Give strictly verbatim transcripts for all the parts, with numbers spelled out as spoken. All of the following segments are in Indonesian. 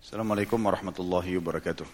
Assalamualaikum warahmatullahi wabarakatuh.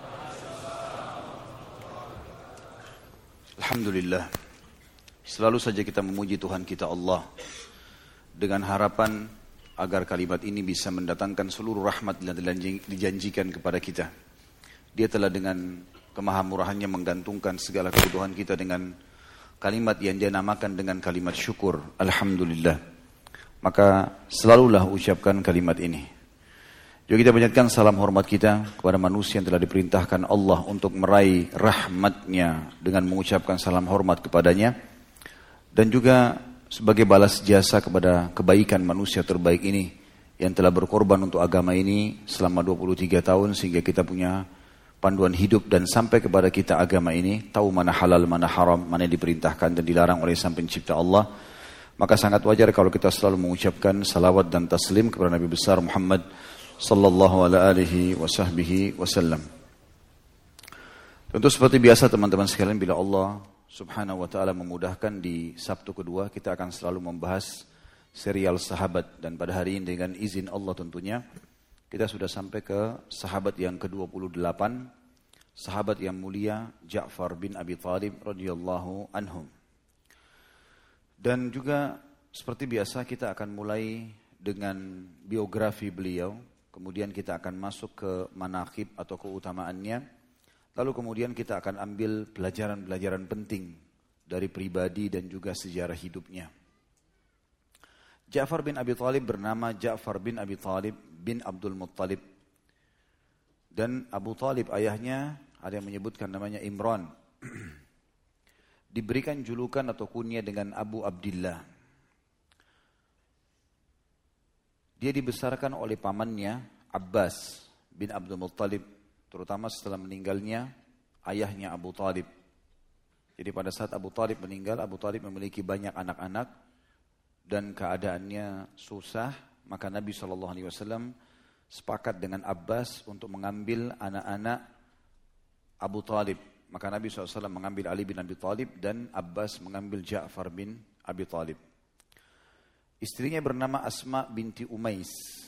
Alhamdulillah. Selalu saja kita memuji Tuhan kita Allah dengan harapan agar kalimat ini bisa mendatangkan seluruh rahmat yang dijanjikan kepada kita. Dia telah dengan kemahamurahannya menggantungkan segala kebutuhan kita dengan kalimat yang dia namakan dengan kalimat syukur. Alhamdulillah. Maka selalulah ucapkan kalimat ini. Juga kita panjatkan salam hormat kita kepada manusia yang telah diperintahkan Allah untuk meraih rahmatnya dengan mengucapkan salam hormat kepadanya. Dan juga sebagai balas jasa kepada kebaikan manusia terbaik ini yang telah berkorban untuk agama ini selama dua puluh tiga tahun sehingga kita punya panduan hidup dan sampai kepada kita agama ini, tahu mana halal, mana haram, mana yang diperintahkan dan dilarang oleh Sang Pencipta Allah. Maka sangat wajar kalau kita selalu mengucapkan salawat dan taslim kepada Nabi besar Muhammad sallallahu alaihi wa sahbihi wasallam. Tentu seperti biasa teman-teman sekalian, bila Allah subhanahu wa ta'ala memudahkan di Sabtu kedua, kita akan selalu membahas serial sahabat. Dan pada hari ini dengan izin Allah tentunya, kita sudah sampai ke sahabat yang ke dua puluh delapan, sahabat yang mulia Ja'far bin Abi Thalib radhiyallahu anhum. Dan juga seperti biasa kita akan mulai dengan biografi beliau. Kemudian kita akan masuk ke manaqib atau keutamaannya. Lalu kemudian kita akan ambil pelajaran-pelajaran penting dari pribadi dan juga sejarah hidupnya. Ja'far bin Abi Thalib bernama Ja'far bin Abi Thalib bin Abdul Muttalib. Dan Abu Thalib ayahnya, ada yang menyebutkan namanya Imran. Diberikan julukan atau kunyah dengan Abu Abdillah. Dia dibesarkan oleh pamannya Abbas bin Abdul Muttalib, terutama setelah meninggalnya ayahnya Abu Talib. Jadi pada saat Abu Talib meninggal, Abu Talib memiliki banyak anak-anak dan keadaannya susah, maka Nabi shallallahu alaihi wasallam sepakat dengan Abbas untuk mengambil anak-anak Abu Talib. Maka Nabi shallallahu alaihi wasallam mengambil Ali bin Abi Talib dan Abbas mengambil Ja'far bin Abi Talib. Istrinya bernama Asma binti Umais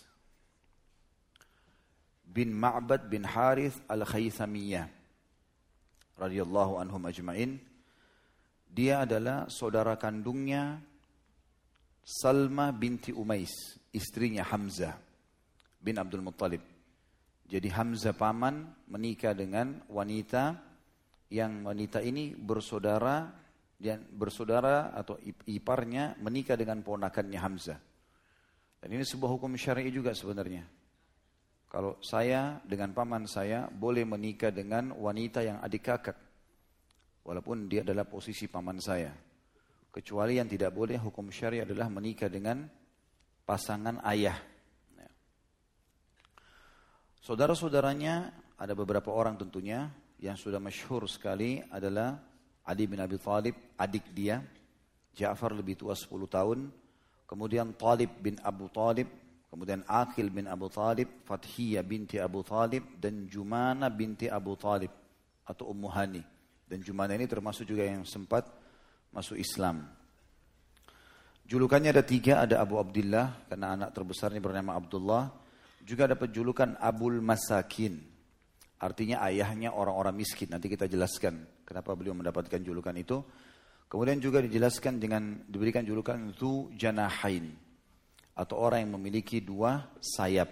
bin Ma'bad bin Harith al-Khaythamiyah radhiyallahu anhum ajma'in. Dia adalah saudara kandungnya Salma binti Umais, istrinya Hamzah bin Abdul Muttalib. Jadi Hamzah paman menikah dengan wanita yang wanita ini bersaudara dan bersaudara atau iparnya menikah dengan ponakannya Hamzah. Dan ini sebuah hukum syar'i juga sebenarnya. Kalau saya dengan paman saya boleh menikah dengan wanita yang adik kakak, walaupun dia adalah posisi paman saya. Kecuali yang tidak boleh hukum syar'i adalah menikah dengan pasangan ayah. Saudara-saudaranya ada beberapa orang tentunya, yang sudah masyhur sekali adalah Ali bin Abi Thalib, adik dia. Ja'far lebih tua sepuluh tahun. Kemudian Talib bin Abu Talib. Kemudian Aqil bin Abu Talib. Fathiyah binti Abu Talib. Dan Jumana binti Abu Talib. Atau Ummu Hani. Dan Jumana ini termasuk juga yang sempat masuk Islam. Julukannya ada tiga. Ada Abu Abdillah, karena anak terbesarnya bernama Abdullah. Juga dapat julukan Abul Masakin. Artinya ayahnya orang-orang miskin. Nanti kita jelaskan kenapa beliau mendapatkan julukan itu. Kemudian juga dijelaskan dengan diberikan julukan Dzu Janahain, atau orang yang memiliki dua sayap.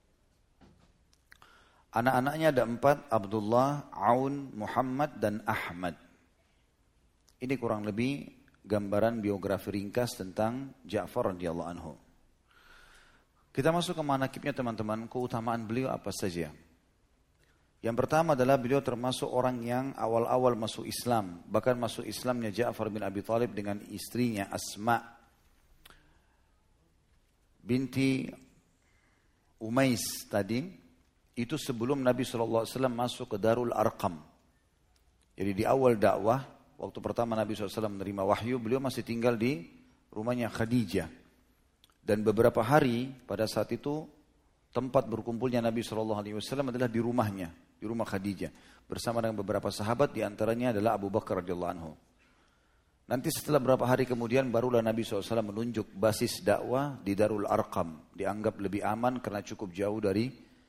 Anak-anaknya ada empat: Abdullah, Aun, Muhammad, dan Ahmad. Ini kurang lebih gambaran biografi ringkas tentang Ja'far radhiyallahu anhu. Kita masuk ke manaqibnya teman-teman. Keutamaan beliau apa saja? Yang pertama adalah beliau termasuk orang yang awal-awal masuk Islam. Bahkan masuk Islamnya Ja'far bin Abi Thalib dengan istrinya Asma binti Umais tadi, itu sebelum Nabi shallallahu alaihi wasallam masuk ke Darul Arqam. Jadi di awal dakwah, waktu pertama Nabi shallallahu alaihi wasallam menerima wahyu, beliau masih tinggal di rumahnya Khadijah. Dan beberapa hari pada saat itu, tempat berkumpulnya Nabi shallallahu alaihi wasallam adalah di rumahnya, di rumah Khadijah, bersama dengan beberapa sahabat, diantaranya adalah Abu Bakar radhiyallahu anhu. Nanti setelah beberapa hari kemudian barulah Nabi shallallahu alaihi wasallam menunjuk basis dakwah di Darul Arqam, dianggap lebih aman karena cukup jauh dari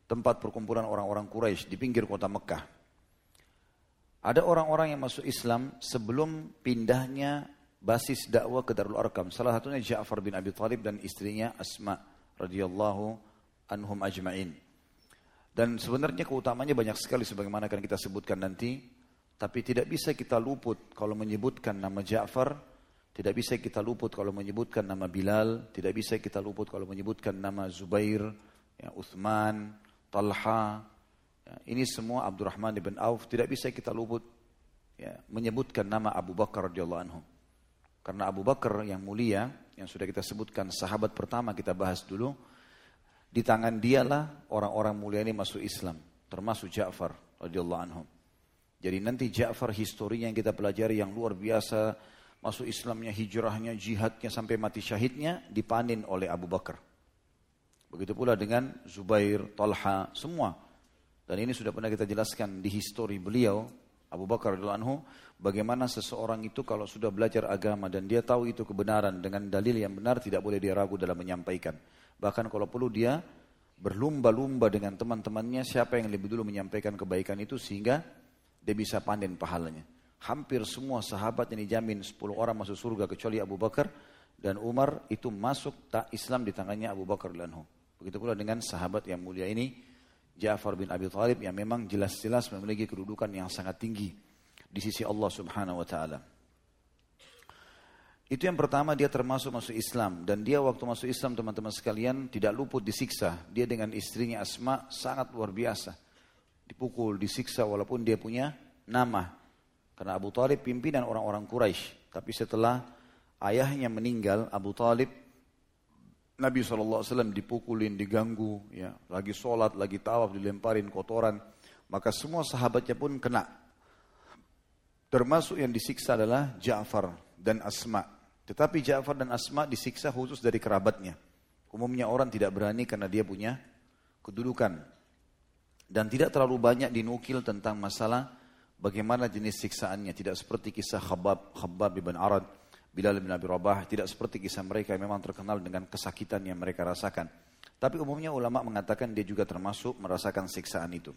tempat perkumpulan orang-orang Quraisy di pinggir kota Mekah. Ada orang-orang yang masuk Islam sebelum pindahnya basis dakwah ke Darul Arqam. Salah satunya Ja'far bin Abi Thalib dan istrinya Asma radhiyallahu anhum ajma'in. Dan sebenarnya keutamanya banyak sekali sebagaimana akan kita sebutkan nanti. Tapi tidak bisa kita luput kalau menyebutkan nama Ja'far. Tidak bisa kita luput kalau menyebutkan nama Bilal. Tidak bisa kita luput kalau menyebutkan nama Zubair, ya, Uthman, Talha. Ya, ini semua Abdurrahman ibn Auf. Tidak bisa kita luput ya, menyebutkan nama Abu Bakar radhiyallahu anhu. Karena Abu Bakar yang mulia, yang sudah kita sebutkan sahabat pertama kita bahas dulu, di tangan dialah orang-orang mulia ini masuk Islam, termasuk Ja'far radhiyallahu anhu. Jadi nanti Ja'far historinya yang kita pelajari yang luar biasa, masuk Islamnya, hijrahnya, jihadnya sampai mati syahidnya dipanen oleh Abu Bakar. Begitu pula dengan Zubair, Talha, semua. Dan ini sudah pernah kita jelaskan di histori beliau, Abu Bakar radhiyallahu anhu, bagaimana seseorang itu kalau sudah belajar agama dan dia tahu itu kebenaran dengan dalil yang benar, tidak boleh dia ragu dalam menyampaikan. Bahkan kalau perlu dia berlumba-lumba dengan teman-temannya siapa yang lebih dulu menyampaikan kebaikan itu sehingga dia bisa panen pahalanya. Hampir semua sahabat yang dijamin sepuluh orang masuk surga kecuali Abu Bakar dan Umar itu masuk tak Islam di tangannya Abu Bakar radhiyallahu anhu. Begitu pula dengan sahabat yang mulia ini Ja'far bin Abi Thalib yang memang jelas-jelas memiliki kedudukan yang sangat tinggi di sisi Allah Subhanahu wa taala. Itu yang pertama, dia termasuk masuk Islam dan dia waktu masuk Islam teman-teman sekalian tidak luput disiksa. Dia dengan istrinya Asma sangat luar biasa. Dipukul, disiksa walaupun dia punya nama. Karena Abu Thalib pimpinan orang-orang Quraisy. Tapi setelah ayahnya meninggal, Abu Thalib, Nabi shallallahu alaihi wasallam dipukulin, diganggu, ya, lagi sholat, lagi tawaf, dilemparin kotoran. Maka semua sahabatnya pun kena. Termasuk yang disiksa adalah Ja'far dan Asma. Tetapi Ja'far dan Asma disiksa khusus dari kerabatnya. Umumnya orang tidak berani karena dia punya kedudukan. Dan tidak terlalu banyak dinukil tentang masalah bagaimana jenis siksaannya. Tidak seperti kisah Khabbab, Khabbab bin Arad, Bilal bin Abi Rabah. Tidak seperti kisah mereka yang memang terkenal dengan kesakitan yang mereka rasakan. Tapi umumnya ulama mengatakan dia juga termasuk merasakan siksaan itu.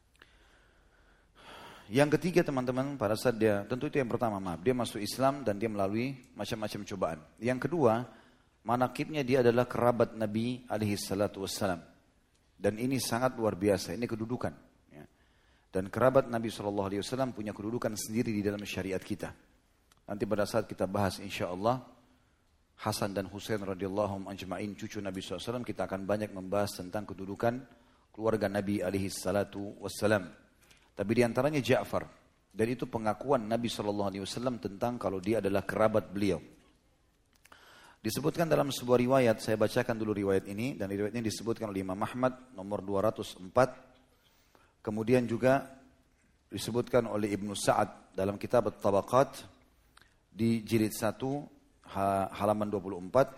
Yang ketiga teman-teman, pada saat dia, tentu itu yang pertama maaf, dia masuk Islam dan dia melalui macam-macam cobaan. Yang kedua, manakibnya dia adalah kerabat Nabi alaihi salatu wassalam. Dan ini sangat luar biasa, ini kedudukan. Ya. Dan kerabat Nabi shallallahu alaihi wasallam punya kedudukan sendiri di dalam syariat kita. Nanti pada saat kita bahas insya Allah, Hasan dan Husain radhiyallahu ajma'in cucu Nabi shallallahu alaihi wasallam, kita akan banyak membahas tentang kedudukan keluarga Nabi alaihi salatu wassalam. Tapi diantaranya Ja'far. Dan itu pengakuan Nabi shallallahu alaihi wasallam tentang kalau dia adalah kerabat beliau. Disebutkan dalam sebuah riwayat, saya bacakan dulu riwayat ini. Dan riwayat ini disebutkan oleh Imam Ahmad nomor dua ratus empat. Kemudian juga disebutkan oleh Ibnu Sa'ad dalam kitab At-Tabaqat di jilid satu halaman dua puluh empat.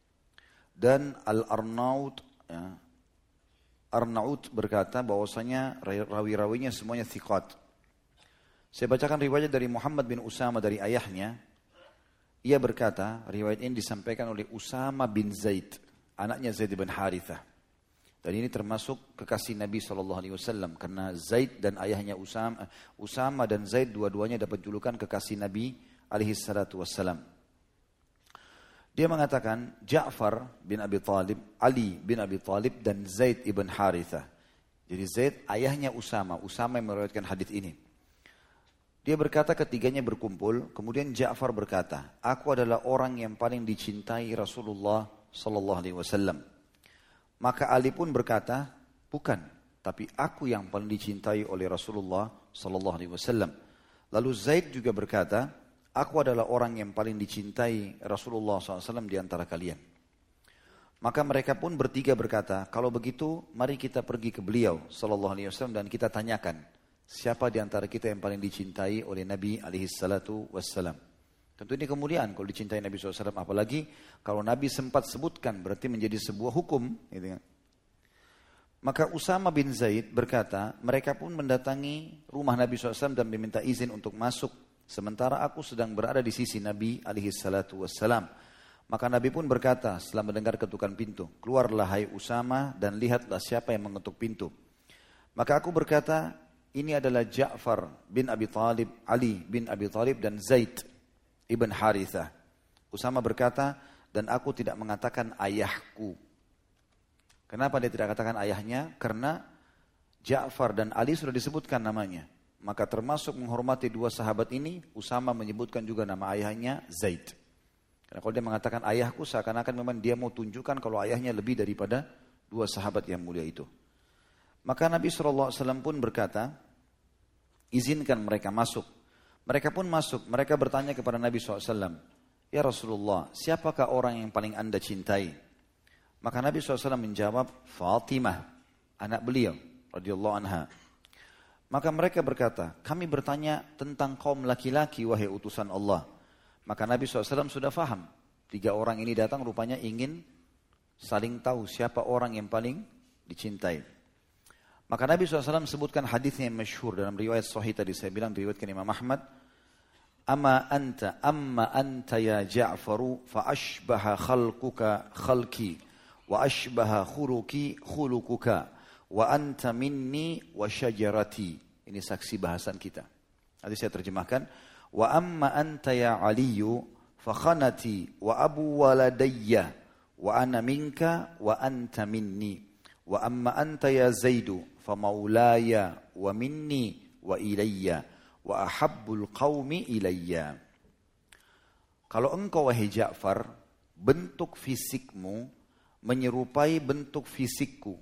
Dan Al-Arnaud, ya, Arnaud berkata bahwasanya rawi-rawinya semuanya thiqat. Saya bacakan riwayat dari Muhammad bin Usama dari ayahnya. Ia berkata, riwayat ini disampaikan oleh Usama bin Zaid, anaknya Zaid bin Harithah. Dan ini termasuk kekasih Nabi shallallahu alaihi wasallam karena Zaid dan ayahnya Usama, Usama dan Zaid dua-duanya dapat julukan kekasih Nabi alaihi salatu wassalam. Dia mengatakan Ja'far bin Abi Thalib, Ali bin Abi Thalib dan Zaid ibn Harithah. Jadi Zaid ayahnya Usama, Usama yang meriwayatkan hadis ini. Dia berkata ketiganya berkumpul, kemudian Ja'far berkata, aku adalah orang yang paling dicintai Rasulullah sallallahu alaihi wasallam. Maka Ali pun berkata, bukan, tapi aku yang paling dicintai oleh Rasulullah sallallahu alaihi wasallam. Lalu Zaid juga berkata, aku adalah orang yang paling dicintai Rasulullah shallallahu alaihi wasallam di antara kalian. Maka mereka pun bertiga berkata, kalau begitu mari kita pergi ke beliau sallallahu alaihi wasallam dan kita tanyakan, siapa di antara kita yang paling dicintai oleh Nabi alaihi salatu wassalam. Tentu ini kemuliaan kalau dicintai Nabi shallallahu alaihi wasallam, apalagi kalau Nabi sempat sebutkan berarti menjadi sebuah hukum. Gitu kan. Maka Usama bin Zaid berkata, mereka pun mendatangi rumah Nabi shallallahu alaihi wasallam dan meminta izin untuk masuk. Sementara aku sedang berada di sisi Nabi alaihi salatu wassalam. Maka Nabi pun berkata setelah mendengar ketukan pintu, keluarlah hai Usama dan lihatlah siapa yang mengetuk pintu. Maka aku berkata, ini adalah Ja'far bin Abi Talib, Ali bin Abi Talib dan Zaid ibn Harithah. Usama berkata, dan aku tidak mengatakan ayahku. Kenapa dia tidak katakan ayahnya? Karena Ja'far dan Ali sudah disebutkan namanya. Maka termasuk menghormati dua sahabat ini, Usama menyebutkan juga nama ayahnya Zaid. Karena kalau dia mengatakan ayahku, seakan-akan memang dia mau tunjukkan kalau ayahnya lebih daripada dua sahabat yang mulia itu. Maka Nabi shallallahu alaihi wasallam pun berkata, izinkan mereka masuk. Mereka pun masuk, mereka bertanya kepada Nabi shallallahu alaihi wasallam, ya Rasulullah, siapakah orang yang paling anda cintai? Maka Nabi shallallahu alaihi wasallam menjawab, Fatimah, anak beliau, radhiyallahu anha. Maka mereka berkata, kami bertanya tentang kaum laki-laki wahai utusan Allah. Maka Nabi shallallahu alaihi wasallam sudah faham. Tiga orang ini datang rupanya ingin saling tahu siapa orang yang paling dicintai. Maka Nabi shallallahu alaihi wasallam sebutkan hadisnya yang masyhur dalam riwayat sahih tadi saya bilang diriwayatkan Imam Ahmad. Amma anta amma anta ya Ja'faru fa ashbaha khalquka khalqi wa ashbaha khuluqi khuluquka wa anta minni wa syajarati. Ini saksi bahasan kita. Nanti saya terjemahkan. Wa amma anta ya Aliyu fa khanati wa abu waladayya wa ana minka wa anta minni. Wa amma anta ya Zaidu fa maulaya wa minni wa ilayya wa ahabbul qaumi ilayya. Kalau engkau wahai Ja'far, bentuk fisikmu menyerupai bentuk fisikku.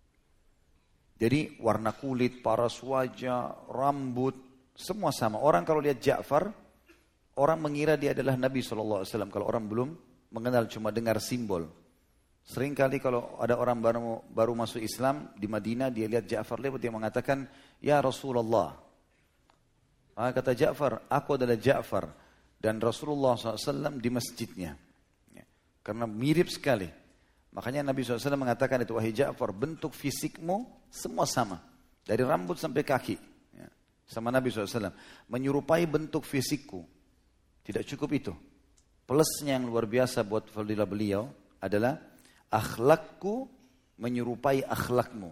Jadi warna kulit, paras wajah, rambut, semua sama. Orang kalau lihat Ja'far, orang mengira dia adalah Nabi shallallahu alaihi wasallam. Kalau orang belum mengenal, cuma dengar simbol. Seringkali kalau ada orang baru, baru masuk Islam di Madinah, dia lihat Ja'far lewat, dia mengatakan, ya Rasulullah. Maka kata Ja'far, aku adalah Ja'far. Dan Rasulullah shallallahu alaihi wasallam di masjidnya. Ya, karena mirip sekali. Makanya Nabi shallallahu alaihi wasallam mengatakan itu, wahai Ja'far, bentuk fisikmu semua sama. Dari rambut sampai kaki. Ya, sama Nabi shallallahu alaihi wasallam. Menyerupai bentuk fisikku. Tidak cukup itu. Plusnya yang luar biasa buat fadilah beliau adalah akhlakku menyerupai akhlakmu.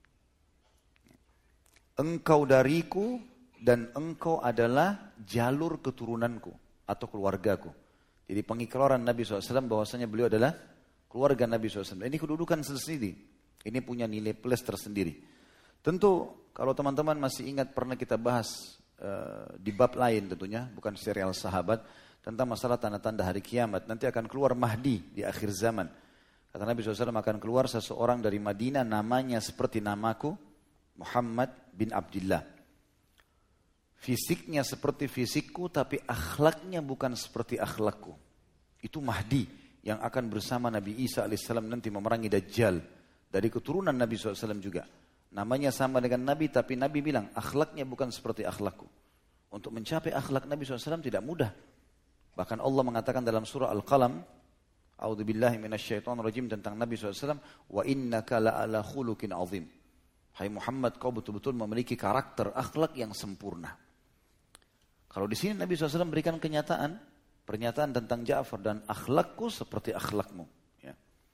Engkau dariku dan engkau adalah jalur keturunanku atau keluargaku. Jadi pengikraran Nabi shallallahu alaihi wasallam bahwasanya beliau adalah keluarga Nabi shallallahu alaihi wasallam. Ini kedudukan tersendiri. Ini punya nilai plus tersendiri. Tentu kalau teman-teman masih ingat pernah kita bahas uh, di bab lain tentunya, bukan serial sahabat, tentang masalah tanda-tanda hari kiamat. Nanti akan keluar Mahdi di akhir zaman. Kata Nabi shallallahu alaihi wasallam akan keluar seseorang dari Madinah namanya seperti namaku, Muhammad bin Abdullah. Fisiknya seperti fisikku tapi akhlaknya bukan seperti akhlakku. Itu Mahdi yang akan bersama Nabi Isa alaihissalam nanti memerangi Dajjal. Dari keturunan Nabi shallallahu alaihi wasallam juga. Namanya sama dengan Nabi tapi Nabi bilang akhlaknya bukan seperti akhlakku. Untuk mencapai akhlak Nabi shallallahu alaihi wasallam tidak mudah. Bahkan Allah mengatakan dalam surah Al-Qalam, A'udzubillahi minasyaitonirrajim tentang Nabi shallallahu alaihi wasallam, wa innaka la'ala khuluqin azim. Hai Muhammad, kau betul-betul memiliki karakter akhlak yang sempurna. Kalau di sini Nabi shallallahu alaihi wasallam berikan kenyataan, pernyataan tentang Ja'far dan akhlakku seperti akhlakmu. Ya.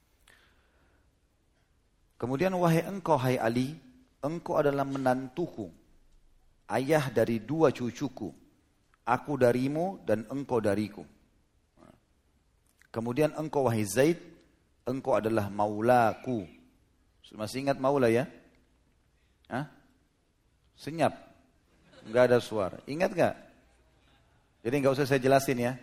Kemudian wahai engkau, hai Ali, engkau adalah menantuku, ayah dari dua cucuku, aku darimu dan engkau dariku. Kemudian engkau wahai Zaid, engkau adalah maulaku. Masih ingat maula ya? Hah? Senyap, nggak ada suara. Ingat nggak? Jadi nggak usah saya jelasin ya.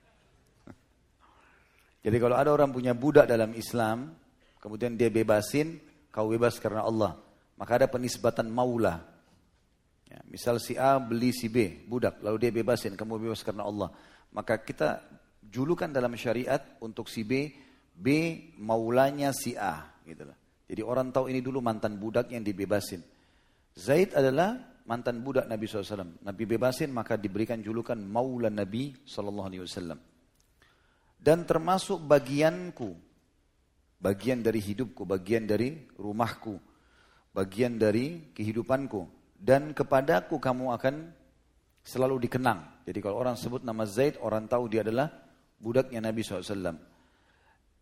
Jadi kalau ada orang punya budak dalam Islam, kemudian dia bebasin, kau bebas karena Allah. Maka ada penisbatan maula. Ya, misal si A beli si B, budak, lalu dia bebasin, kamu bebas karena Allah. Maka kita julukan dalam syariat untuk si B, B maulanya si A. Gitu lah. Jadi orang tahu ini dulu mantan budak yang dibebasin. Zaid adalah mantan budak Nabi shallallahu alaihi wasallam. Nabi bebasin maka diberikan julukan maula Nabi shallallahu alaihi wasallam. Dan termasuk bagianku, bagian dari hidupku, bagian dari rumahku, bagian dari kehidupanku. Dan kepadaku kamu akan selalu dikenang. Jadi kalau orang sebut nama Zaid, orang tahu dia adalah budaknya Nabi shallallahu alaihi wasallam.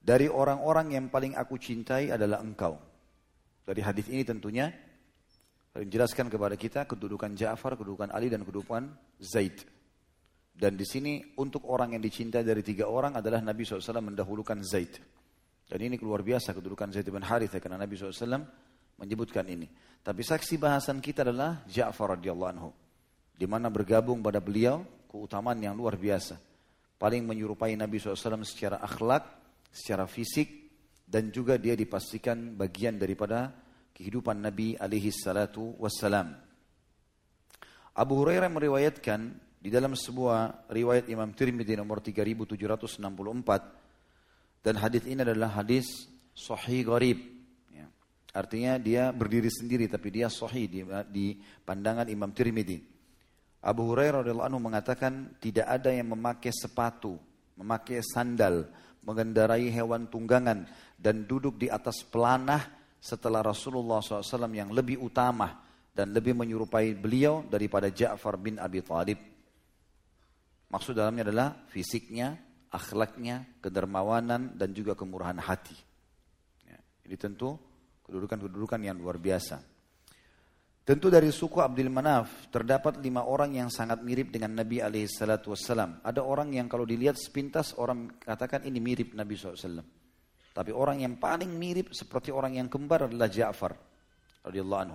dari orang-orang yang paling aku cintai adalah engkau. Dari hadis ini tentunya menjelaskan kepada kita kedudukan Ja'far, kedudukan Ali dan kedudukan Zaid. Dan di sini untuk orang yang dicintai dari tiga orang adalah Nabi shallallahu alaihi wasallam mendahulukan Zaid. Dan ini luar biasa kedudukan Zaid bin Harithah karena Nabi shallallahu alaihi wasallam menyebutkan ini. Tapi saksi bahasan kita adalah Ja'far radhiyallahu anhu, di mana bergabung pada beliau keutamaan yang luar biasa. Paling menyerupai Nabi shallallahu alaihi wasallam secara akhlak, secara fisik, dan juga dia dipastikan bagian daripada kehidupan Nabi alaihi salatu wassalam. Abu Hurairah meriwayatkan di dalam sebuah riwayat Imam Tirmidzi nomor tiga ribu tujuh ratus enam puluh empat, dan hadis ini adalah hadis sahih gharib. Ya. Artinya dia berdiri sendiri tapi dia sahih di, di pandangan Imam Tirmidzi. Abu Hurairah radhiyallahu anhu mengatakan tidak ada yang memakai sepatu, memakai sandal, mengendarai hewan tunggangan dan duduk di atas pelanah setelah Rasulullah shallallahu alaihi wasallam yang lebih utama dan lebih menyerupai beliau daripada Ja'far bin Abi Thalib. Maksud dalamnya adalah fisiknya, akhlaknya, kedermawanan, dan juga kemurahan hati. Ya, ini tentu kedudukan-kedudukan yang luar biasa. Tentu dari suku Abdul Manaf terdapat lima orang yang sangat mirip dengan Nabi alaihi salatu wassalam. Ada orang yang kalau dilihat sepintas orang katakan ini mirip Nabi shallallahu alaihi wasallam. Tapi orang yang paling mirip seperti orang yang kembar adalah Ja'far radhiyallahu anhu.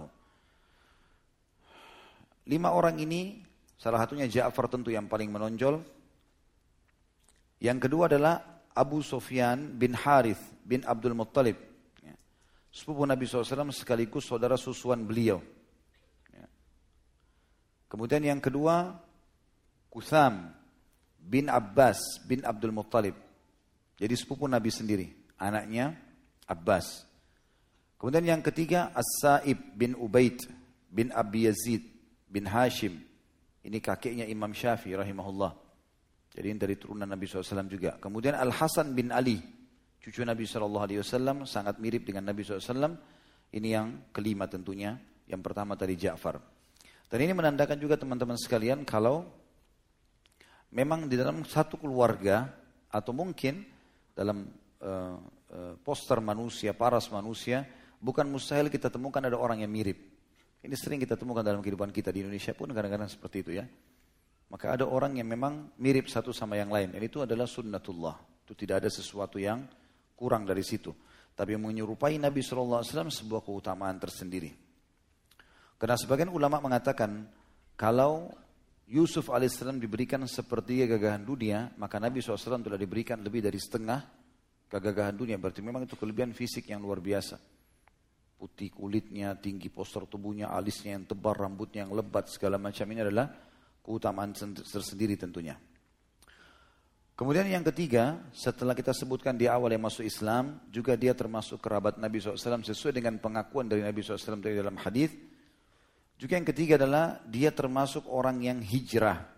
Lima orang ini, salah satunya Ja'far tentu yang paling menonjol. Yang kedua adalah Abu Sufyan bin Harith bin Abdul Muttalib. Ya. Sepupu Nabi shallallahu alaihi wasallam sekaligus saudara susuan beliau. Ya. Kemudian yang kedua, Qutham bin Abbas bin Abdul Muttalib. Jadi sepupu Nabi sendiri, anaknya Abbas. Kemudian yang ketiga, As-Sa'ib bin Ubaid bin Abi Yazid bin Hashim. Ini kakeknya Imam Syafi'i rahimahullah. Jadi ini dari turunan Nabi shallallahu alaihi wasallam juga. Kemudian Al-Hasan bin Ali, cucu Nabi shallallahu alaihi wasallam, sangat mirip dengan Nabi shallallahu alaihi wasallam. Ini yang kelima tentunya. Yang pertama tadi Ja'far. Dan ini menandakan juga teman-teman sekalian kalau memang di dalam satu keluarga atau mungkin dalam uh, uh, poster manusia, paras manusia, bukan mustahil kita temukan ada orang yang mirip. Ini sering kita temukan dalam kehidupan kita di Indonesia pun kadang-kadang seperti itu ya. Maka ada orang yang memang mirip satu sama yang lain. Dan itu adalah sunnatullah. Itu tidak ada sesuatu yang kurang dari situ. Tapi menyerupai Nabi shallallahu alaihi wasallam sebuah keutamaan tersendiri. Karena sebagian ulama mengatakan kalau Yusuf alaihissalam diberikan sepertiga gagahan dunia, maka Nabi shallallahu alaihi wasallam telah diberikan lebih dari setengah kegagahan dunia. Berarti memang itu kelebihan fisik yang luar biasa. Putih kulitnya, tinggi postur tubuhnya, alisnya yang tebal, rambutnya yang lebat, segala macam ini adalah keutamaan tersendiri tentunya. Kemudian yang ketiga, setelah kita sebutkan di awal yang masuk Islam, juga dia termasuk kerabat Nabi shallallahu alaihi wasallam sesuai dengan pengakuan dari Nabi shallallahu alaihi wasallam dari dalam hadis. Juga yang ketiga adalah dia termasuk orang yang hijrah.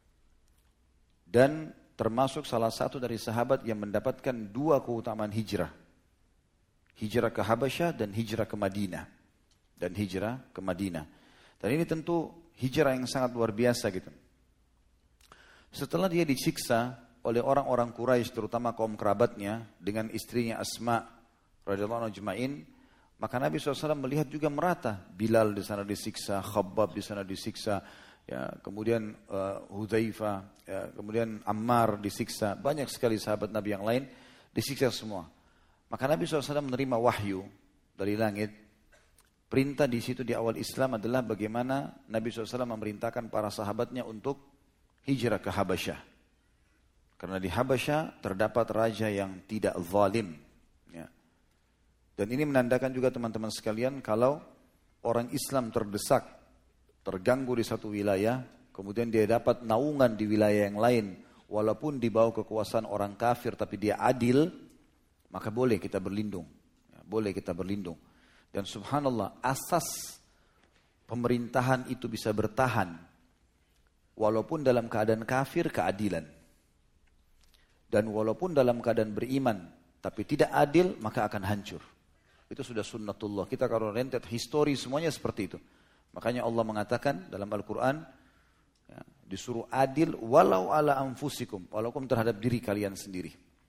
Dan termasuk salah satu dari sahabat yang mendapatkan dua keutamaan hijrah. Hijrah ke Habasyah dan hijrah ke Madinah. Dan hijrah ke Madinah. Dan ini tentu hijrah yang sangat luar biasa gitu. Setelah dia disiksa oleh orang-orang Quraisy, terutama kaum kerabatnya, dengan istrinya Asma radhiyallahu anha ajma'in, maka Nabi shallallahu alaihi wasallam melihat juga merata. Bilal di sana disiksa, Khabbab di sana disiksa, ya, kemudian uh, Hudzaifah, ya, kemudian Ammar disiksa. Banyak sekali sahabat Nabi yang lain disiksa semua. Maka Nabi shallallahu alaihi wasallam menerima wahyu dari langit. Perintah di situ di awal Islam adalah bagaimana Nabi shallallahu alaihi wasallam memerintahkan para sahabatnya untuk hijrah ke Habasyah. Karena di Habasyah terdapat raja yang tidak zalim. Ya. Dan ini menandakan juga teman-teman sekalian kalau orang Islam terdesak, terganggu di satu wilayah, kemudian dia dapat naungan di wilayah yang lain, walaupun di bawah kekuasaan orang kafir tapi dia adil, maka boleh kita berlindung. Ya, boleh kita berlindung. Dan subhanallah, asas pemerintahan itu bisa bertahan walaupun dalam keadaan kafir, keadilan. Dan walaupun dalam keadaan beriman tapi tidak adil, maka akan hancur. Itu sudah sunnatullah. Kita kalau rentet histori semuanya seperti itu. Makanya Allah mengatakan dalam Al-Quran, ya, disuruh adil walau ala anfusikum, walaupun terhadap diri kalian sendiri.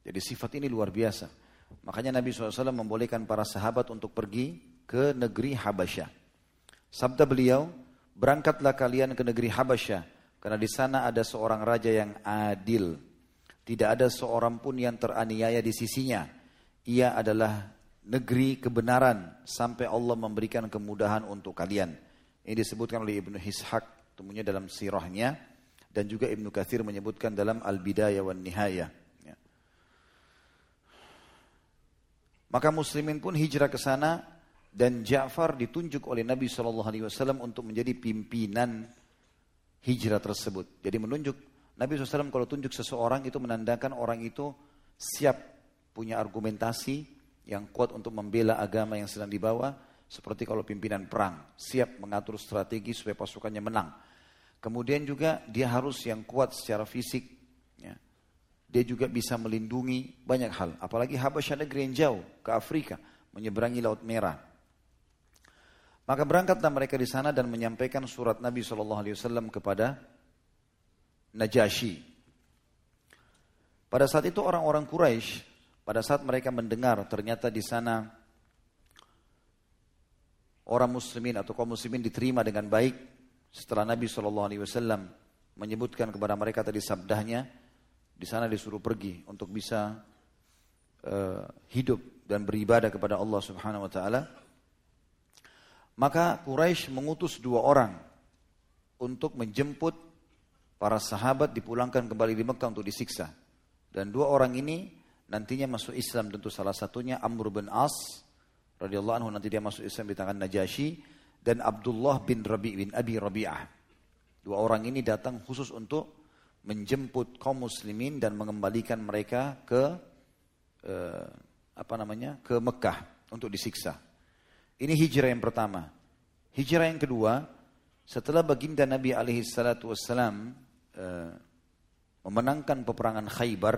Jadi sifat ini luar biasa. Makanya Nabi shallallahu alaihi wasallam membolehkan para sahabat untuk pergi ke negeri Habasyah. Sabda beliau, berangkatlah kalian ke negeri Habasyah, karena di sana ada seorang raja yang adil. Tidak ada seorang pun yang teraniaya di sisinya. Ia adalah negeri kebenaran sampai Allah memberikan kemudahan untuk kalian. Ini disebutkan oleh Ibnu Ishaq, temunya dalam sirahnya, dan juga Ibnu Katsir menyebutkan dalam Al-Bidayah wan Nihayah. Ya. Maka muslimin pun hijrah ke sana, dan Ja'far ditunjuk oleh Nabi shallallahu alaihi wasallam untuk menjadi pimpinan hijrah tersebut. Jadi menunjuk Nabi shallallahu alaihi wasallam kalau tunjuk seseorang itu menandakan orang itu siap punya argumentasi yang kuat untuk membela agama yang sedang dibawa, seperti kalau pimpinan perang, siap mengatur strategi supaya pasukannya menang. Kemudian juga dia harus yang kuat secara fisik, ya. Dia juga bisa melindungi banyak hal, apalagi Habasyah negeri yang jauh ke Afrika, menyeberangi Laut Merah. Maka berangkatlah mereka di sana dan menyampaikan surat Nabi shallallahu alaihi wasallam kepada Najasyi. Pada saat itu orang-orang Quraisy, pada saat mereka mendengar ternyata di sana orang muslimin atau kaum muslimin diterima dengan baik setelah Nabi shallallahu alaihi wasallam menyebutkan kepada mereka tadi sabdahnya, di sana disuruh pergi untuk bisa uh, hidup dan beribadah kepada Allah Subhanahu wa taala. Maka Quraisy mengutus dua orang untuk menjemput para sahabat dipulangkan kembali di Mekah untuk disiksa. Dan dua orang ini nantinya masuk Islam, tentu salah satunya Amr bin As radhiyallahu anhu, nanti dia masuk Islam di tangan Najasyi, dan Abdullah bin Rabi' bin Abi Rabi'ah. Dua orang ini datang khusus untuk menjemput kaum muslimin dan mengembalikan mereka ke eh, apa namanya? ke Mekah untuk disiksa. Ini hijrah yang pertama. Hijrah yang kedua, setelah baginda Nabi alaihi salatu wassalam eh, memenangkan peperangan Khaybar,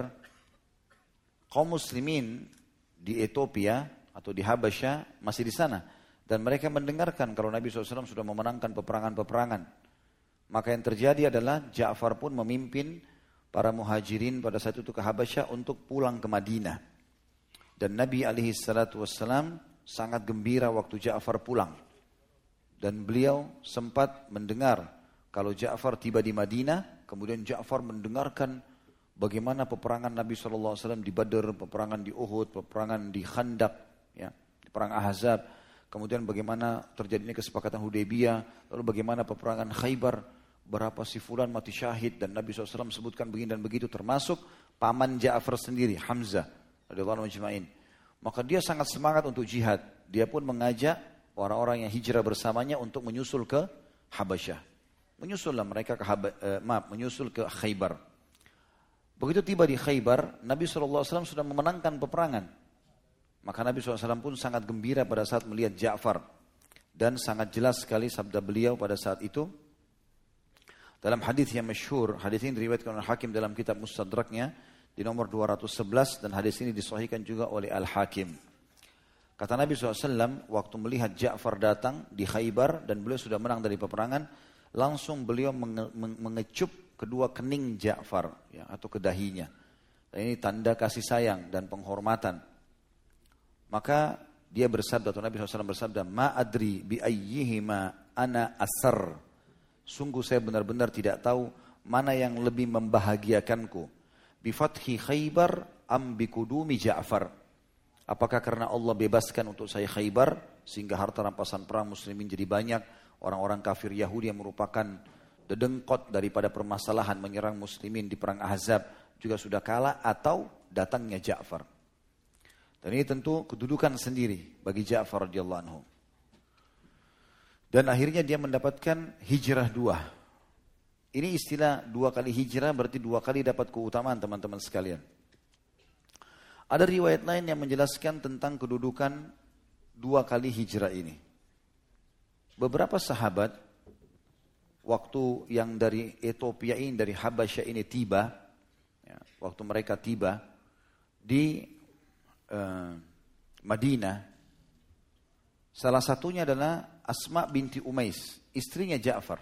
kaum muslimin di Ethiopia atau di Habasyah masih di sana. Dan mereka mendengarkan kalau Nabi shallallahu alaihi wasallam sudah memenangkan peperangan-peperangan. Maka yang terjadi adalah Ja'far pun memimpin para muhajirin pada saat itu ke Habasyah untuk pulang ke Madinah. Dan Nabi alaihi salatu wassalam sangat gembira waktu Ja'far pulang. Dan beliau sempat mendengar kalau Ja'far tiba di Madinah, kemudian Ja'far mendengarkan bagaimana peperangan Nabi shallallahu alaihi wasallam di Badr, peperangan di Uhud, peperangan di Khandaq, ya, di perang Ahzab, kemudian bagaimana terjadinya kesepakatan Hudaybiyah, lalu bagaimana peperangan Khaybar, berapa si fulan mati syahid, dan Nabi shallallahu alaihi wasallam sebutkan begini dan begitu, termasuk paman Ja'far sendiri, Hamzah radhiyallahu anhu ajma'in. Maka dia sangat semangat untuk jihad. Dia pun mengajak orang-orang yang hijrah bersamanya untuk menyusul ke Habasyah. Menyusullah mereka ke Haba, eh, maaf, menyusul ke Khaybar. Begitu tiba di Khaybar, Nabi shallallahu alaihi wasallam sudah memenangkan peperangan. Maka Nabi shallallahu alaihi wasallam pun sangat gembira pada saat melihat Ja'far. Dan sangat jelas sekali sabda beliau pada saat itu. Dalam hadis yang masyhur, hadis ini diriwayatkan oleh Hakim dalam kitab Mustadraknya di nomor dua ratus sebelas, dan hadis ini disahihkan juga oleh Al-Hakim. Kata Nabi shallallahu alaihi wasallam, waktu melihat Ja'far datang di Khaybar dan beliau sudah menang dari peperangan, langsung beliau menge- mengecup kedua kening Ja'far, ya, atau kedahinya. Dan ini tanda kasih sayang dan penghormatan. Maka dia bersabda, atau Nabi shallallahu alaihi wasallam bersabda, Ma adri bi ayyihima ana asar. Sungguh saya benar-benar tidak tahu mana yang lebih membahagiakanku. Bi fathi Khaybar am bi kudumi Ja'far. Apakah karena Allah bebaskan untuk saya Khaybar, sehingga harta rampasan perang muslimin jadi banyak, orang-orang kafir Yahudi yang merupakan dedengkot daripada permasalahan menyerang muslimin di perang Ahzab juga sudah kalah, atau datangnya Ja'far. Dan ini tentu kedudukan sendiri bagi Ja'far radhiyallahu anhu. Dan akhirnya dia mendapatkan hijrah dua. Ini istilah dua kali hijrah berarti dua kali dapat keutamaan, teman-teman sekalian. Ada riwayat lain yang menjelaskan tentang kedudukan dua kali hijrah ini. Beberapa sahabat waktu yang dari Ethiopia ini, dari Habasyah ini tiba, ya, waktu mereka tiba di uh, Madinah, salah satunya adalah Asma binti Umais, istrinya Ja'far.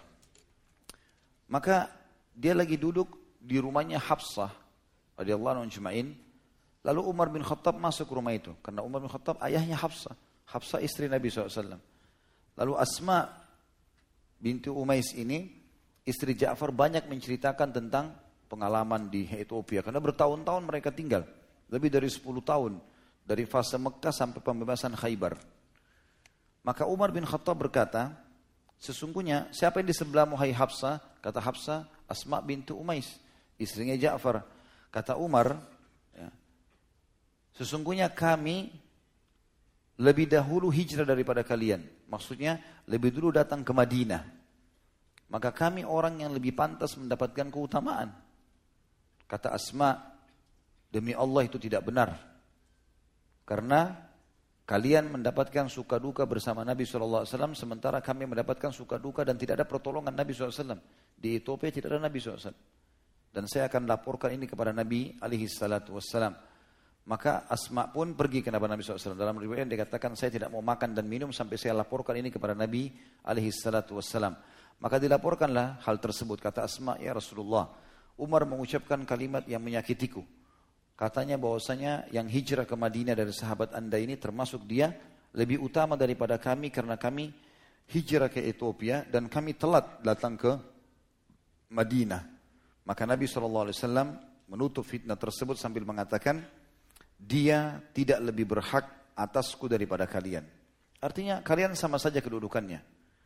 Maka dia lagi duduk di rumahnya Hafsah radhiyallahu anha ajma'in, Lalu Umar bin Khattab masuk ke rumah itu. Karena Umar bin Khattab ayahnya Hafsah. Hafsah istri Nabi shallallahu alaihi wasallam. Lalu Asma binti Umais ini, istri Ja'far, banyak menceritakan tentang pengalaman di Ethiopia. Karena bertahun-tahun mereka tinggal. Lebih dari sepuluh tahun. Dari fase Mekah sampai pembebasan Khaybar. Maka Umar bin Khattab berkata, sesungguhnya siapa yang di sebelahmu hai Hafsah? Kata Hafsah, Asma binti Umais, istrinya Ja'far. Kata Umar, ya, sesungguhnya kami lebih dahulu hijrah daripada kalian. Maksudnya lebih dulu datang ke Madinah. Maka kami orang yang lebih pantas mendapatkan keutamaan. Kata Asma, demi Allah itu tidak benar. Karena kalian mendapatkan suka duka bersama Nabi shallallahu alaihi wasallam, sementara kami mendapatkan suka duka dan tidak ada pertolongan Nabi shallallahu alaihi wasallam. Di Ethiopia tidak ada Nabi shallallahu alaihi wasallam. Dan saya akan laporkan ini kepada Nabi alaihi salatu wassalam. Maka Asma pun pergi ke Nabi shallallahu alaihi wasallam. Dalam riwayat dikatakan, saya tidak mau makan dan minum sampai saya laporkan ini kepada Nabi alaihi salatu wassalam. Maka dilaporkanlah hal tersebut. Kata Asma, ya Rasulullah, Umar mengucapkan kalimat yang menyakitiku. Katanya bahwasanya yang hijrah ke Madinah dari sahabat anda ini termasuk dia lebih utama daripada kami karena kami hijrah ke Ethiopia dan kami telat datang ke Madinah. Maka Nabi shallallahu alaihi wasallam menutup fitnah tersebut sambil mengatakan, dia tidak lebih berhak atasku daripada kalian. Artinya kalian sama saja kedudukannya.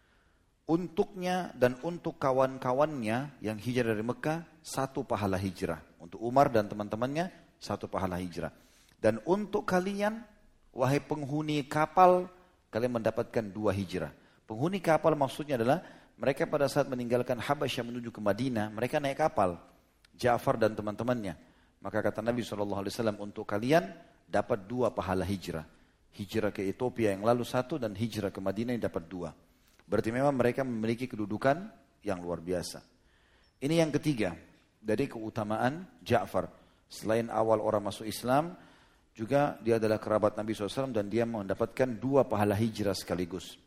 Untuknya dan untuk kawan-kawannya yang hijrah dari Mekah, satu pahala hijrah. Untuk Umar dan teman-temannya, satu pahala hijrah. Dan untuk kalian, wahai penghuni kapal, kalian mendapatkan dua hijrah. Penghuni kapal maksudnya adalah mereka pada saat meninggalkan Habasyah menuju ke Madinah, mereka naik kapal. Ja'far dan teman-temannya. Maka kata Nabi shallallahu alaihi wasallam, untuk kalian dapat dua pahala hijrah. Hijrah ke Ethiopia yang lalu satu dan hijrah ke Madinah yang dapat dua. Berarti memang mereka memiliki kedudukan yang luar biasa. Ini yang ketiga dari keutamaan Ja'far. Selain awal orang masuk Islam, juga dia adalah kerabat Nabi shallallahu alaihi wasallam dan dia mendapatkan dua pahala hijrah sekaligus.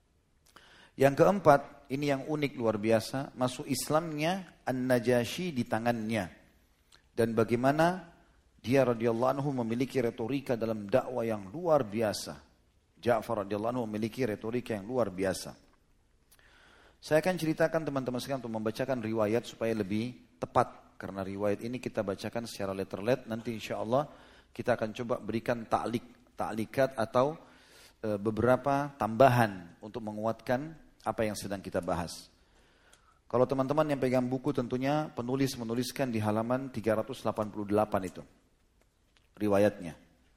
Yang keempat, ini yang unik luar biasa, masuk Islamnya An-Najasyi di tangannya. Dan bagaimana dia radhiyallahu anhu memiliki retorika dalam dakwah yang luar biasa. Ja'far radhiyallahu anhu memiliki retorika yang luar biasa. Saya akan ceritakan teman-teman sekalian untuk membacakan riwayat supaya lebih tepat. Karena riwayat ini kita bacakan secara letterlet, nanti insya Allah kita akan coba berikan ta'lik, ta'likat atau e, beberapa tambahan untuk menguatkan apa yang sedang kita bahas. Kalau teman-teman yang pegang buku tentunya penulis menuliskan di halaman tiga ratus delapan puluh delapan itu riwayatnya.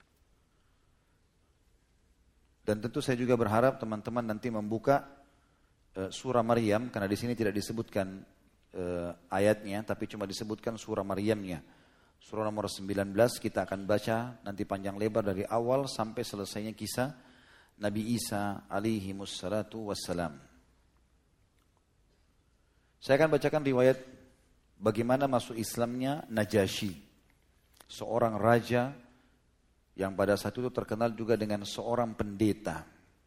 Dan tentu saya juga berharap teman-teman nanti membuka e, surah Maryam, karena di sini tidak disebutkan Uh, ayatnya, tapi cuma disebutkan surah Maryamnya. Surah nomor sembilan belas kita akan baca nanti panjang lebar dari awal sampai selesainya kisah Nabi Isa alaihi wassalatu wassalam. Saya akan bacakan riwayat bagaimana masuk Islamnya Najasyi, seorang raja yang pada saat itu terkenal juga dengan seorang pendeta.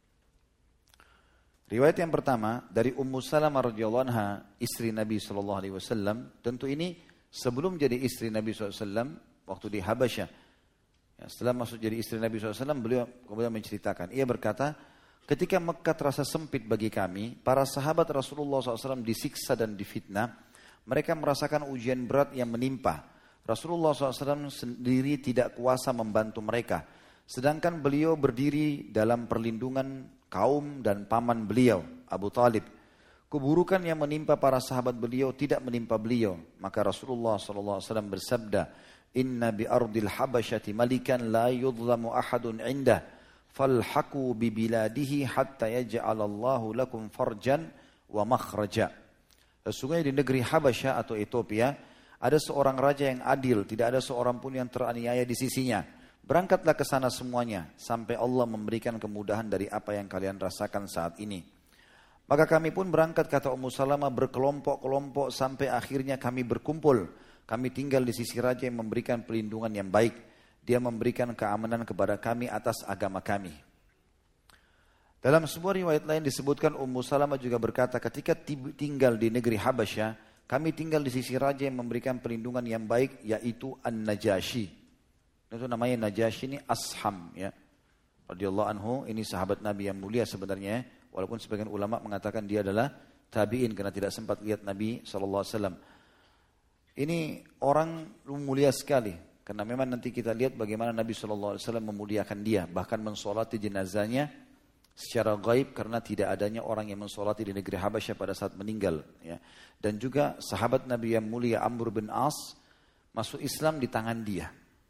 Riwayat yang pertama dari Ummu Salamah radhiyallahu anha, istri Nabi sallallahu alaihi wasallam. Tentu ini sebelum jadi istri Nabi sallallahu alaihi wasallam waktu di Habasyah. Ya, setelah masuk jadi istri Nabi sallallahu alaihi wasallam, beliau kemudian menceritakan. Ia berkata, ketika Mekah terasa sempit bagi kami, para sahabat Rasulullah sallallahu alaihi wasallam disiksa dan difitnah. Mereka merasakan ujian berat yang menimpa. Rasulullah sallallahu alaihi wasallam sendiri tidak kuasa membantu mereka. Sedangkan beliau berdiri dalam perlindungan kaum dan paman beliau, Abu Talib. Keburukan yang menimpa para sahabat beliau tidak menimpa beliau. Maka Rasulullah sallallahu alaihi wasallam bersabda, Inna bi ardil habasyati malikan la yudlamu ahadun indah, falhaqu bi biladihi hatta yaj'alallahu lakum farjan wa makhraja. Sesungguhnya di negeri Habasyah atau Ethiopia, ada seorang raja yang adil, tidak ada seorang pun yang teraniaya di sisinya. Berangkatlah ke sana semuanya, sampai Allah memberikan kemudahan dari apa yang kalian rasakan saat ini. Maka kami pun berangkat, kata Ummu Salamah, berkelompok-kelompok sampai akhirnya kami berkumpul. Kami tinggal di sisi raja yang memberikan perlindungan yang baik. Dia memberikan keamanan kepada kami atas agama kami. Dalam sebuah riwayat lain disebutkan Ummu Salamah juga berkata, ketika tinggal di negeri Habasyah, kami tinggal di sisi raja yang memberikan perlindungan yang baik, yaitu An-Najasyi. Itu namanya Najasyi ini Asham ya. Radhiyallahu anhu, ini sahabat Nabi yang mulia sebenarnya, walaupun sebagian ulama mengatakan dia adalah tabi'in karena tidak sempat lihat Nabi sallallahu alaihi wasallam. Ini orang mulia sekali karena memang nanti kita lihat bagaimana Nabi sallallahu alaihi wasallam memuliakan dia, bahkan mensolati jenazahnya secara gaib karena tidak adanya orang yang mensolati di negeri Habasyah pada saat meninggal ya. Dan juga sahabat Nabi yang mulia Amr bin As masuk Islam di tangan dia.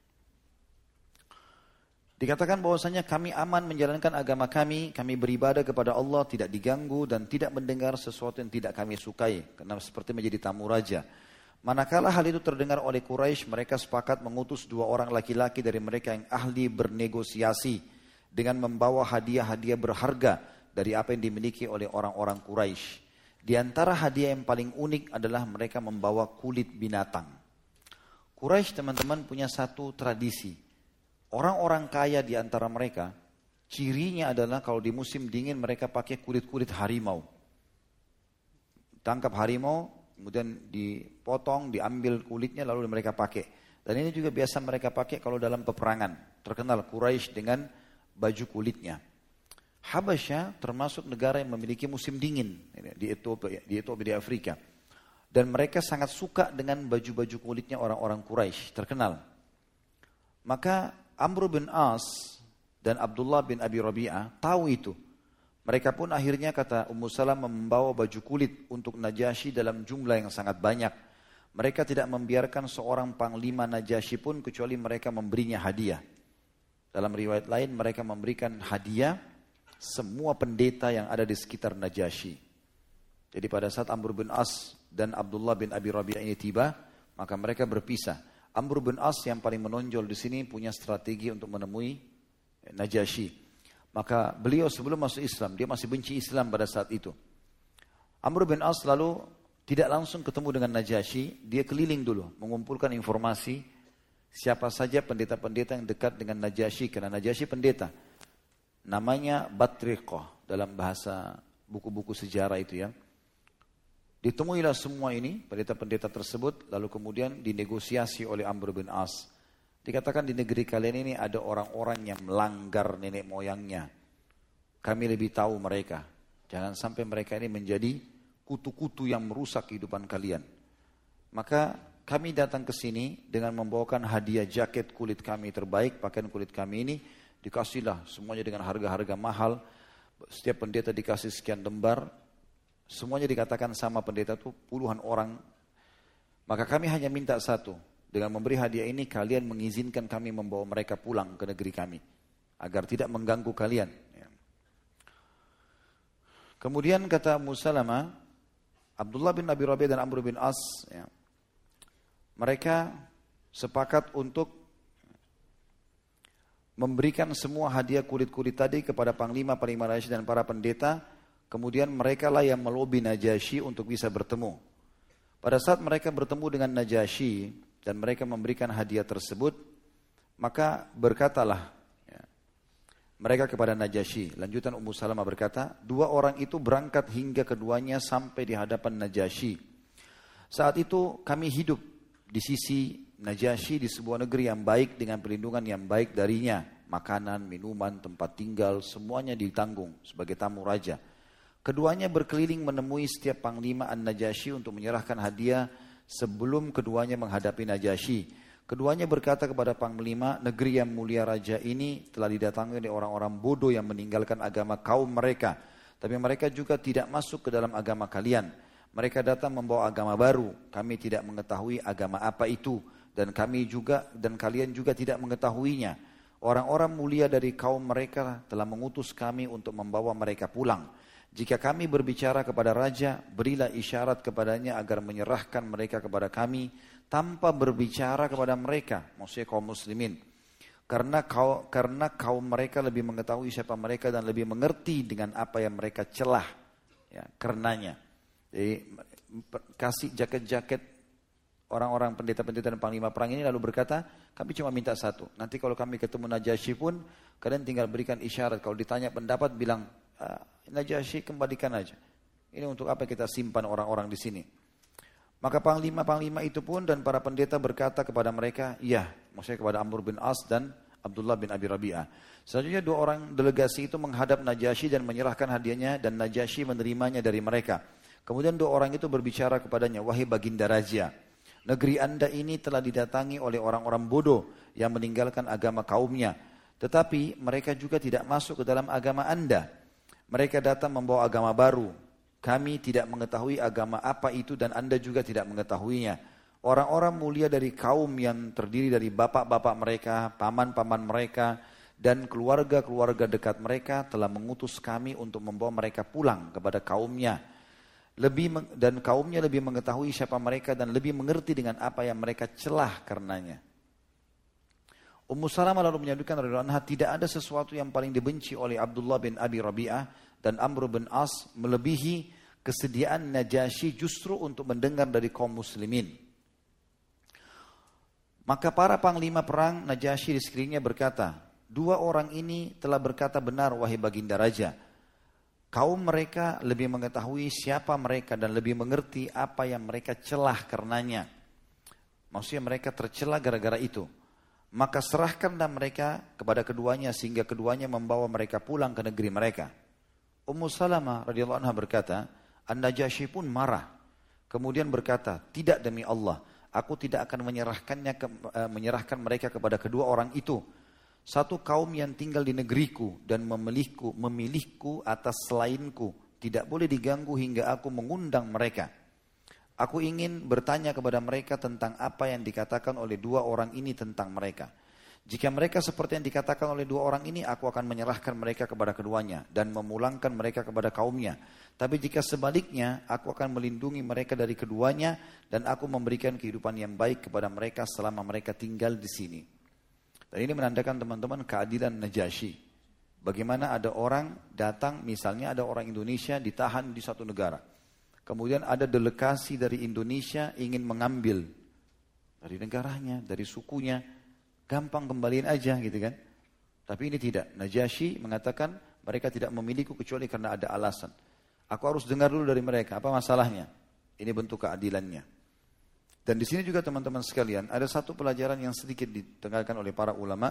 Dikatakan bahwasanya kami aman menjalankan agama kami, kami beribadah kepada Allah tidak diganggu dan tidak mendengar sesuatu yang tidak kami sukai karena seperti menjadi tamu raja. Manakala hal itu terdengar oleh Quraisy, mereka sepakat mengutus dua orang laki-laki dari mereka yang ahli bernegosiasi dengan membawa hadiah-hadiah berharga dari apa yang dimiliki oleh orang-orang Quraisy. Di antara hadiah yang paling unik adalah mereka membawa kulit binatang. Quraisy teman-teman punya satu tradisi. Orang-orang kaya di antara mereka, cirinya adalah kalau di musim dingin mereka pakai kulit-kulit harimau. Tangkap harimau, kemudian dipotong, diambil kulitnya lalu mereka pakai. Dan ini juga biasa mereka pakai kalau dalam peperangan. Terkenal Quraisy dengan baju kulitnya. Habasyah termasuk negara yang memiliki musim dingin di Ethiopia, di Ethiopia, di Afrika. Dan mereka sangat suka dengan baju-baju kulitnya orang-orang Quraisy, terkenal. Maka Amr bin As dan Abdullah bin Abi Rabi'ah tahu itu. Mereka pun akhirnya kata Ummu Salamah membawa baju kulit untuk Najasyi dalam jumlah yang sangat banyak. Mereka tidak membiarkan seorang panglima Najasyi pun kecuali mereka memberinya hadiah. Dalam riwayat lain mereka memberikan hadiah semua pendeta yang ada di sekitar Najasyi. Jadi pada saat Amr bin As dan Abdullah bin Abi Rabi'ah ini tiba, maka mereka berpisah. Amr bin As yang paling menonjol di sini punya strategi untuk menemui Najasyi. Maka beliau sebelum masuk Islam, dia masih benci Islam pada saat itu. Amr bin As lalu tidak langsung ketemu dengan Najasyi, dia keliling dulu mengumpulkan informasi siapa saja pendeta-pendeta yang dekat dengan Najasyi, karena Najasyi pendeta. Namanya Batriqah dalam bahasa buku-buku sejarah itu ya. Ditemuilah semua ini, pendeta-pendeta tersebut, lalu kemudian dinegosiasi oleh Amr bin As. Dikatakan di negeri kalian ini ada orang-orang yang melanggar nenek moyangnya. Kami lebih tahu mereka. Jangan sampai mereka ini menjadi kutu-kutu yang merusak kehidupan kalian. Maka kami datang ke sini dengan membawakan hadiah jaket kulit kami terbaik, pakaian kulit kami ini. Dikasihlah semuanya dengan harga-harga mahal. Setiap pendeta dikasih sekian lembar. Semuanya dikatakan sama pendeta itu puluhan orang. Maka kami hanya minta satu. Dengan memberi hadiah ini kalian mengizinkan kami membawa mereka pulang ke negeri kami. Agar tidak mengganggu kalian. Kemudian kata Ummu Salamah, Abdullah bin Abi Rabi'ah dan Amr bin As. Ya, mereka sepakat untuk memberikan semua hadiah kulit-kulit tadi kepada panglima-panglima Najasyi dan para pendeta. Kemudian mereka lah yang melobi Najasyi untuk bisa bertemu. Pada saat mereka bertemu dengan Najasyi dan mereka memberikan hadiah tersebut, maka berkatalah ya, mereka kepada Najasyi. Lanjutan Ummu Salamah berkata, dua orang itu berangkat hingga keduanya sampai di hadapan Najasyi. Saat itu kami hidup di sisi Najasyi di sebuah negeri yang baik dengan perlindungan yang baik darinya. Makanan, minuman, tempat tinggal, semuanya ditanggung sebagai tamu raja. Keduanya berkeliling menemui setiap panglima An-Najasyi untuk menyerahkan hadiah sebelum keduanya menghadapi Najasyi. Keduanya berkata kepada panglima, negeri yang mulia raja ini telah didatangi oleh orang-orang bodoh yang meninggalkan agama kaum mereka. Tapi mereka juga tidak masuk ke dalam agama kalian. Mereka datang membawa agama baru. Kami tidak mengetahui agama apa itu. Dan kami juga dan kalian juga tidak mengetahuinya. Orang-orang mulia dari kaum mereka telah mengutus kami untuk membawa mereka pulang. Jika kami berbicara kepada raja, berilah isyarat kepadanya agar menyerahkan mereka kepada kami tanpa berbicara kepada mereka, maksudnya kaum muslimin. Karena kaum, karena kaum mereka lebih mengetahui siapa mereka dan lebih mengerti dengan apa yang mereka celah, ya, karenanya. Jadi kasih jaket-jaket orang-orang pendeta-pendeta dan panglima perang ini lalu berkata, kami cuma minta satu. Nanti kalau kami ketemu Najasyi pun, kalian tinggal berikan isyarat. Kalau ditanya pendapat, bilang, Najasyi kembalikan aja. Ini untuk apa kita simpan orang-orang di sini. Maka panglima-panglima itu pun dan para pendeta berkata kepada mereka, ya, maksudnya kepada Amr bin As dan Abdullah bin Abi Rabi'ah. Selanjutnya dua orang delegasi itu menghadap Najasyi dan menyerahkan hadiahnya dan Najasyi menerimanya dari mereka. Kemudian dua orang itu berbicara kepadanya, wahai baginda raja, negeri anda ini telah didatangi oleh orang-orang bodoh yang meninggalkan agama kaumnya. Tetapi mereka juga tidak masuk ke dalam agama anda. Mereka datang membawa agama baru. Kami tidak mengetahui agama apa itu dan anda juga tidak mengetahuinya. Orang-orang mulia dari kaum yang terdiri dari bapak-bapak mereka, paman-paman mereka, dan keluarga-keluarga dekat mereka telah mengutus kami untuk membawa mereka pulang kepada kaumnya. Lebih dan kaumnya lebih mengetahui siapa mereka dan lebih mengerti dengan apa yang mereka celah karenanya. Ummu Salamah lalu menyebutkan radhiyallahu anha, tidak ada sesuatu yang paling dibenci oleh Abdullah bin Abi Rabi'ah dan Amr bin As melebihi kesediaan Najasyi justru untuk mendengar dari kaum muslimin. Maka para panglima perang Najasyi di sekelilingnya berkata, dua orang ini telah berkata benar wahai baginda raja. Kaum mereka lebih mengetahui siapa mereka dan lebih mengerti apa yang mereka celah karenanya. Maksudnya mereka tercela gara-gara itu. Maka serahkanlah mereka kepada keduanya sehingga keduanya membawa mereka pulang ke negeri mereka. Ummu Salamah radhiyallahu anha berkata, An-Najasyi pun marah. Kemudian berkata, tidak demi Allah, aku tidak akan menyerahkannya ke, uh, menyerahkan mereka kepada kedua orang itu. Satu kaum yang tinggal di negeriku dan memilihku, memilihku atas selainku tidak boleh diganggu hingga aku mengundang mereka. Aku ingin bertanya kepada mereka tentang apa yang dikatakan oleh dua orang ini tentang mereka. Jika mereka seperti yang dikatakan oleh dua orang ini, aku akan menyerahkan mereka kepada keduanya dan memulangkan mereka kepada kaumnya. Tapi jika sebaliknya, aku akan melindungi mereka dari keduanya dan aku memberikan kehidupan yang baik kepada mereka selama mereka tinggal di sini. Dan ini menandakan teman-teman keadilan Najasyi. Bagaimana ada orang datang, misalnya ada orang Indonesia ditahan di satu negara. Kemudian ada delegasi dari Indonesia ingin mengambil dari negaranya, dari sukunya, gampang kembaliin aja gitu kan. Tapi ini tidak. Najasyi mengatakan mereka tidak memilikiku kecuali karena ada alasan. Aku harus dengar dulu dari mereka, apa masalahnya? Ini bentuk keadilannya. Dan di sini juga teman-teman sekalian, ada satu pelajaran yang sedikit ditekankan oleh para ulama.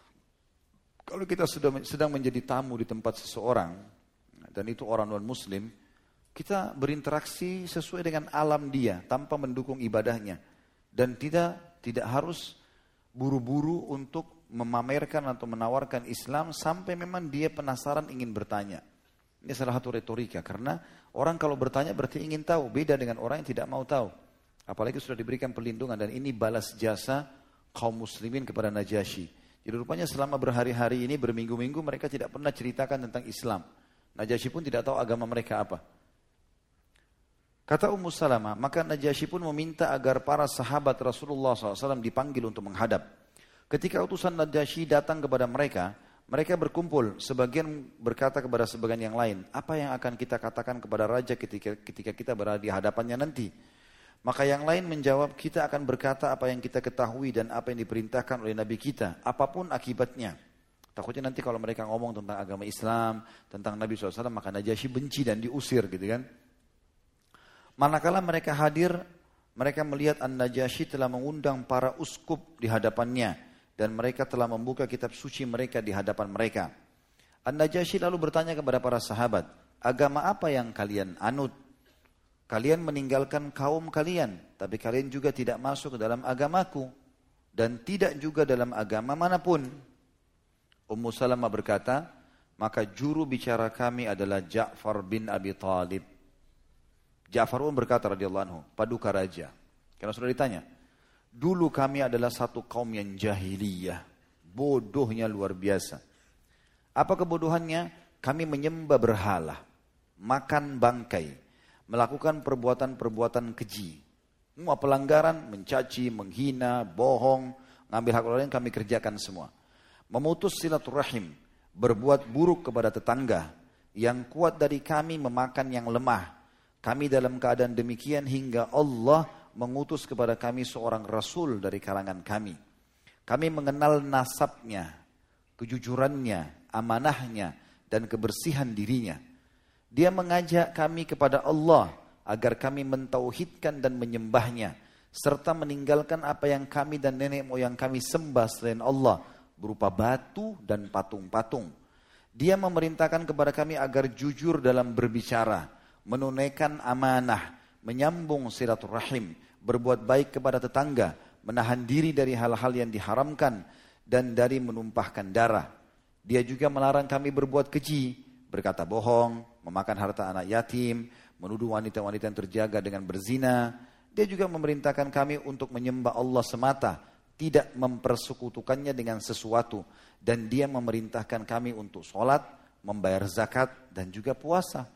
Kalau kita sudah sedang menjadi tamu di tempat seseorang, dan itu orang non-muslim, kita berinteraksi sesuai dengan alam dia, tanpa mendukung ibadahnya. Dan tidak tidak harus buru-buru untuk memamerkan atau menawarkan Islam sampai memang dia penasaran ingin bertanya. Ini salah satu retorika, karena orang kalau bertanya berarti ingin tahu, beda dengan orang yang tidak mau tahu. Apalagi sudah diberikan perlindungan dan ini balas jasa kaum muslimin kepada Najasyi. Jadi rupanya selama berhari-hari ini, berminggu-minggu mereka tidak pernah ceritakan tentang Islam. Najasyi pun tidak tahu agama mereka apa. Kata Ummu Salamah, maka Najasyi pun meminta agar para sahabat Rasulullah shallallahu alaihi wasallam dipanggil untuk menghadap. Ketika utusan Najasyi datang kepada mereka, mereka berkumpul, sebagian berkata kepada sebagian yang lain, apa yang akan kita katakan kepada raja ketika, ketika kita berada di hadapannya nanti? Maka yang lain menjawab, kita akan berkata apa yang kita ketahui dan apa yang diperintahkan oleh Nabi kita, apapun akibatnya. Takutnya nanti kalau mereka ngomong tentang agama Islam, tentang Nabi shallallahu alaihi wasallam, maka Najasyi benci dan diusir gitu kan. Manakala mereka hadir, mereka melihat An-Najasyi telah mengundang para uskup di hadapannya dan mereka telah membuka kitab suci mereka di hadapan mereka. An-Najasyi lalu bertanya kepada para sahabat, agama apa yang kalian anut? Kalian meninggalkan kaum kalian, tapi kalian juga tidak masuk ke dalam agamaku dan tidak juga dalam agama manapun. Ummu Salamah berkata, maka juru bicara kami adalah Ja'far bin Abi Thalib. Ja'far pun berkata radhiyallahu anhu, paduka raja. Karena sudah ditanya, dulu kami adalah satu kaum yang jahiliyah, bodohnya luar biasa. Apa kebodohannya? Kami menyembah berhala, makan bangkai, melakukan perbuatan-perbuatan keji. Semua pelanggaran, mencaci, menghina, bohong, ngambil hak orang lain kami kerjakan semua. Memutus silaturahim, berbuat buruk kepada tetangga, yang kuat dari kami memakan yang lemah. Kami dalam keadaan demikian hingga Allah mengutus kepada kami seorang Rasul dari kalangan kami. Kami mengenal nasabnya, kejujurannya, amanahnya, dan kebersihan dirinya. Dia mengajak kami kepada Allah, agar kami mentauhidkan dan menyembahnya, serta meninggalkan apa yang kami dan nenek moyang kami sembah selain Allah, berupa batu dan patung-patung. Dia memerintahkan kepada kami agar jujur dalam berbicara, menunaikan amanah, menyambung silaturahim, berbuat baik kepada tetangga, menahan diri dari hal-hal yang diharamkan, dan dari menumpahkan darah. Dia juga melarang kami berbuat keji, berkata bohong, memakan harta anak yatim, menuduh wanita-wanita yang terjaga dengan berzina. Dia juga memerintahkan kami untuk menyembah Allah semata, tidak mempersekutukannya dengan sesuatu. Dan dia memerintahkan kami untuk sholat, membayar zakat, dan juga puasa.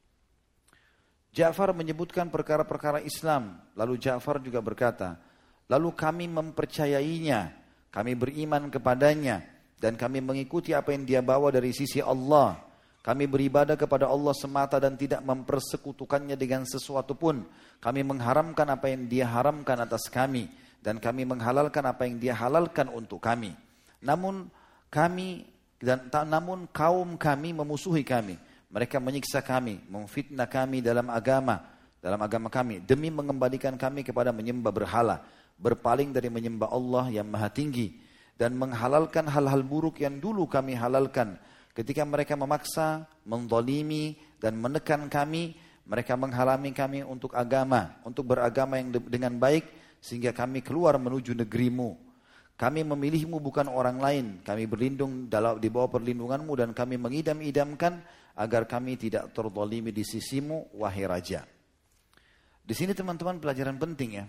Ja'far menyebutkan perkara-perkara Islam. Lalu Ja'far juga berkata, lalu kami mempercayainya, kami beriman kepadanya, dan kami mengikuti apa yang dia bawa dari sisi Allah. Kami beribadah kepada Allah semata dan tidak mempersekutukannya dengan sesuatu pun. Kami mengharamkan apa yang dia haramkan atas kami, dan kami menghalalkan apa yang dia halalkan untuk kami. Namun kami dan namun kaum kami memusuhi kami. Mereka menyiksa kami, memfitnah kami dalam agama, dalam agama kami, demi mengembalikan kami kepada menyembah berhala, berpaling dari menyembah Allah yang maha tinggi, dan menghalalkan hal-hal buruk yang dulu kami halalkan. Ketika mereka memaksa, menzalimi, dan menekan kami, mereka menghalangi kami untuk agama, untuk beragama yang dengan baik, sehingga kami keluar menuju negerimu. Kami memilihmu bukan orang lain, kami berlindung dalam di bawah perlindunganmu, dan kami mengidam-idamkan agar kami tidak terzalimi di sisimu, wahai Raja. Di sini teman-teman pelajaran penting ya.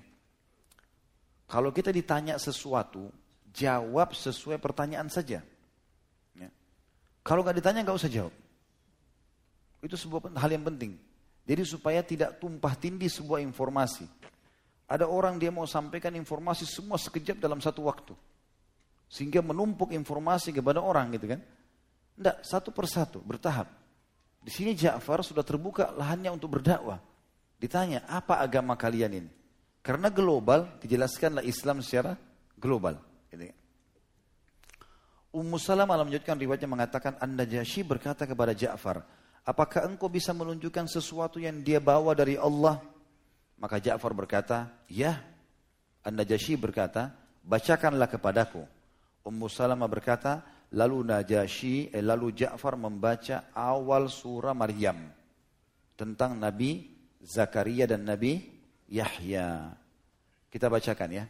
Kalau kita ditanya sesuatu, jawab sesuai pertanyaan saja. Ya. Kalau nggak ditanya nggak usah jawab. Itu sebuah hal yang penting. Jadi supaya tidak tumpah tindih sebuah informasi. Ada orang dia mau sampaikan informasi semua sekejap dalam satu waktu. Sehingga menumpuk informasi kepada orang gitu kan. Tidak, satu persatu, bertahap. Di sini Ja'far sudah terbuka lahannya untuk berdakwah. Ditanya, apa agama kalian ini? Karena global, dijelaskanlah Islam secara global. Gitu kan. Ummu Salamah melanjutkan riwayatnya mengatakan, An-Najasyi berkata kepada Ja'far, apakah engkau bisa menunjukkan sesuatu yang dia bawa dari Allah? Maka Ja'far berkata, ya. An-Najasyi berkata, bacakanlah kepadaku. Ummu Salamah berkata, lalu Najasyi, eh, lalu Ja'far membaca awal surah Maryam tentang Nabi Zakaria dan Nabi Yahya. Kita bacakan ya.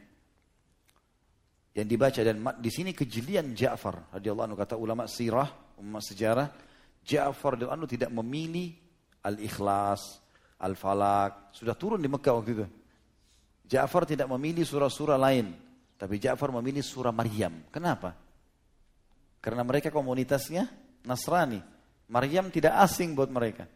Yang dibaca, dan di sini kejelian Ja'far radhiyallahu anhu, kata ulama sirah, ulama sejarah, Ja'far radhiyallahu anhu tidak memilih Al-Ikhlas, Al-Falaq, sudah turun di Mekah waktu itu. Ja'far tidak memilih surah-surah lain, tapi Ja'far memilih surah Maryam. Kenapa? Karena mereka komunitasnya Nasrani. Maryam tidak asing buat mereka.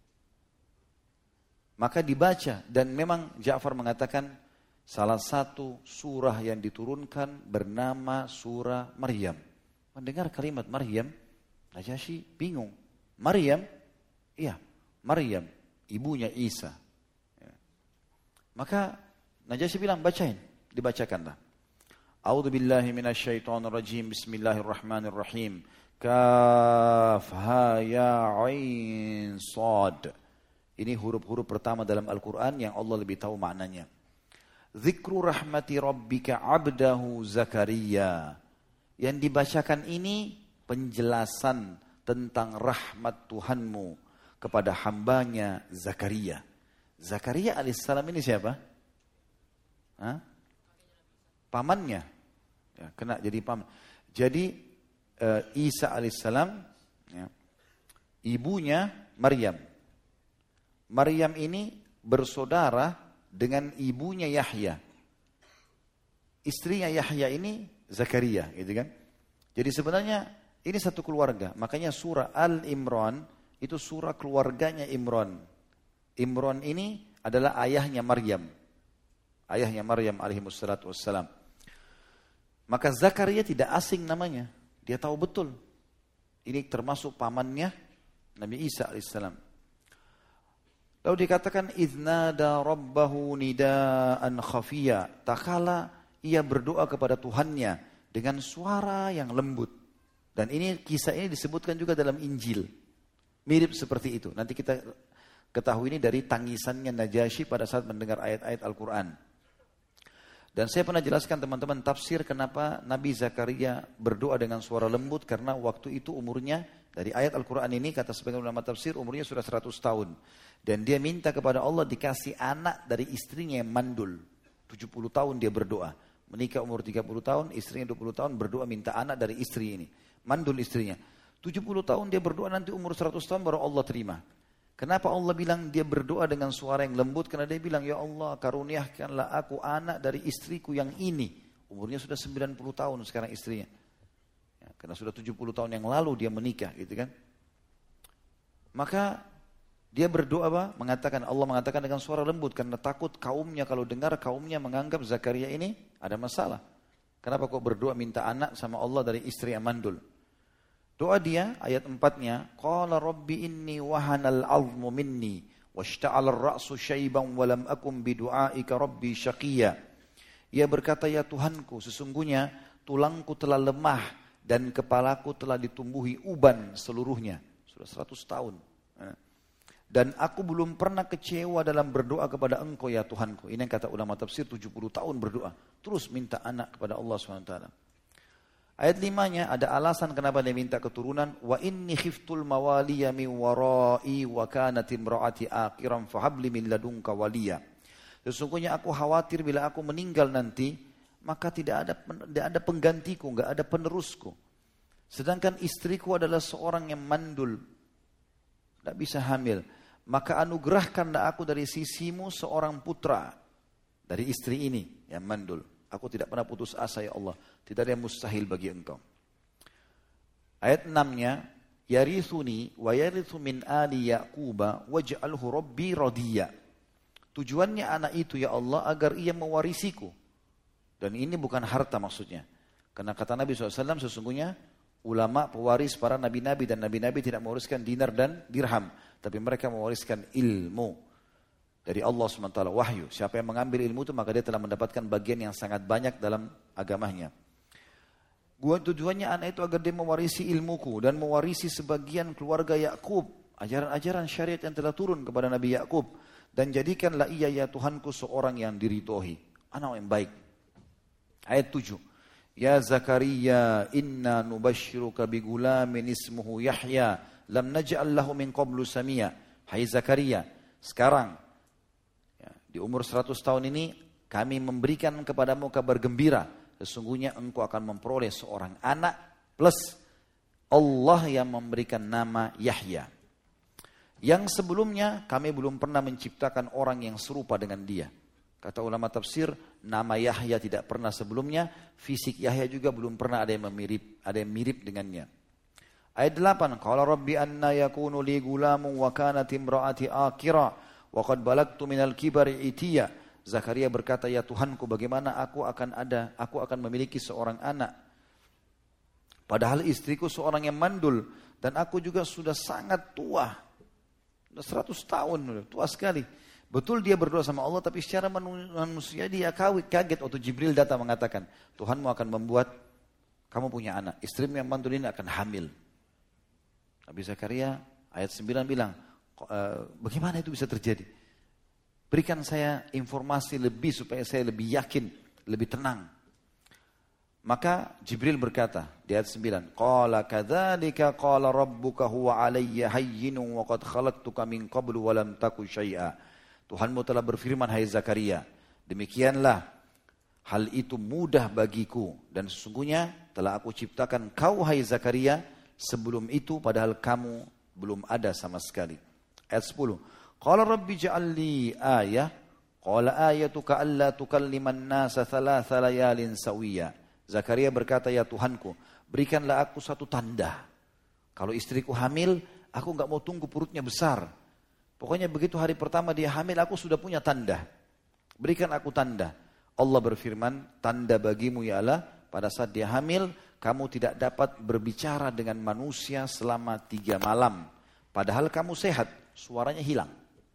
Maka dibaca, dan memang Ja'far mengatakan salah satu surah yang diturunkan bernama surah Maryam. Mendengar kalimat Maryam, Najasyi bingung. Maryam? Iya, Maryam, ibunya Isa. Ya. Maka Najasyi bilang, bacain, dibacakanlah. A'udzu billahi minasyaitonir rajim. Bismillahirrahmanirrahim. Kaf ha ya ain sad. Ini huruf-huruf pertama dalam Al-Qur'an yang Allah lebih tahu maknanya. Dzikru rahmati rabbika 'abdahu Zakaria. Yang dibacakan ini penjelasan tentang rahmat Tuhanmu kepada hambanya Zakaria. Zakaria alaihissalam ini siapa? Hah? Pamannya. Ya, kena jadi paman. Jadi uh, Isa alaihissalam, ya, ibunya Maryam. Maryam ini bersaudara dengan ibunya Yahya. Istrinya Yahya ini Zakaria, gitu kan? Jadi sebenarnya ini satu keluarga. Makanya surah Al-Imran itu surah keluarganya Imran. Imran ini adalah ayahnya Maryam. Ayahnya Maryam alaihi wassalatu wassalam. Maka Zakaria tidak asing namanya. Dia tahu betul. Ini termasuk pamannya Nabi Isa alaihissalam. Lalu dikatakan idznada rabbahu nidaan khafiyya. Tak kala ia berdoa kepada Tuhannya dengan suara yang lembut. Dan ini kisah ini disebutkan juga dalam Injil. Mirip seperti itu. Nanti kita Ketahui ini dari tangisannya Najasyi pada saat mendengar ayat-ayat Al-Quran. Dan saya pernah jelaskan teman-teman tafsir kenapa Nabi Zakaria berdoa dengan suara lembut, karena waktu itu umurnya, dari ayat Al-Quran ini kata sebagian ulama tafsir umurnya sudah seratus tahun. Dan dia minta kepada Allah dikasih anak dari istrinya yang mandul. tujuh puluh tahun dia berdoa. Menikah umur tiga puluh tahun, istrinya dua puluh tahun, berdoa minta anak dari istri ini. Mandul istrinya. tujuh puluh tahun dia berdoa, nanti umur seratus tahun baru Allah terima. Kenapa Allah bilang dia berdoa dengan suara yang lembut? Karena dia bilang, ya Allah karuniakanlah aku anak dari istriku yang ini. Umurnya sudah sembilan puluh tahun sekarang istrinya. Ya, karena sudah tujuh puluh tahun yang lalu dia menikah gitu kan. Maka dia berdoa apa? Mengatakan, Allah mengatakan dengan suara lembut. Karena takut kaumnya kalau dengar, kaumnya menganggap Zakaria ini ada masalah. Kenapa kok berdoa minta anak sama Allah dari istri yang mandul? Doa dia ayat empatnya, qala rabbi inni wahanal 'azmu minni washta'ala ar-ra'su syaiban wa lam akum bidu'aika rabbi syaqiyya. Ia berkata, ya Tuhanku, sesungguhnya tulangku telah lemah dan kepalaku telah ditumbuhi uban seluruhnya. Sudah seratus tahun. Dan aku belum pernah kecewa dalam berdoa kepada Engkau ya Tuhanku. Ini yang kata ulama tafsir, tujuh puluh tahun berdoa. Terus minta anak kepada Allah subhanahu wa taala. Ayat limanya ada alasan kenapa dia minta keturunan. Wa inni khiftul mawaliya min warai wa kanat imraati aqiran fahabli min ladunka waliya. Sesungguhnya aku khawatir bila aku meninggal nanti, maka tidak ada tidak ada penggantiku, enggak ada penerusku. Sedangkan istriku adalah seorang yang mandul, tidak bisa hamil. Maka anugerahkanlah aku dari sisimu seorang putra dari istri ini yang mandul. Aku tidak pernah putus asa ya Allah. Tidak ada yang mustahil bagi engkau. Ayat enam-nya, yarithuni wa yarithu min ali Yaquba waj'alhu rabbi radiya. Tujuannya anak itu ya Allah agar ia mewarisiku. Dan ini bukan harta maksudnya. Karena kata Nabi shallallahu alaihi wasallam sesungguhnya ulama pewaris para nabi-nabi dan nabi-nabi tidak mewariskan dinar dan dirham. Tapi mereka mewariskan ilmu. Dari Allah subhanahu wa taala, wahyu. Siapa yang mengambil ilmu itu maka dia telah mendapatkan bagian yang sangat banyak dalam agamanya. Gua tujuannya anak itu agar dia mewarisi ilmuku dan mewarisi sebagian keluarga Yakub, ajaran-ajaran syariat yang telah turun kepada Nabi Yakub, dan jadikanlah ia ya Tuhanku seorang yang diridhoi, anak yang baik. Ayat tujuh. Ya Zakaria inna nubashshiruka bigulamin ismuhu Yahya lam naj'al lahu min qablu samia. Hai Zakaria, sekarang di umur seratus tahun ini kami memberikan kepadamu kabar gembira. Sesungguhnya engkau akan memperoleh seorang anak plus Allah yang memberikan nama Yahya. Yang sebelumnya kami belum pernah menciptakan orang yang serupa dengan dia. Kata ulama tafsir, nama Yahya tidak pernah sebelumnya, fisik Yahya juga belum pernah ada yang mirip, ada yang mirip dengannya. Ayat delapan, qala rabbi anna yakunu li gulamun wa kanat imraati aqira. Waqad balagtu minal kibari itiya. Zakaria berkata, ya Tuhanku, bagaimana aku akan ada, aku akan memiliki seorang anak. Padahal istriku seorang yang mandul dan aku juga sudah sangat tua. Sudah seratus tahun, tua sekali. Betul dia berdoa sama Allah, tapi secara manusia dia kaget waktu Jibril datang mengatakan, Tuhanmu akan membuat kamu punya anak. Istrimu yang mandul ini akan hamil. Nabi Zakaria ayat sembilan bilang, bagaimana itu bisa terjadi? Berikan saya informasi lebih supaya saya lebih yakin, lebih tenang. Maka Jibril berkata di ayat sembilan, qala kadzalika qala rabbuka huwa 'alayya hayyinun wa qad khalaqtuka min qablu wa lam taku syai'a. Tuhanmu telah berfirman, hai Zakaria, demikianlah hal itu mudah bagiku dan sesungguhnya telah aku ciptakan kau hai Zakaria sebelum itu padahal kamu belum ada sama sekali. Ayat sepuluh. Qala rabbi ja'al li ayah. Qala ayatuka alla tukalliman nasa thalatha layalin sawiya. Zakaria berkata, ya Tuhanku, berikanlah aku satu tanda. Kalau istriku hamil, aku enggak mau tunggu perutnya besar. Pokoknya begitu hari pertama dia hamil, aku sudah punya tanda. Berikan aku tanda. Allah berfirman, tanda bagimu ya Allah, pada saat dia hamil, kamu tidak dapat berbicara dengan manusia selama tiga malam. Padahal kamu sehat, suaranya hilang.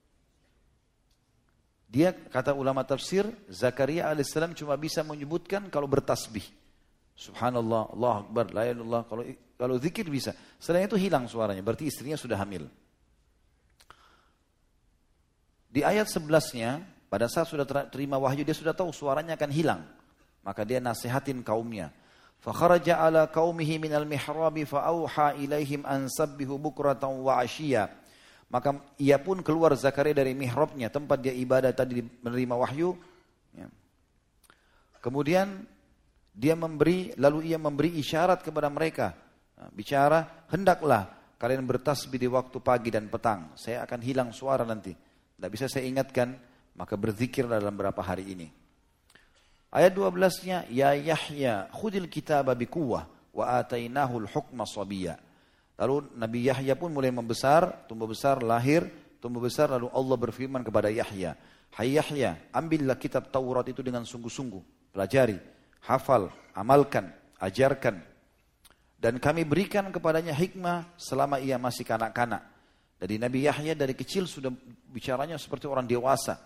Dia, kata ulama tafsir, Zakaria alaihissalam cuma bisa menyebutkan kalau bertasbih. Subhanallah, Allah Akbar, la ilaha illallah. Kalau, kalau zikir bisa. Selain itu hilang suaranya, berarti istrinya sudah hamil. Di ayat sebelasnya, pada saat sudah terima wahyu, dia sudah tahu suaranya akan hilang. Maka dia nasihatin kaumnya. فَخَرَجَ عَلَى قَوْمِهِ مِنَ الْمِحْرَابِ فَأَوْحَى إِلَيْهِمْ أَنْ سَبِّهُ بُكْرَةً وَعَشِيًّا. Maka ia pun keluar Zakaria dari mihrabnya, tempat dia ibadah tadi menerima wahyu. Ya. Kemudian dia memberi, lalu ia memberi isyarat kepada mereka. Nah, bicara, hendaklah kalian bertasbih di waktu pagi dan petang. Saya akan hilang suara nanti. Tidak bisa saya ingatkan, maka berzikir dalam beberapa hari ini. Ayat dua belasnya, Ya Yahya, khudil kitaba bikuwah, wa atainahu al-hukma sabiyya. Lalu Nabi Yahya pun mulai membesar, tumbuh besar, lahir, tumbuh besar, lalu Allah berfirman kepada Yahya, Hai Yahya, ambillah kitab Taurat itu dengan sungguh-sungguh, pelajari, hafal, amalkan, ajarkan. Dan kami berikan kepadanya hikmah selama ia masih kanak-kanak. Jadi Nabi Yahya dari kecil sudah bicaranya seperti orang dewasa.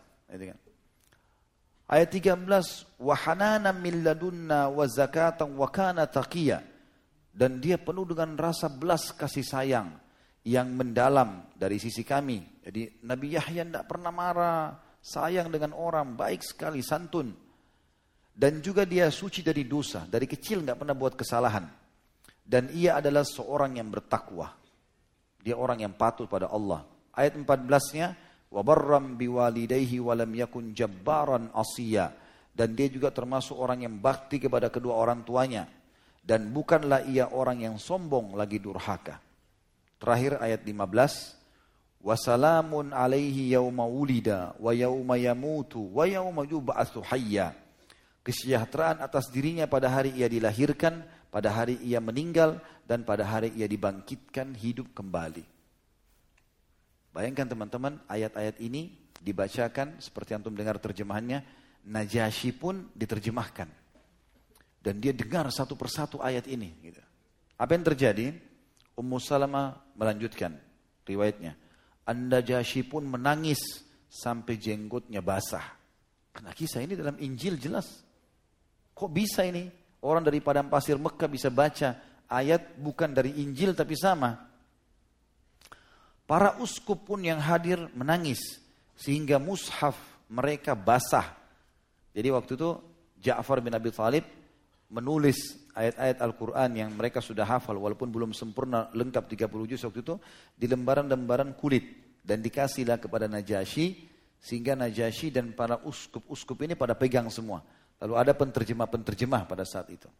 Ayat tiga belas, وَحَنَانًا مِنْ لَدُنَّا وَزَكَاةً وَكَانَ تَقِيًّا. Dan dia penuh dengan rasa belas kasih sayang yang mendalam dari sisi kami. Jadi Nabi Yahya tidak pernah marah, sayang dengan orang, baik sekali, santun. Dan juga dia suci dari dosa, dari kecil tidak pernah buat kesalahan. Dan ia adalah seorang yang bertakwa. Dia orang yang patuh pada Allah. Ayat empat belasnya, وَبَرَّمْ بِوَالِدَيْهِ وَلَمْ يَكُنْ جَبَّارًا أَصِيًّا. Dan dia juga termasuk orang yang bakti kepada kedua orang tuanya. Dan bukanlah ia orang yang sombong lagi durhaka. Terakhir ayat lima belas, وَسَلَامٌ عَلَيْهِ يَوْمَ وُلِدَ وَيَوْمَ يَمُوتُ وَيَوْمَ يُبْعَثُ حَيًّا. Kesejahteraan atas dirinya pada hari ia dilahirkan, pada hari ia meninggal, dan pada hari ia dibangkitkan hidup kembali. Bayangkan teman-teman, ayat-ayat ini dibacakan seperti antum dengar terjemahannya, Najasyi pun diterjemahkan. Dan dia dengar satu persatu ayat ini. Gitu. Apa yang terjadi? Ummu Salamah melanjutkan riwayatnya. An-Najasyi pun menangis sampai jenggotnya basah. Karena kisah ini dalam Injil jelas. Kok bisa ini? Orang dari padang pasir Mekah bisa baca ayat bukan dari Injil tapi sama. Para uskup pun yang hadir menangis. Sehingga mushaf mereka basah. Jadi waktu itu Ja'far bin Abi Thalib menulis ayat-ayat Al-Quran yang mereka sudah hafal walaupun belum sempurna lengkap tiga puluh juz waktu itu di lembaran-lembaran kulit dan dikasihlah kepada Najasyi sehingga Najasyi dan para uskup-uskup ini pada pegang semua. Lalu ada penterjemah-penterjemah pada saat itu.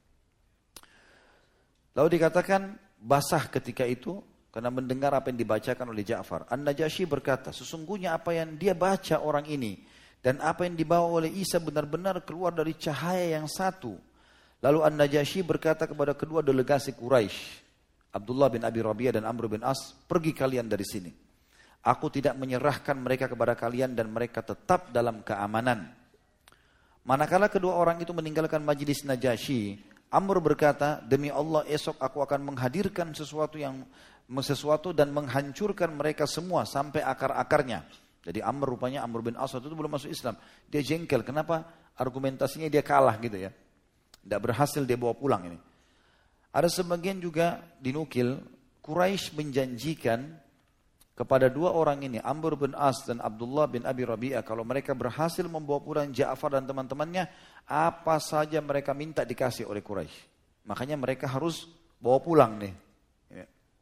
Lalu dikatakan basah ketika itu karena mendengar apa yang dibacakan oleh Ja'far. An-Najasyi berkata, sesungguhnya apa yang dia baca orang ini dan apa yang dibawa oleh Isa benar-benar keluar dari cahaya yang satu. Lalu An-Najasyi berkata kepada kedua delegasi Quraisy, Abdullah bin Abi Rabi'ah dan Amr bin As, pergi kalian dari sini. Aku tidak menyerahkan mereka kepada kalian dan mereka tetap dalam keamanan. Manakala kedua orang itu meninggalkan majlis Najasyi, Amr berkata, demi Allah esok aku akan menghadirkan sesuatu yang sesuatu dan menghancurkan mereka semua sampai akar-akarnya. Jadi Amr rupanya Amr bin As itu belum masuk Islam. Dia jengkel, kenapa argumentasinya dia kalah gitu ya. Tidak berhasil dia bawa pulang ini. Ada sebagian juga dinukil, Quraisy menjanjikan kepada dua orang ini, Amr bin As dan Abdullah bin Abi Rabi'ah, kalau mereka berhasil membawa pulang Ja'far dan teman-temannya, apa saja mereka minta dikasih oleh Quraisy. Makanya mereka harus bawa pulang nih. Ya.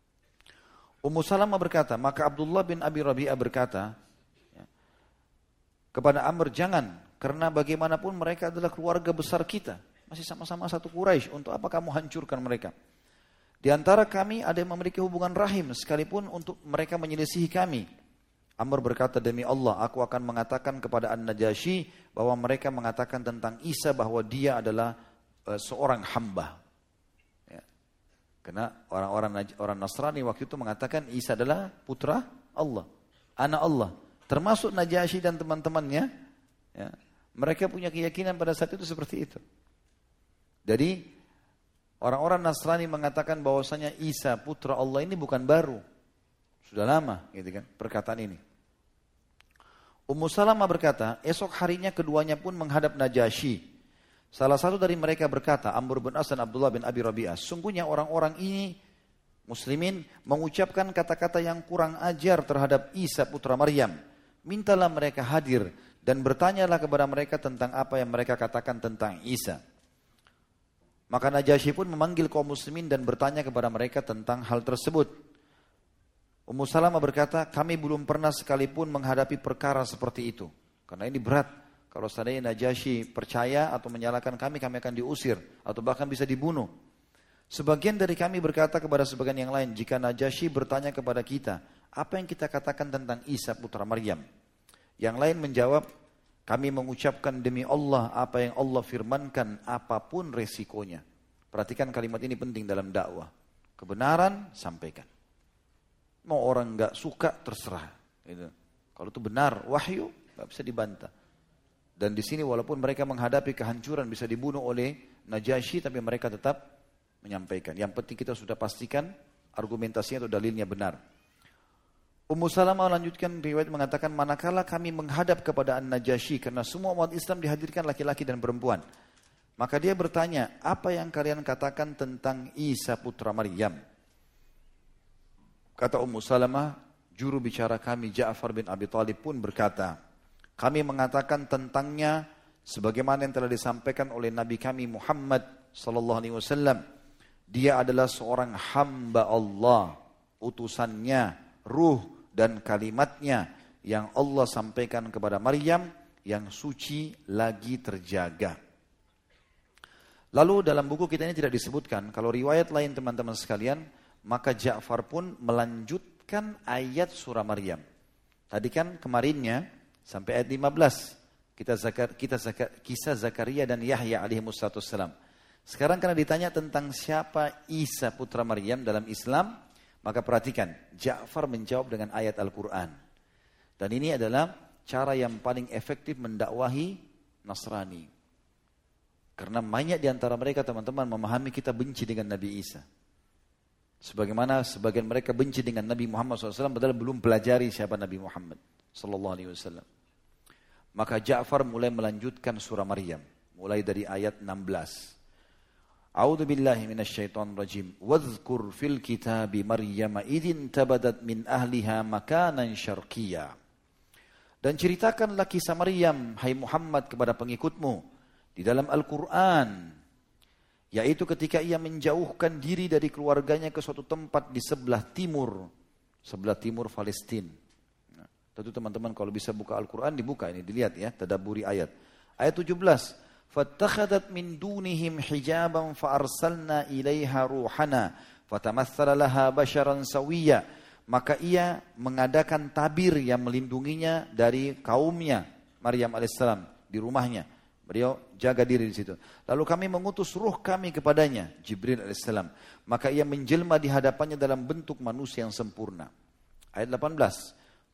Ummu Salamah berkata, maka Abdullah bin Abi Rabi'ah berkata ya, kepada Amr, jangan, karena bagaimanapun mereka adalah keluarga besar kita. Masih sama-sama satu Quraisy, untuk apa kamu hancurkan mereka? Di antara kami ada yang memiliki hubungan rahim, sekalipun untuk mereka menyelisihi kami. Amr berkata, demi Allah, aku akan mengatakan kepada An-Najasyi bahwa mereka mengatakan tentang Isa bahwa dia adalah uh, seorang hamba. Ya. Karena orang-orang orang Nasrani waktu itu mengatakan Isa adalah putra Allah, anak Allah. Termasuk Najasyi dan teman-temannya, ya, mereka punya keyakinan pada saat itu seperti itu. Jadi orang-orang Nasrani mengatakan bahwasanya Isa putra Allah ini bukan baru. Sudah lama gitu kan perkataan ini. Ummu Salamah berkata, esok harinya keduanya pun menghadap Najasyi. Salah satu dari mereka berkata, Amr bin As dan Abdullah bin Abi Rabi'ah, sungguhnya orang-orang ini muslimin mengucapkan kata-kata yang kurang ajar terhadap Isa putra Maryam. mintalah mereka hadir dan bertanyalah kepada mereka tentang apa yang mereka katakan tentang Isa. Maka Najasyi pun memanggil kaum muslimin dan bertanya kepada mereka tentang hal tersebut. Ummu Salamah berkata, kami belum pernah sekalipun menghadapi perkara seperti itu. Karena ini berat. Kalau seandainya Najasyi percaya atau menyalahkan kami, kami akan diusir atau bahkan bisa dibunuh. Sebagian dari kami berkata kepada sebagian yang lain, jika Najasyi bertanya kepada kita, apa yang kita katakan tentang Isa putra Maryam? Yang lain menjawab, kami mengucapkan demi Allah apa yang Allah firmankan apapun resikonya. Perhatikan kalimat ini penting dalam dakwah. Kebenaran, sampaikan. Mau orang enggak suka, terserah. Gitu. Kalau itu benar, wahyu, enggak bisa dibantah. Dan di sini walaupun mereka menghadapi kehancuran, bisa dibunuh oleh Najasyi, tapi mereka tetap menyampaikan. Yang penting kita sudah pastikan argumentasinya atau dalilnya benar. Ummu Salamah melanjutkan riwayat mengatakan, manakala kami menghadap kepada An-Najasyi, karena semua umat Islam dihadirkan laki-laki dan perempuan. Maka dia bertanya, apa yang kalian katakan tentang Isa putra Maryam? Kata Ummu Salamah, juru bicara kami Ja'far bin Abi Thalib pun berkata, kami mengatakan tentangnya sebagaimana yang telah disampaikan oleh Nabi kami Muhammad sallallahu alaihi wasallam. Dia adalah seorang hamba Allah, utusannya, ruh dan kalimatnya yang Allah sampaikan kepada Maryam yang suci lagi terjaga. Lalu dalam buku kita ini tidak disebutkan, kalau riwayat lain teman-teman sekalian, maka Ja'far pun melanjutkan ayat surah Maryam. Tadi kan kemarinnya sampai ayat lima belas, kita, zakar, kita zakar, kisah Zakaria dan Yahya alaihimussalam. Sekarang karena ditanya tentang siapa Isa putra Maryam dalam Islam, maka perhatikan, Ja'far menjawab dengan ayat Al-Quran. Dan ini adalah cara yang paling efektif mendakwahi Nasrani. Karena banyak di antara mereka teman-teman memahami kita benci dengan Nabi Isa. Sebagaimana sebagian mereka benci dengan Nabi Muhammad shallallahu alaihi wasallam padahal belum pelajari siapa Nabi Muhammad shallallahu alaihi wasallam. Maka Ja'far mulai melanjutkan surah Maryam. Mulai dari ayat enam belas. A'udzu billahi minasyaitonir rajim. Wadhkur fil kitabi Maryam idzin tabadat min ahliha makanan syarqiyya. Dan ceritakanlah kisah Maryam, hai Muhammad, kepada pengikutmu di dalam Al-Qur'an, yaitu ketika ia menjauhkan diri dari keluarganya ke suatu tempat di sebelah timur, sebelah timur Palestina. Nah, tentu teman-teman kalau bisa buka Al-Qur'an dibuka ini, dilihat ya, tadabburi ayat. Ayat tujuh belas. فَاتَّخَذَتْ مِنْ دُونِهِمْ حِجَابًا فَأَرْسَلْنَا إِلَيْهَا رُوحَنَا فَتَمَثَّلَ لَهَا بَشَرًا سَوِيًّا. Maka ia mengadakan tabir yang melindunginya dari kaumnya, Maryam alaihissalam, di rumahnya. Beliau jaga diri di situ. Lalu kami mengutus ruh kami kepadanya, Jibril alaihissalam. Maka ia menjelma di hadapannya dalam bentuk manusia yang sempurna. Ayat delapan belas.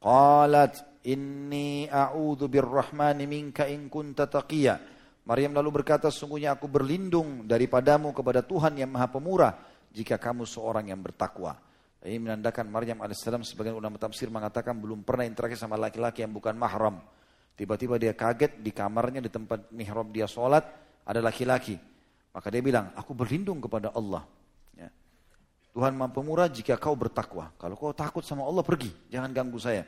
Qalat inni a'udzu birrahmani minka in kunta taqiyya. Maryam lalu berkata, sungguhnya aku berlindung daripadamu kepada Tuhan yang Maha Pemurah jika kamu seorang yang bertakwa. Ini menandakan Maryam alaihissalam, sebagian ulama tafsir mengatakan belum pernah interaksi sama laki-laki yang bukan mahram. Tiba-tiba dia kaget di kamarnya, di tempat mihrab dia sholat, ada laki-laki. Maka dia bilang, aku berlindung kepada Allah. Ya. Tuhan Maha Pemurah jika kau bertakwa. Kalau kau takut sama Allah, pergi. Jangan ganggu saya.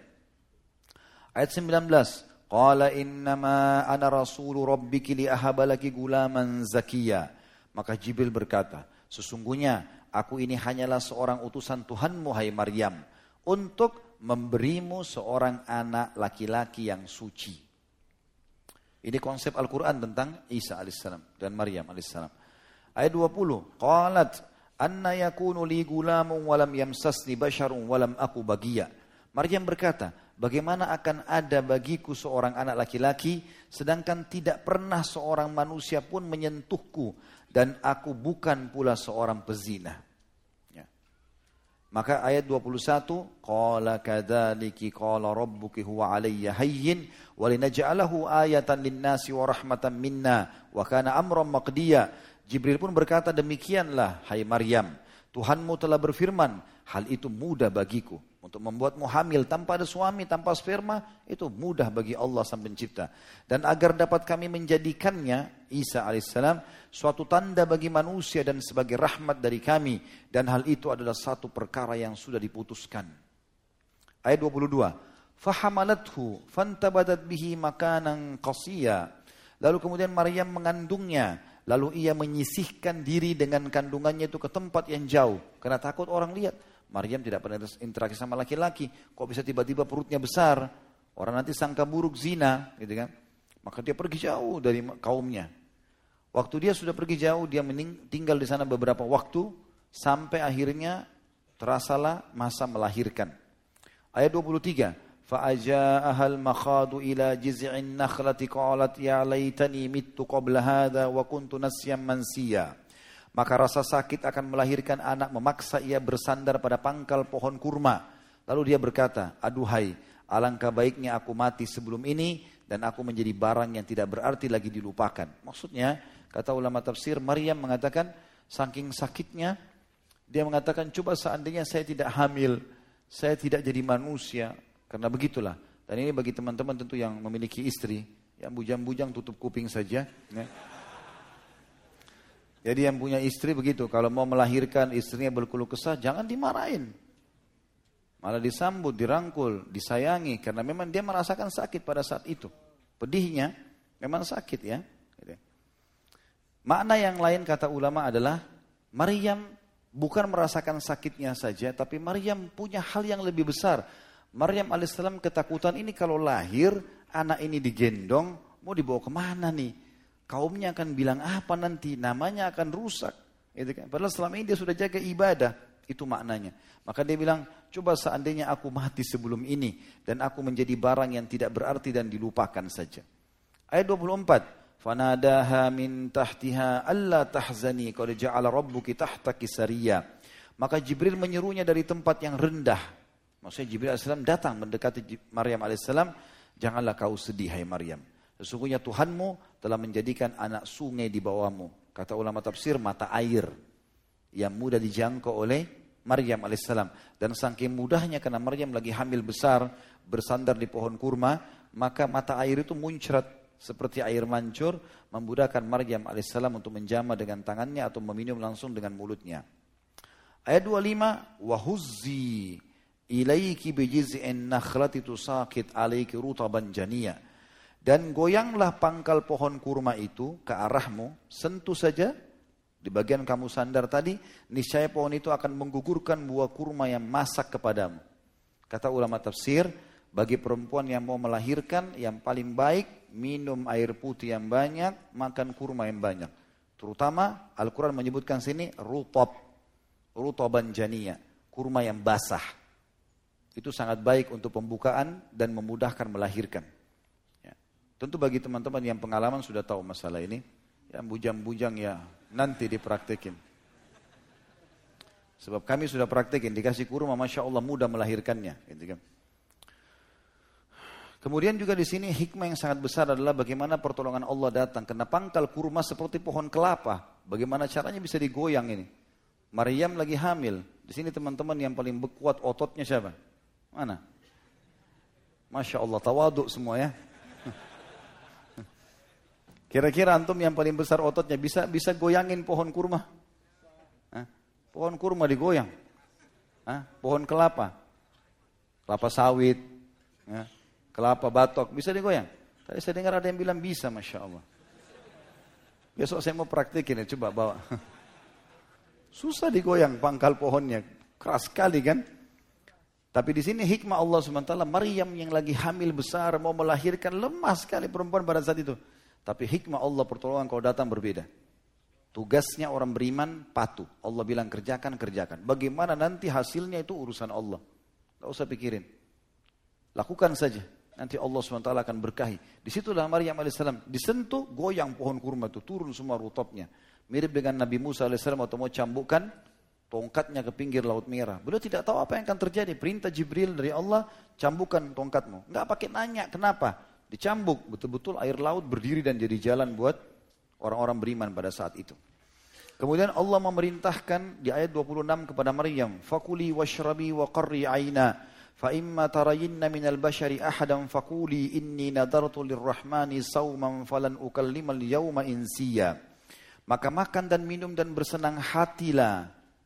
Ayat sembilan belas. Qala innama ana rasulu rabbiki li ahaba laki gulaman zakiyya. Maka Jibril berkata, sesungguhnya aku ini hanyalah seorang utusan Tuhanmu, hai Maryam, untuk memberimu seorang anak laki-laki yang suci. Ini konsep Al-Quran tentang Isa alaihissalam dan Maryam alaihissalam. Ayat dua puluh. Qalat anna yakunu li gulamun walam yamsasni basharun walam aku bagiyya. Maryam berkata, bagaimana akan ada bagiku seorang anak laki-laki, sedangkan tidak pernah seorang manusia pun menyentuhku, dan aku bukan pula seorang pezina. Ya. Maka ayat dua puluh satu, Qala kadzaliki qala rabbuki huwa alayya hayyin, walinaj'alahu ayatan linnasi wa rahmatan minna, wa kana amran maqdiya. Jibril pun berkata, demikianlah hai Maryam, Tuhanmu telah berfirman, hal itu mudah bagiku. Untuk membuatmu hamil tanpa ada suami, tanpa sperma, itu mudah bagi Allah Sang Pencipta. Dan agar dapat kami menjadikannya, Isa alaihissalam, suatu tanda bagi manusia dan sebagai rahmat dari kami. Dan hal itu adalah satu perkara yang sudah diputuskan. Ayat dua puluh dua. Fahamalathu fantabadat bihi makanan qasiya. Lalu kemudian Maryam mengandungnya, lalu ia menyisihkan diri dengan kandungannya itu ke tempat yang jauh karena takut orang lihat. Maryam tidak pernah interaksi sama laki-laki, kok bisa tiba-tiba perutnya besar? Orang nanti sangka buruk zina, gitu kan? Maka dia pergi jauh dari kaumnya. Waktu dia sudah pergi jauh, dia mening- tinggal di sana beberapa waktu sampai akhirnya terasalah masa melahirkan. Ayat dua puluh tiga. فَأَجَاءَهَا الْمَخَاضُ إِلَى جِزْعِ النَّخْلَةِ قَالَتْ يَا لَيْتَنِي مِتُّ قَبْلَ هَذَا وَكُنْتُ نَسْيًا مَنْسِيًّا. Maka rasa sakit akan melahirkan anak memaksa ia bersandar pada pangkal pohon kurma. Lalu dia berkata, aduhai, alangkah baiknya aku mati sebelum ini dan aku menjadi barang yang tidak berarti lagi dilupakan. Maksudnya, kata ulama tafsir, Maryam mengatakan, saking sakitnya, dia mengatakan, coba seandainya saya tidak hamil, saya tidak jadi manusia. Karena begitulah. Dan ini bagi teman-teman tentu yang memiliki istri, yang bujang-bujang tutup kuping saja. Ya. Jadi yang punya istri begitu, kalau mau melahirkan istrinya berkeluh kesah, jangan dimarahin. Malah disambut, dirangkul, disayangi, karena memang dia merasakan sakit pada saat itu. Pedihnya memang sakit ya. Makna yang lain kata ulama adalah, Maryam bukan merasakan sakitnya saja, tapi Maryam punya hal yang lebih besar. Maryam alaihissalam ketakutan ini kalau lahir, anak ini digendong, mau dibawa kemana nih? Kaumnya akan bilang apa nanti? Namanya akan rusak. Gitu kan? Padahal selama ini dia sudah jaga ibadah. Itu maknanya. Maka dia bilang, coba seandainya aku mati sebelum ini. Dan aku menjadi barang yang tidak berarti dan dilupakan saja. Ayat dua puluh empat. فَنَادَاهَا مِنْ تَحْتِهَا أَلَّا تَحْزَنِي قَدْ جَعَلَ رَبُّكِ تَحْتَكِ سَرِيًّا. Maka Jibril menyuruhnya dari tempat yang rendah. Maksudnya Jibril alaihissalam datang mendekati Maryam alaihissalam, janganlah kau sedih hai Maryam. Sesungguhnya Tuhanmu telah menjadikan anak sungai di bawahmu. Kata ulama tafsir, mata air yang mudah dijangkau oleh Maryam alaihissalam. Dan saking mudahnya karena Maryam lagi hamil besar, bersandar di pohon kurma, maka mata air itu muncrat seperti air mancur, memudahkan Maryam alaihissalam untuk menjama dengan tangannya atau meminum langsung dengan mulutnya. Ayat dua puluh lima, wahuzzi ilaiki bijiz'in nakhlati tusaqit alaiki rutaban janiya. Dan goyanglah pangkal pohon kurma itu ke arahmu, sentuh saja di bagian kamu sandar tadi, niscaya pohon itu akan menggugurkan buah kurma yang masak kepadamu. Kata ulama tafsir, bagi perempuan yang mau melahirkan, yang paling baik minum air putih yang banyak, makan kurma yang banyak. Terutama Al-Quran menyebutkan sini rutab, rutaban janiya, kurma yang basah. Itu sangat baik untuk pembukaan dan memudahkan melahirkan. Ya. Tentu bagi teman-teman yang pengalaman sudah tahu masalah ini. Yang bujang-bujang ya nanti dipraktekin. Sebab kami sudah praktekin, dikasih kurma, Masya Allah mudah melahirkannya. Gitu kan. Kemudian juga di sini hikmah yang sangat besar adalah bagaimana pertolongan Allah datang. Karena pangkal kurma seperti pohon kelapa. Bagaimana caranya bisa digoyang ini. Maryam lagi hamil. Di sini teman-teman yang paling kuat ototnya siapa? Mana? Masya Allah, tawaduk semua ya. Kira-kira antum yang paling besar ototnya bisa bisa goyangin pohon kurma? Hah? Pohon kurma digoyang? Hah? Pohon kelapa? Kelapa sawit? Ya. Kelapa batok, bisa digoyang? Tadi saya dengar ada yang bilang bisa, Masya Allah. Besok saya mau praktikin ya, coba bawa. Susah digoyang pangkal pohonnya, keras sekali kan? Tapi di sini hikmah Allah subhanahu wa taala, Maryam yang lagi hamil besar, mau melahirkan, lemah sekali perempuan pada saat itu. Tapi hikmah Allah pertolongan kalau datang berbeda. Tugasnya orang beriman patuh. Allah bilang kerjakan, kerjakan. Bagaimana nanti hasilnya itu urusan Allah. Gak usah pikirin. Lakukan saja. Nanti Allah subhanahu wa taala akan berkahi. Disitulah Maryam alaihissalam disentuh, goyang pohon kurma itu, turun semua rutopnya. Mirip dengan Nabi Musa alaihissalam waktu mau cambukkan tongkatnya ke pinggir Laut Merah. Beliau tidak tahu apa yang akan terjadi. Perintah Jibril dari Allah, cambukkan tongkatmu. Enggak pakai nanya kenapa. Dicambuk, betul-betul air laut berdiri dan jadi jalan buat orang-orang beriman pada saat itu. Kemudian Allah memerintahkan di ayat dua puluh enam kepada Maryam, "Fakuli washrabi wa qarri aina, fa imma tarayinna minal bashari ahadan fakuli inni nadartu lirrahmani sawman falan ukallimal yawma insiya." Maka makan dan minum dan bersenang hatilah.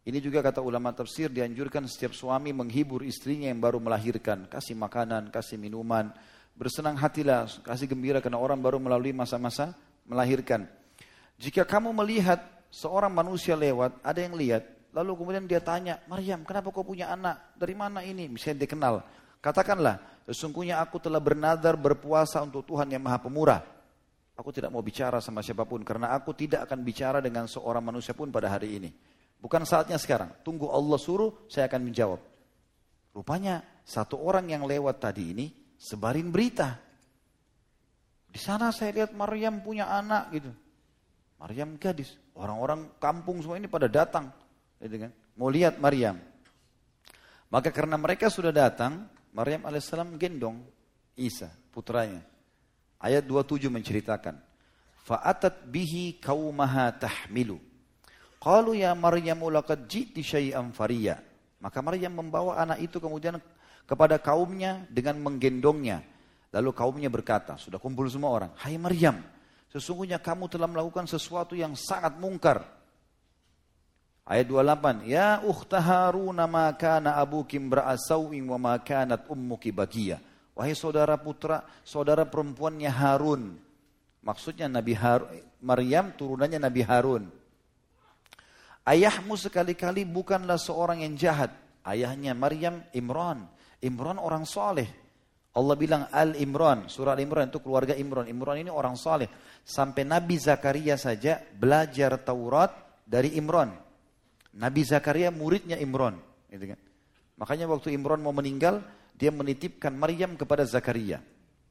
Ini juga kata ulama tafsir dianjurkan setiap suami menghibur istrinya yang baru melahirkan. Kasih makanan, kasih minuman, bersenang hatilah, kasih gembira karena orang baru melalui masa-masa melahirkan. Jika kamu melihat seorang manusia lewat, ada yang lihat, lalu kemudian dia tanya, Maryam kenapa kau punya anak? Dari mana ini? Misalnya dia kenal. Katakanlah, sesungguhnya aku telah bernadar berpuasa untuk Tuhan yang Maha Pemurah. Aku tidak mau bicara sama siapapun karena aku tidak akan bicara dengan seorang manusia pun pada hari ini. Bukan saatnya sekarang. Tunggu Allah suruh, saya akan menjawab. Rupanya satu orang yang lewat tadi ini sebarin berita. Di sana saya lihat Maryam punya anak gitu. Maryam gadis. Orang-orang kampung semua ini pada datang. Gitu kan? Mau lihat Maryam. Maka karena mereka sudah datang, Maryam alaihissalam gendong Isa, putranya. Ayat dua puluh tujuh menceritakan. Fa'atat bihi qaumaha tahmilu. Qalu ya Maryamu laqad ji'ti syai'an fariya. Maka Maryam membawa anak itu kemudian kepada kaumnya dengan menggendongnya. Lalu kaumnya berkata, sudah kumpul semua orang, hai Maryam, sesungguhnya kamu telah melakukan sesuatu yang sangat mungkar. Ayat dua puluh delapan, ya ukhta Harun ma kana abuki imra'a sawin wa ma kanat ummuki bagiyah. Wahai saudara putra, saudara perempuannya Harun. Maksudnya Nabi Harun, Maryam turunannya Nabi Harun. Ayahmu sekali-kali bukanlah seorang yang jahat. Ayahnya Maryam Imran. Imran orang soleh. Allah bilang Al-Imran. Surah Al-Imran itu keluarga Imran. Imran ini orang soleh. Sampai Nabi Zakaria saja belajar Taurat dari Imran. Nabi Zakaria muridnya Imran. Gitu kan? Makanya waktu Imran mau meninggal, dia menitipkan Maryam kepada Zakaria.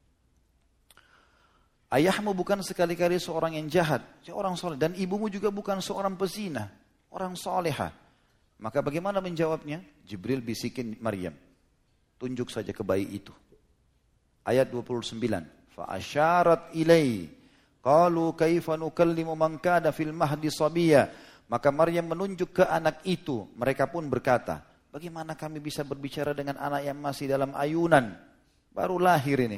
Ayahmu bukan sekali-kali seorang yang jahat. Dia orang soleh. Dan ibumu juga bukan seorang pezina. Orang soleha. Maka bagaimana menjawabnya? Jibril bisikin Maryam. Tunjuk saja ke bayi itu. Ayat dua puluh sembilan. Fa'asyarat ilai. Qalu kaifa nukallimu man kana fil mahdi sabiyya. Maka Maryam menunjuk ke anak itu. Mereka pun berkata, bagaimana kami bisa berbicara dengan anak yang masih dalam ayunan? Baru lahir ini.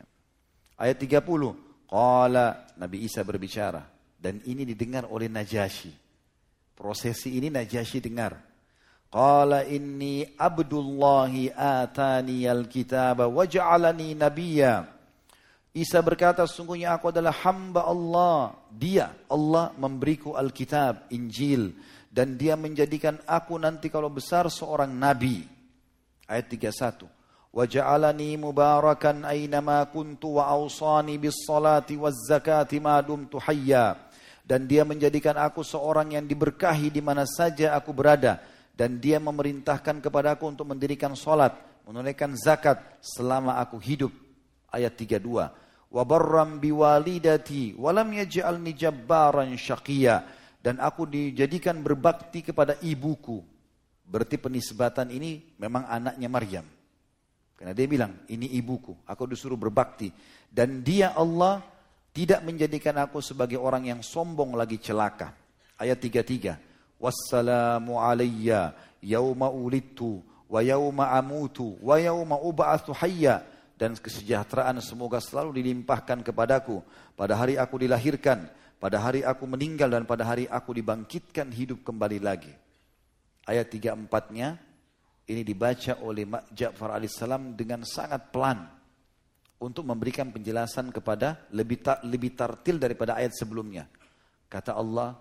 Ayat tiga puluh. Qala, Nabi Isa berbicara. Dan ini didengar oleh Najasyi. Prosesi ini Najasyi dengar. Qala inni abdullahi ataniyal kitaba waj'alani nabiyya. Isa berkata, sungguhnya aku adalah hamba Allah. Dia, Allah memberiku Alkitab, Injil. Dan dia menjadikan aku nanti kalau besar seorang nabi. Ayat tiga puluh satu. Waj'alani mubarakan aynama kuntu wa awsani bis salati waz zakati ma dumtu hayya. Dan dia menjadikan aku seorang yang diberkahi di mana saja aku berada. Dan dia memerintahkan kepada aku untuk mendirikan salat, menunaikan zakat selama aku hidup. Ayat tiga puluh dua. Wa barram biwalidati wa lam yaj'alni jabbaran syaqiyya. Dan aku dijadikan berbakti kepada ibuku. Berarti penisbatan ini memang anaknya Maryam. Karena dia bilang, ini ibuku, aku disuruh berbakti. Dan dia Allah tidak menjadikan aku sebagai orang yang sombong lagi celaka. Ayat tiga puluh tiga. Wassalamu alayya yawma ulidtu wa yawma amutu wa yawma ub'atsu hayya. Dan kesejahteraan semoga selalu dilimpahkan kepadaku pada hari aku dilahirkan, pada hari aku meninggal, dan pada hari aku dibangkitkan hidup kembali lagi. Ayat tiga puluh empat-nya ini dibaca oleh Ja'far alaihissalam dengan sangat pelan. Untuk memberikan penjelasan kepada lebih ta, lebih tartil daripada ayat sebelumnya. Kata Allah,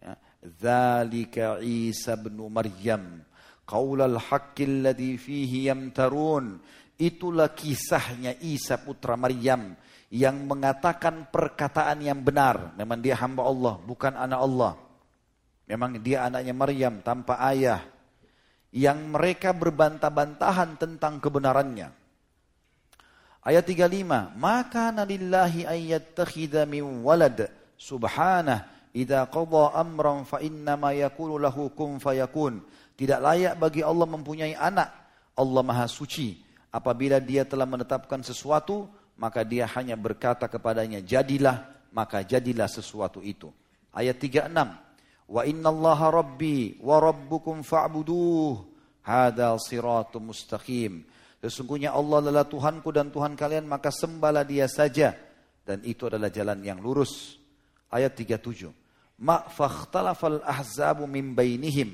Dzalika Isa bin Maryam, qaulal haqqil ladzi fihi yamtarun. Itulah kisahnya Isa putra Maryam yang mengatakan perkataan yang benar. Memang dia hamba Allah, bukan anak Allah. Memang dia anaknya Maryam tanpa ayah. Yang mereka berbantah-bantahan tentang kebenarannya. Ayat tiga puluh lima, maka nalillahi ayyattakhidha min walad subhanah idza qada amran fa innama yaqulu lahu kun fayakun. Tidak layak bagi Allah mempunyai anak. Allah Maha Suci. Apabila dia telah menetapkan sesuatu, maka dia hanya berkata kepadanya, jadilah, maka jadilah sesuatu itu. Ayat tiga puluh enam, wa innallaha rabbi wa rabbukum fa'buduh hadza siratum mustaqim. Sesungguhnya Allah adalah Tuhanku dan Tuhan kalian, maka sembahlah dia saja. Dan itu adalah jalan yang lurus. Ayat tiga puluh tujuh. Ma fakhtalafal ahzabu min bainihim.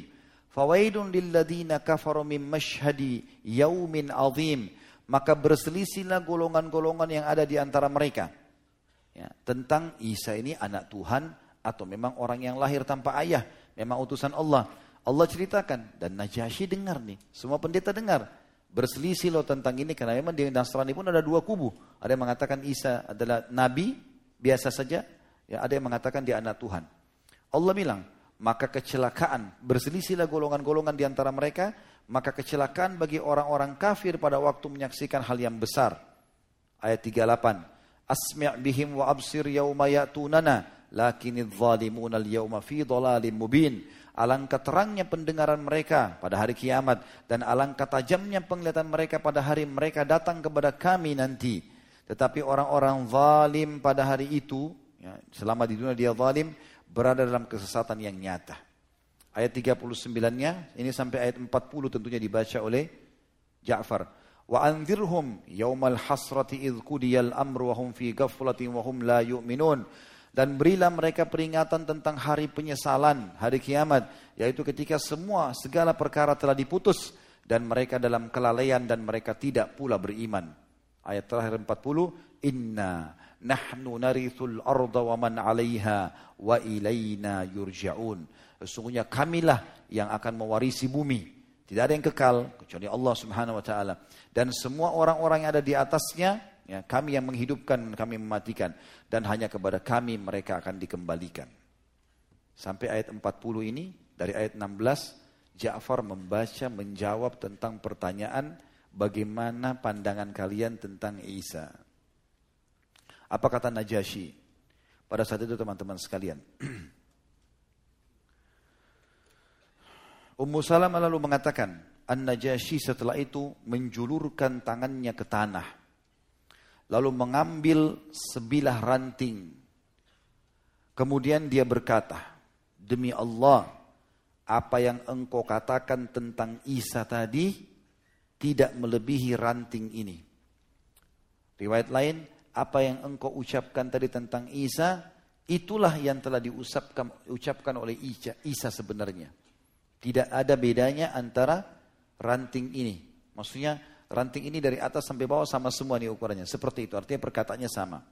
Fawaidun lilladzina kafaru min mashhadi yaumin azim. Maka berselisihlah golongan-golongan yang ada di antara mereka. Ya, tentang Isa ini anak Tuhan atau memang orang yang lahir tanpa ayah. Memang utusan Allah. Allah ceritakan dan Najasyi dengar nih. Semua pendeta dengar. Berselisih loh tentang ini karena memang di Nasrani pun ada dua kubu. Ada yang mengatakan Isa adalah nabi biasa saja. Ya, ada yang mengatakan dia anak Tuhan. Allah bilang, maka kecelakaan, berselisihlah golongan-golongan di antara mereka, maka kecelakaan bagi orang-orang kafir pada waktu menyaksikan hal yang besar. Ayat tiga puluh delapan. Asmi' bihim wa absir yawma ya'tunana, lakinidh zalimuna al-yawma fi dhalalim mubin. Alangkah terangnya pendengaran mereka pada hari kiamat, dan alangkah tajamnya penglihatan mereka pada hari mereka datang kepada kami nanti. Tetapi orang-orang zalim pada hari itu, ya, selama di dunia dia zalim, berada dalam kesesatan yang nyata. Ayat tiga puluh sembilan-nya, ini sampai ayat empat puluh tentunya dibaca oleh Ja'far. Wa anzirhum yaumal hasrati idh qudiyal amru wa hum fi ghaflatin wa hum la yu'minun. Dan berilah mereka peringatan tentang hari penyesalan, hari kiamat, yaitu ketika semua segala perkara telah diputus dan mereka dalam kelalaian dan mereka tidak pula beriman. Ayat terakhir empat puluh, inna nahnu narithul arda wa man 'alaiha wa ilaina yurja'un. Sesungguhnya kamilah yang akan mewarisi bumi. Tidak ada yang kekal kecuali Allah Subhanahu wa taala. Dan semua orang-orang yang ada di atasnya, ya, kami yang menghidupkan, kami mematikan, dan hanya kepada kami mereka akan dikembalikan. Sampai ayat empat puluh ini, dari ayat enam belas Ja'far membaca menjawab tentang pertanyaan bagaimana pandangan kalian tentang Isa. Apa kata Najasyi pada saat itu teman-teman sekalian? Ummu Salamah lalu mengatakan, An-Najasyi setelah itu menjulurkan tangannya ke tanah, lalu mengambil sebilah ranting. Kemudian dia berkata, demi Allah, apa yang engkau katakan tentang Isa tadi tidak melebihi ranting ini. Riwayat lain, apa yang engkau ucapkan tadi tentang Isa, itulah yang telah diucapkan ucapkan oleh Isa, Isa sebenarnya. Tidak ada bedanya antara ranting ini. Maksudnya ranting ini dari atas sampai bawah sama semua nih ukurannya. Seperti itu, artinya perkataannya sama.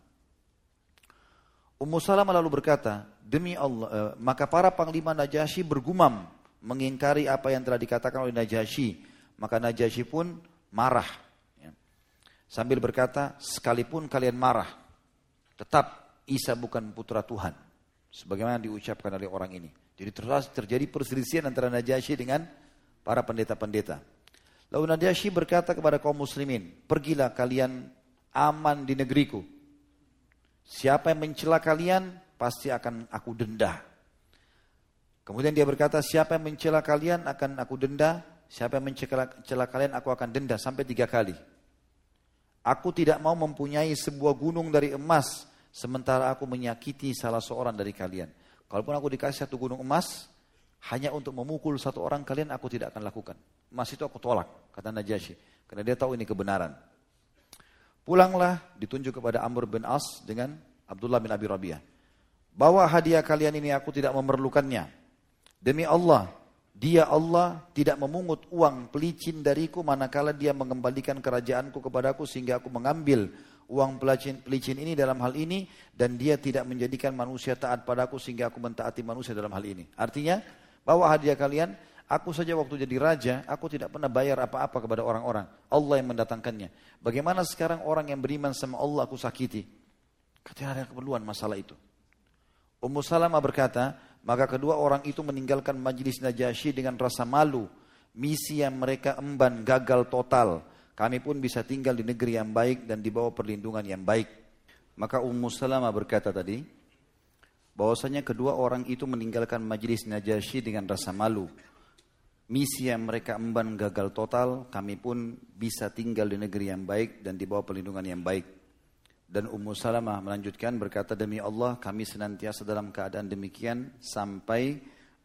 Ummu Salamah lalu berkata, demi Allah, eh, maka para panglima Najasyi bergumam mengingkari apa yang telah dikatakan oleh Najasyi. Maka Najasyi pun marah. Ya. Sambil berkata, sekalipun kalian marah, tetap Isa bukan putra Tuhan. Sebagaimana diucapkan oleh orang ini. Jadi terjadi perselisihan antara Najasyi dengan para pendeta-pendeta. Lalu Najasyi berkata kepada kaum muslimin, pergilah kalian aman di negeriku. Siapa yang mencela kalian, pasti akan aku denda. Kemudian dia berkata, siapa yang mencela kalian akan aku denda. Siapa yang mencela kalian, aku akan denda sampai tiga kali. Aku tidak mau mempunyai sebuah gunung dari emas, sementara aku menyakiti salah seorang dari kalian. Kalaupun aku dikasih satu gunung emas, hanya untuk memukul satu orang kalian, aku tidak akan lakukan. Emas itu aku tolak, kata Najasyi. Karena dia tahu ini kebenaran. Pulanglah, ditunjuk kepada Amr bin As dengan Abdullah bin Abi Rabi'ah. Bawa hadiah kalian ini, aku tidak memerlukannya. Demi Allah, dia Allah tidak memungut uang pelicin dariku manakala dia mengembalikan kerajaanku kepadaku sehingga aku mengambil uang pelicin, pelicin ini dalam hal ini, dan dia tidak menjadikan manusia taat padaku sehingga aku mentaati manusia dalam hal ini. Artinya, bawa hadiah kalian, aku saja waktu jadi raja, aku tidak pernah bayar apa-apa kepada orang-orang. Allah yang mendatangkannya. Bagaimana sekarang orang yang beriman sama Allah aku sakiti? Tidak ada keperluan masalah itu. Ummu Salamah berkata, maka kedua orang itu meninggalkan majlis Najasyi dengan rasa malu. Misi yang mereka emban gagal total. Kami pun bisa tinggal di negeri yang baik dan di bawah perlindungan yang baik. Maka Ummu Salamah berkata tadi, bahwasanya kedua orang itu meninggalkan majlis Najasyi dengan rasa malu. Misi yang mereka emban gagal total, kami pun bisa tinggal di negeri yang baik dan di bawah perlindungan yang baik. Dan Ummu Salamah melanjutkan berkata, demi Allah kami senantiasa dalam keadaan demikian sampai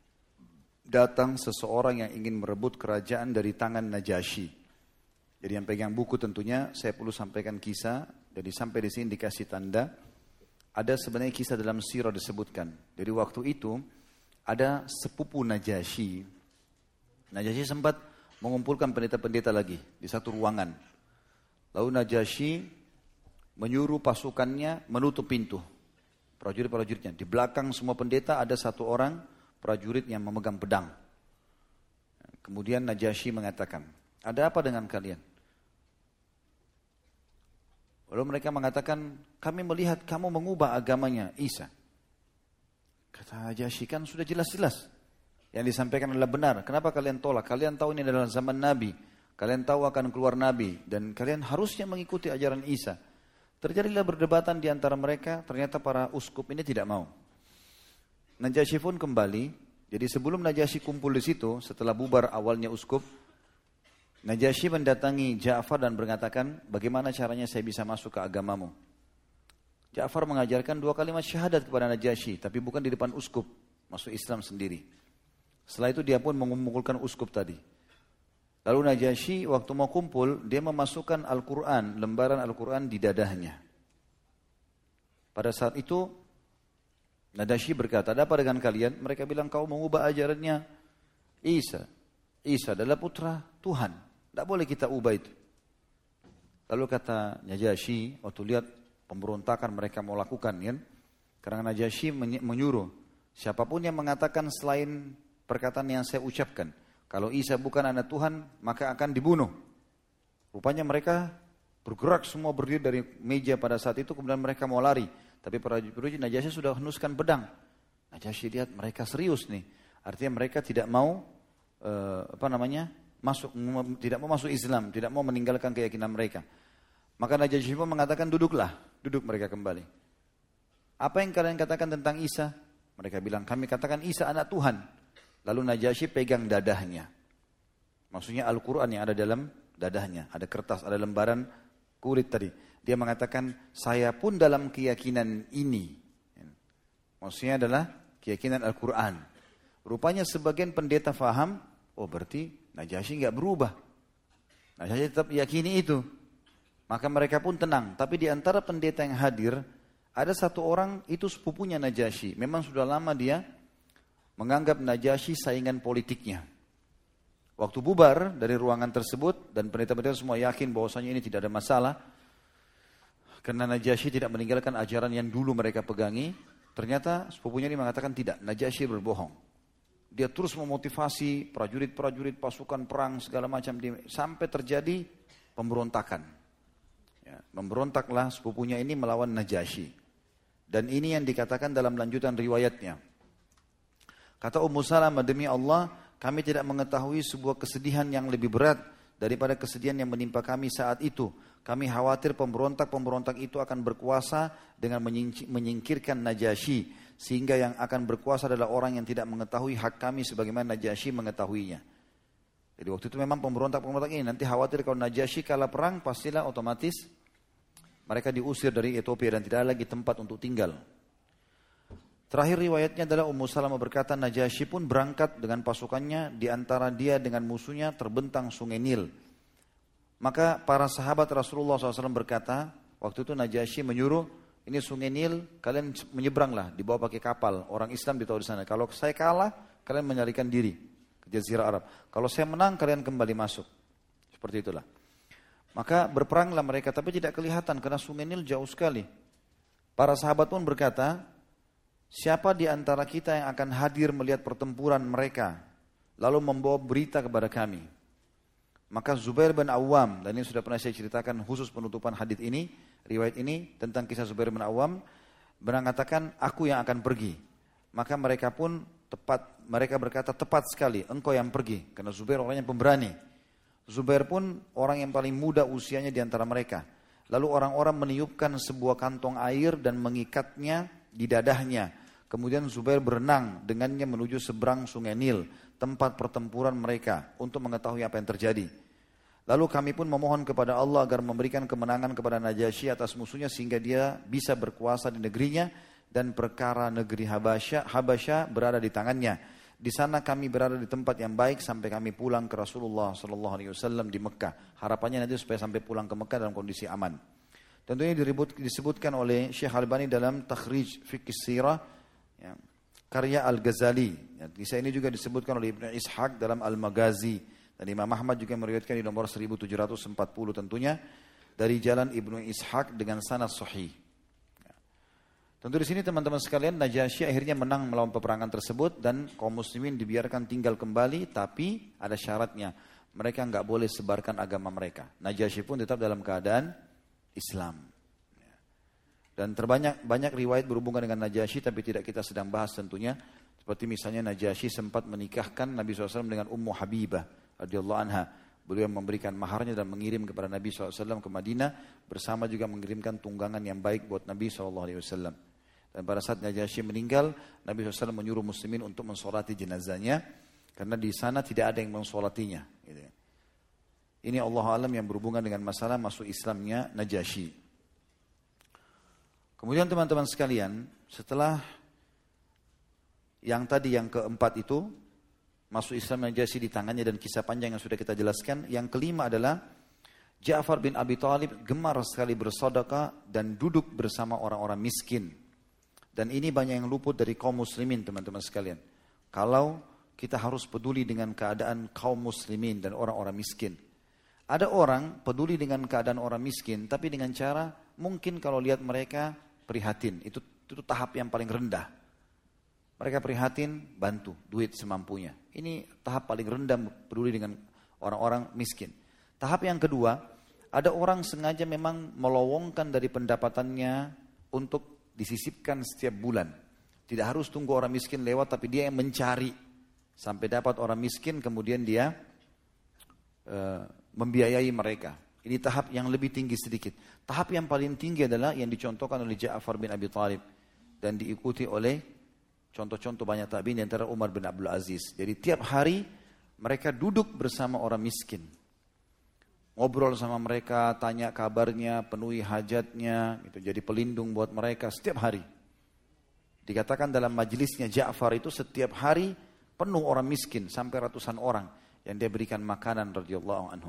datang seseorang yang ingin merebut kerajaan dari tangan Najasyi. Jadi yang pegang buku tentunya saya perlu sampaikan kisah. Jadi sampai di sini dikasih tanda. Ada sebenarnya kisah dalam sirah disebutkan. Jadi waktu itu ada sepupu Najasyi Najasyi sempat mengumpulkan pendeta-pendeta lagi di satu ruangan. Lalu Najasyi menyuruh pasukannya menutup pintu. Prajurit-prajuritnya. Di belakang semua pendeta ada satu orang prajurit yang memegang pedang. Kemudian Najasyi mengatakan, ada apa dengan kalian? Lalu mereka mengatakan, kami melihat kamu mengubah agamanya Isa. Kata Najasyi, kan sudah jelas-jelas. Yang disampaikan adalah benar. Kenapa kalian tolak? Kalian tahu ini adalah zaman Nabi. Kalian tahu akan keluar Nabi. Dan kalian harusnya mengikuti ajaran Isa. Terjadilah berdebatan di antara mereka. Ternyata para uskup ini tidak mau. Najasyi pun kembali. Jadi sebelum Najasyi kumpul di situ, setelah bubar awalnya uskup, Najasyi mendatangi Ja'far dan mengatakan, bagaimana caranya saya bisa masuk ke agamamu? Ja'far mengajarkan dua kalimat syahadat kepada Najasyi, tapi bukan di depan uskup, masuk Islam sendiri. Setelah itu dia pun mengumpulkan uskup tadi. Lalu Najasyi waktu mau kumpul, dia memasukkan Al-Quran, lembaran Al-Quran di dadahnya. Pada saat itu, Najasyi berkata, ada apa dengan kalian? Mereka bilang, kau mengubah ajarannya Isa. Isa adalah putra Tuhan. Tidak boleh kita ubah itu. Lalu kata Najasyi, waktu lihat pemberontakan mereka mau lakukan, kan? Karena Najasyi menyuruh, siapapun yang mengatakan selain perkataan yang saya ucapkan, kalau Isa bukan anak Tuhan, maka akan dibunuh. Rupanya mereka bergerak semua berdiri dari meja pada saat itu, kemudian mereka mau lari. Tapi prajurit Najasyi sudah henuskan pedang. Najasyi lihat mereka serius nih. Artinya mereka tidak mau uh, apa namanya masuk, tidak mau masuk Islam, tidak mau meninggalkan keyakinan mereka. Maka Najasyi pun mengatakan, duduklah, duduk mereka kembali. Apa yang kalian katakan tentang Isa? Mereka bilang, kami katakan Isa anak Tuhan. Lalu Najasyi pegang dadahnya. Maksudnya Al-Quran yang ada dalam dadahnya. Ada kertas, ada lembaran kulit tadi. Dia mengatakan, saya pun dalam keyakinan ini. Maksudnya adalah keyakinan Al-Quran. Rupanya sebagian pendeta faham, oh berarti Najasyi enggak berubah. Najasyi tetap yakini itu. Maka mereka pun tenang. Tapi di antara pendeta yang hadir, ada satu orang itu sepupunya Najasyi. Memang sudah lama dia menganggap Najasyi saingan politiknya. Waktu bubar dari ruangan tersebut, dan pendeta-pendeta semua yakin bahwasanya ini tidak ada masalah, karena Najasyi tidak meninggalkan ajaran yang dulu mereka pegangi, ternyata sepupunya ini mengatakan tidak, Najasyi berbohong. Dia terus memotivasi prajurit-prajurit pasukan perang segala macam, sampai terjadi pemberontakan. Ya, memberontaklah sepupunya ini melawan Najasyi. Dan ini yang dikatakan dalam lanjutan riwayatnya. Kata Ummu Salamah, demi Allah, kami tidak mengetahui sebuah kesedihan yang lebih berat daripada kesedihan yang menimpa kami saat itu. Kami khawatir pemberontak-pemberontak itu akan berkuasa dengan menyingkirkan Najasyi, sehingga yang akan berkuasa adalah orang yang tidak mengetahui hak kami sebagaimana Najasyi mengetahuinya. Jadi waktu itu memang pemberontak-pemberontak ini nanti khawatir kalau Najasyi kalah perang, pastilah otomatis mereka diusir dari Ethiopia dan tidak ada lagi tempat untuk tinggal. Terakhir riwayatnya adalah Ummu Salamah berkata, Najasyi pun berangkat dengan pasukannya, di antara dia dengan musuhnya terbentang sungai Nil. Maka para sahabat Rasulullah shallallahu alaihi wasallam berkata, waktu itu Najasyi menyuruh, ini sungai Nil, kalian menyeberanglah, dibawa pakai kapal. Orang Islam ditaruh di sana. Kalau saya kalah, kalian menyarikan diri ke Jazirah Arab. Kalau saya menang, kalian kembali masuk. Seperti itulah. Maka berperanglah mereka, tapi tidak kelihatan karena sungai Nil jauh sekali. Para sahabat pun berkata, siapa di antara kita yang akan hadir melihat pertempuran mereka, lalu membawa berita kepada kami? Maka Zubair bin Awam, dan ini sudah pernah saya ceritakan khusus penutupan hadits ini, riwayat ini tentang kisah Zubair bin Awam, mengatakan, aku yang akan pergi. Maka mereka pun tepat, mereka berkata, tepat sekali, engkau yang pergi. Karena Zubair orangnya pemberani. Zubair pun orang yang paling muda usianya di antara mereka. Lalu orang-orang meniupkan sebuah kantong air dan mengikatnya di dadahnya. Kemudian Zubair berenang dengannya menuju seberang sungai Nil, tempat pertempuran mereka, untuk mengetahui apa yang terjadi. Lalu kami pun memohon kepada Allah agar memberikan kemenangan kepada Najasyi atas musuhnya, sehingga dia bisa berkuasa di negerinya, dan perkara negeri Habasyah, Habasyah berada di tangannya. Di sana kami berada di tempat yang baik sampai kami pulang ke Rasulullah sallallahu alaihi wasallam di Mekah. Harapannya nanti supaya sampai pulang ke Mekah dalam kondisi aman. Tentunya disebutkan oleh Syekh Albani dalam Takhrij Fiqh Sirah, ya, karya Al-Ghazali. Ya, kisah ini juga disebutkan oleh Ibnu Ishaq dalam Al-Maghazi. Dan Imam Ahmad juga meriwayatkan di nomor seribu tujuh ratus empat puluh tentunya dari jalan Ibnu Ishaq dengan sanad sahih. Ya. Tentu di sini teman-teman sekalian, Najasyi akhirnya menang melawan peperangan tersebut dan kaum muslimin dibiarkan tinggal kembali, tapi ada syaratnya. Mereka nggak boleh sebarkan agama mereka. Najasyi pun tetap dalam keadaan Islam. Dan terbanyak banyak riwayat berhubungan dengan Najasyi, tapi tidak kita sedang bahas tentunya. Seperti misalnya Najasyi sempat menikahkan Nabi shallallahu alaihi wasallam dengan Ummu Habibah radhiyallahu anha. Beliau memberikan maharnya dan mengirim kepada Nabi shallallahu alaihi wasallam ke Madinah, bersama juga mengirimkan tunggangan yang baik buat Nabi shallallahu alaihi wasallam. Dan pada saat Najasyi meninggal, Nabi shallallahu alaihi wasallam menyuruh muslimin untuk mensolati jenazahnya, karena di sana tidak ada yang mensolatinya. Ini Allah alam yang berhubungan dengan masalah masuk Islamnya Najasyi. Kemudian teman-teman sekalian, setelah yang tadi yang keempat itu, masuk Islam Najasyi di tangannya dan kisah panjang yang sudah kita jelaskan. Yang kelima adalah Ja'far bin Abi Thalib gemar sekali bersedekah dan duduk bersama orang-orang miskin. Dan ini banyak yang luput dari kaum muslimin teman-teman sekalian. Kalau kita harus peduli dengan keadaan kaum muslimin dan orang-orang miskin. Ada orang peduli dengan keadaan orang miskin, tapi dengan cara mungkin kalau lihat mereka prihatin, itu, itu tahap yang paling rendah. Mereka prihatin, bantu, duit semampunya. Ini tahap paling rendah peduli dengan orang-orang miskin. Tahap yang kedua, ada orang sengaja memang melowongkan dari pendapatannya untuk disisipkan setiap bulan. Tidak harus tunggu orang miskin lewat, tapi dia yang mencari sampai dapat orang miskin, kemudian dia uh, membiayai mereka. Ini tahap yang lebih tinggi sedikit. Tahap yang paling tinggi adalah yang dicontohkan oleh Ja'far bin Abi Thalib dan diikuti oleh contoh-contoh banyak tabi'in, di antara Umar bin Abdul Aziz. Jadi tiap hari mereka duduk bersama orang miskin. Ngobrol sama mereka, tanya kabarnya, penuhi hajatnya, gitu. Jadi pelindung buat mereka setiap hari. Dikatakan dalam majelisnya Ja'far itu setiap hari penuh orang miskin sampai ratusan orang yang dia berikan makanan radhiyallahu anhu.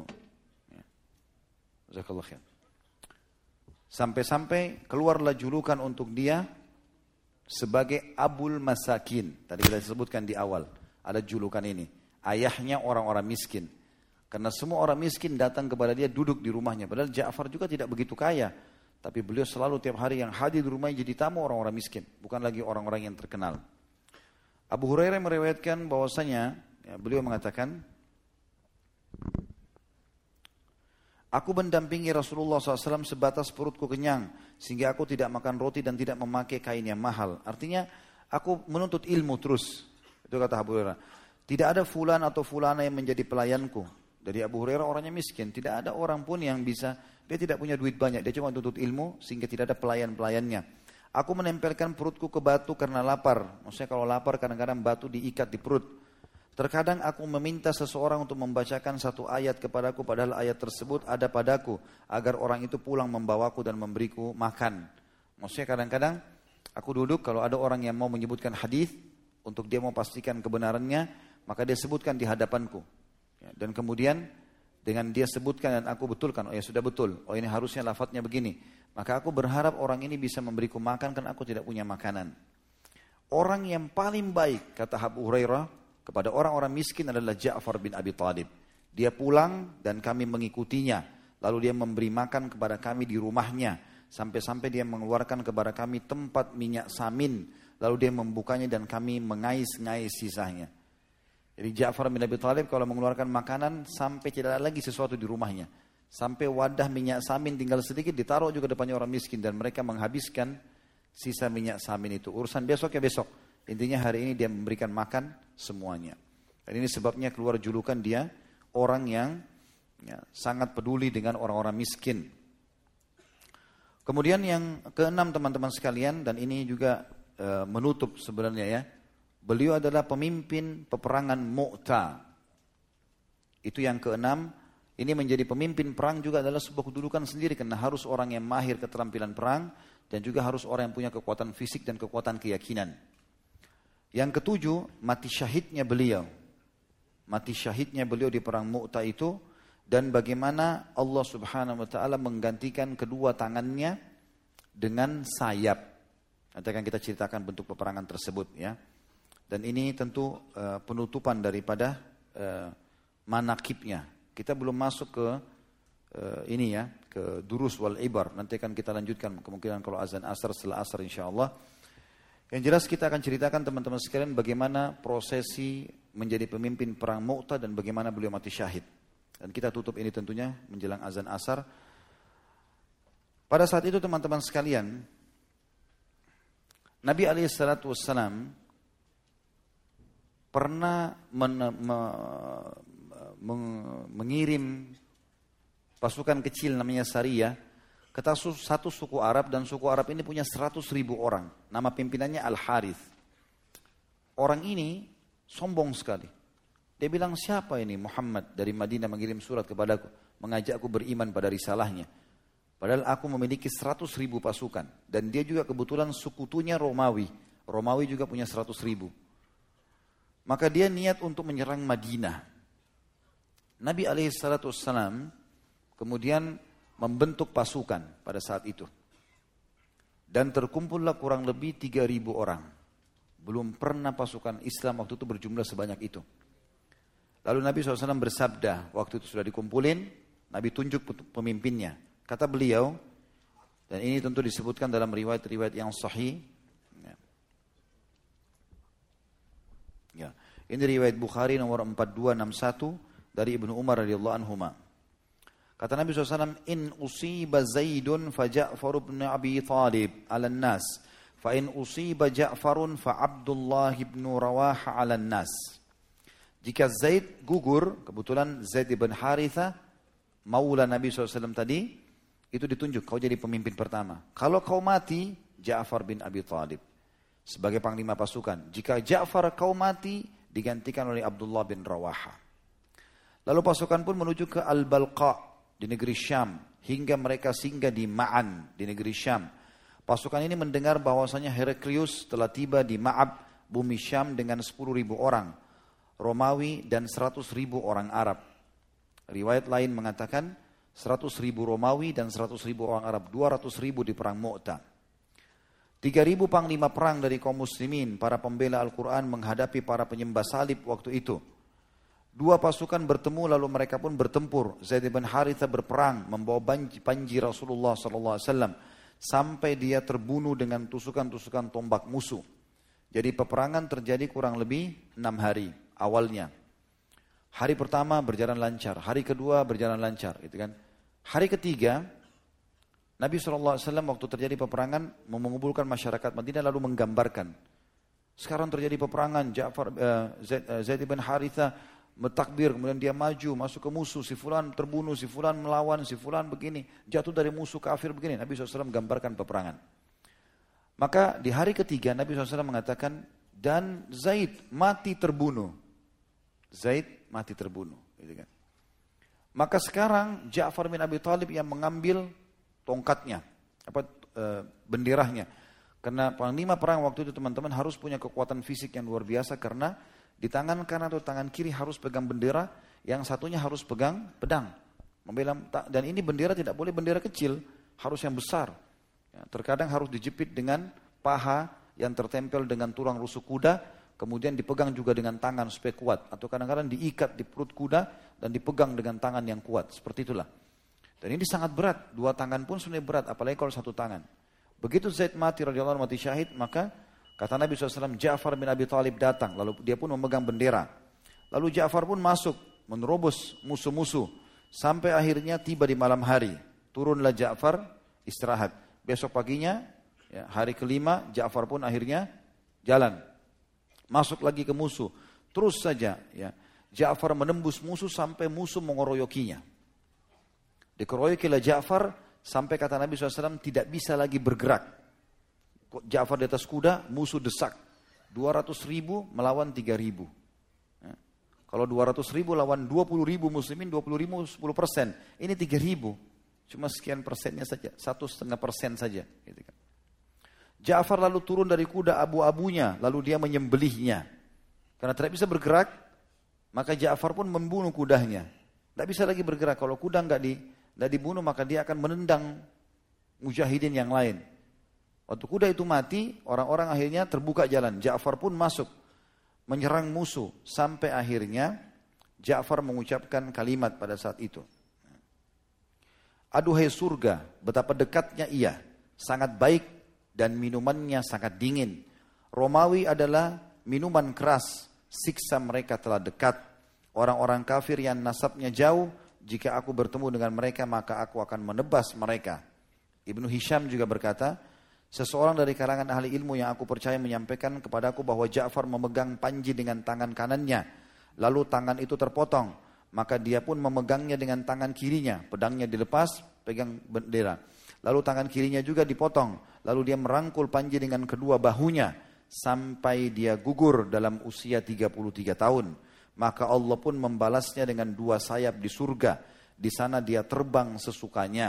Sampai-sampai keluarlah julukan untuk dia sebagai Abul Masakin. Tadi kita sebutkan di awal, ada julukan ini. Ayahnya orang-orang miskin. Karena semua orang miskin datang kepada dia, duduk di rumahnya. Padahal Ja'far juga tidak begitu kaya. Tapi beliau selalu tiap hari yang hadir di rumahnya jadi tamu orang-orang miskin. Bukan lagi orang-orang yang terkenal. Abu Hurairah meriwayatkan bahwasanya, ya, beliau mengatakan, aku mendampingi Rasulullah shallallahu alaihi wasallam sebatas perutku kenyang, sehingga aku tidak makan roti dan tidak memakai kain yang mahal. Artinya, aku menuntut ilmu terus. Itu kata Abu Hurairah. Tidak ada fulan atau fulana yang menjadi pelayanku. Dari Abu Hurairah orangnya miskin. Tidak ada orang pun yang bisa, dia tidak punya duit banyak. Dia cuma menuntut ilmu, sehingga tidak ada pelayan-pelayannya. Aku menempelkan perutku ke batu karena lapar. Maksudnya kalau lapar kadang-kadang batu diikat di perut. Terkadang aku meminta seseorang untuk membacakan satu ayat kepadaku, padahal ayat tersebut ada padaku, agar orang itu pulang membawaku dan memberiku makan. Maksudnya kadang-kadang aku duduk, kalau ada orang yang mau menyebutkan hadis untuk dia mau pastikan kebenarannya, maka dia sebutkan di hadapanku. Ya, dan kemudian dengan dia sebutkan dan aku betulkan, oh ya sudah betul, oh ini harusnya lafadznya begini. Maka aku berharap orang ini bisa memberiku makan karena aku tidak punya makanan. Orang yang paling baik, kata Abu Hurairah, kepada orang-orang miskin adalah Ja'far bin Abi Thalib. Dia pulang dan kami mengikutinya. Lalu dia memberi makan kepada kami di rumahnya. Sampai-sampai dia mengeluarkan kepada kami tempat minyak samin. Lalu dia membukanya dan kami mengais-ngais sisanya. Jadi Ja'far bin Abi Thalib kalau mengeluarkan makanan sampai tidak ada lagi sesuatu di rumahnya. Sampai wadah minyak samin tinggal sedikit ditaruh juga depannya orang miskin. Dan mereka menghabiskan sisa minyak samin itu. Urusan besok ya besok. Intinya hari ini dia memberikan makan semuanya. Dan ini sebabnya keluar julukan dia orang yang ya, sangat peduli dengan orang-orang miskin. Kemudian yang keenam teman-teman sekalian, dan ini juga e, menutup sebenarnya ya. Beliau adalah pemimpin peperangan Mu'tah. Itu yang keenam. Ini menjadi pemimpin perang juga adalah sebuah kedudukan sendiri. Karena harus orang yang mahir keterampilan perang. Dan juga harus orang yang punya kekuatan fisik dan kekuatan keyakinan. Yang ketujuh, mati syahidnya beliau. Mati syahidnya beliau di perang Mu'tah itu. Dan bagaimana Allah subhanahu wa ta'ala menggantikan kedua tangannya dengan sayap. Nanti akan kita ceritakan bentuk peperangan tersebut ya. Dan ini tentu uh, penutupan daripada uh, manakibnya. Kita belum masuk ke uh, ini ya, ke durus wal ibar. Nanti akan kita lanjutkan kemungkinan kalau azan asar setelah asar insyaallah. Yang jelas kita akan ceritakan teman-teman sekalian bagaimana prosesi menjadi pemimpin perang Mu'tah dan bagaimana beliau mati syahid. Dan kita tutup ini tentunya menjelang azan asar. Pada saat itu teman-teman sekalian, Nabi alaihi salatu wassalam pernah men, me, me, mengirim pasukan kecil namanya Sariyah ke satu suku Arab, dan suku Arab ini punya seratus ribu orang. Nama pimpinannya Al-Harith. Orang ini sombong sekali. Dia bilang, siapa ini Muhammad dari Madinah mengirim surat kepadaku, mengajakku beriman pada risalahnya. Padahal aku memiliki seratus ribu pasukan. Dan dia juga kebetulan sukutunya Romawi. Romawi juga punya seratus ribu. Maka dia niat untuk menyerang Madinah. Nabi alaihi salatu wassalam kemudian membentuk pasukan pada saat itu. Dan terkumpullah kurang lebih tiga ribu orang. Belum pernah pasukan Islam waktu itu berjumlah sebanyak itu. Lalu Nabi shallallahu alaihi wasallam bersabda, waktu itu sudah dikumpulin, Nabi tunjuk pemimpinnya. Kata beliau, dan ini tentu disebutkan dalam riwayat-riwayat yang sahih. Ya. Ini riwayat Bukhari nomor empat dua enam satu dari Ibnu Umar radhiyallahu anhuma. Kata Nabi shallallahu alaihi wasallam, in usiba Zaidun fa Ja'far ibn Abi Talib ala nas, fa in usiba Ja'farun fa Abdullah ibn Rawaha ala nas. Jika Zaid gugur, kebetulan Zaid ibn Haritha, maula Nabi shallallahu alaihi wasallam tadi, itu ditunjuk, kau jadi pemimpin pertama. Kalau kau mati, Ja'far bin Abi Talib sebagai panglima pasukan. Jika Ja'far kau mati, digantikan oleh Abdullah bin Rawaha. Lalu pasukan pun menuju ke Al-Balqa di negeri Syam, hingga mereka singgah di Ma'an di negeri Syam. Pasukan ini mendengar bahwasanya Heraklius telah tiba di Ma'ab, bumi Syam, dengan sepuluh ribu orang Romawi dan seratus ribu orang Arab. Riwayat lain mengatakan seratus ribu Romawi dan seratus ribu orang Arab, dua ratus ribu di perang Mu'tah. tiga ribu panglima perang dari kaum muslimin, para pembela Al-Quran, menghadapi para penyembah salib waktu itu. Dua pasukan bertemu, lalu mereka pun bertempur. Zaid bin Haritha berperang, membawa panji Rasulullah sallallahu alaihi wasallam, sampai dia terbunuh dengan tusukan-tusukan tombak musuh. Jadi peperangan terjadi kurang lebih enam hari awalnya. Hari pertama berjalan lancar, hari kedua berjalan lancar, gitu kan. Hari ketiga, Nabi shallallahu alaihi wasallam waktu terjadi peperangan mengumpulkan masyarakat Madinah lalu menggambarkan. Sekarang terjadi peperangan, Ja'far, uh, Zaid, uh, Zaid bin Haritha bertakbir, kemudian dia maju, masuk ke musuh, si fulan terbunuh, si fulan melawan, si fulan begini, jatuh dari musuh kafir begini. Nabi shallallahu alaihi wasallam gambarkan peperangan. Maka di hari ketiga Nabi shallallahu alaihi wasallam mengatakan, dan Zaid mati terbunuh. Zaid mati terbunuh. Gitu kan. Maka sekarang Ja'far bin Abi Talib yang mengambil tongkatnya, apa e, benderahnya. Karena panglima perang waktu itu teman-teman harus punya kekuatan fisik yang luar biasa, karena di tangan kanan atau tangan kiri harus pegang bendera, yang satunya harus pegang pedang. Membela, dan ini bendera tidak boleh bendera kecil, harus yang besar. Ya, terkadang harus dijepit dengan paha yang tertempel dengan tulang rusuk kuda, kemudian dipegang juga dengan tangan supaya kuat, atau kadang-kadang diikat di perut kuda dan dipegang dengan tangan yang kuat. Seperti itulah. Dan ini sangat berat, dua tangan pun sebenarnya berat, apalagi kalau satu tangan. Begitu Zaid mati radhiyallahu anhu, mati syahid, maka kata Nabi shallallahu alaihi wasallam, Ja'far bin Abi Talib datang, lalu dia pun memegang bendera. Lalu Ja'far pun masuk, menerobos musuh-musuh, sampai akhirnya tiba di malam hari. Turunlah Ja'far, istirahat. Besok paginya, ya, hari kelima, Ja'far pun akhirnya jalan. Masuk lagi ke musuh, terus saja. Ya. Ja'far menembus musuh sampai musuh mengeroyokinya. Dikeroyokilah Ja'far sampai kata Nabi shallallahu alaihi wasallam tidak bisa lagi bergerak. Ja'far di atas kuda, musuh desak. dua ratus ribu melawan tiga ribu. Ya. Kalau dua ratus ribu lawan dua puluh ribu muslimin, dua puluh ribu sepuluh persen. Ini tiga ribu. Cuma sekian persennya saja, satu setengah persen saja. Gitu kan. Ja'far lalu turun dari kuda abu-abunya, lalu dia menyembelihnya. Karena tidak bisa bergerak, maka Ja'far pun membunuh kudanya. Tidak bisa lagi bergerak. Kalau kuda enggak di Tidak dibunuh, maka dia akan menendang mujahidin yang lain. Waktu kuda itu mati, orang-orang akhirnya terbuka jalan. Ja'far pun masuk. menyerang musuh sampai akhirnya Ja'far mengucapkan kalimat pada saat itu. Aduhai surga, betapa dekatnya ia, sangat baik dan minumannya sangat dingin. Romawi adalah minuman keras, siksa mereka telah dekat. Orang-orang kafir yang nasabnya jauh, jika aku bertemu dengan mereka maka aku akan menebas mereka. Ibnu Hisham juga berkata, seseorang dari kalangan ahli ilmu yang aku percaya menyampaikan kepadaku bahwa Ja'far memegang panji dengan tangan kanannya, lalu tangan itu terpotong. Maka dia pun memegangnya dengan tangan kirinya, pedangnya dilepas, pegang bendera. Lalu tangan kirinya juga dipotong, lalu dia merangkul panji dengan kedua bahunya, sampai dia gugur dalam usia tiga puluh tiga tahun. Maka Allah pun membalasnya dengan dua sayap di surga, di sana dia terbang sesukanya.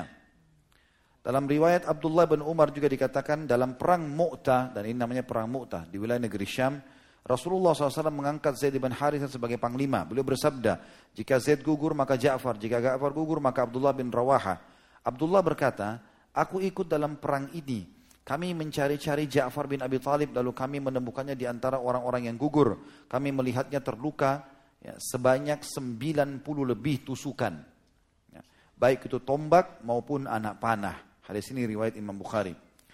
Dalam riwayat Abdullah bin Umar juga dikatakan dalam perang Mu'tah, dan ini namanya perang Mu'tah, di wilayah negeri Syam, Rasulullah shallallahu alaihi wasallam mengangkat Zaid bin Harithah sebagai panglima. Beliau bersabda, jika Zaid gugur maka Ja'far, jika Ja'far gugur maka Abdullah bin Rawaha. Abdullah berkata, aku ikut dalam perang ini. Kami mencari-cari Ja'far bin Abi Thalib, lalu kami menemukannya di antara orang-orang yang gugur. Kami melihatnya terluka ya, sebanyak sembilan puluh lebih tusukan. Ya, baik itu tombak maupun anak panah. Hadis ini riwayat Imam Bukhari.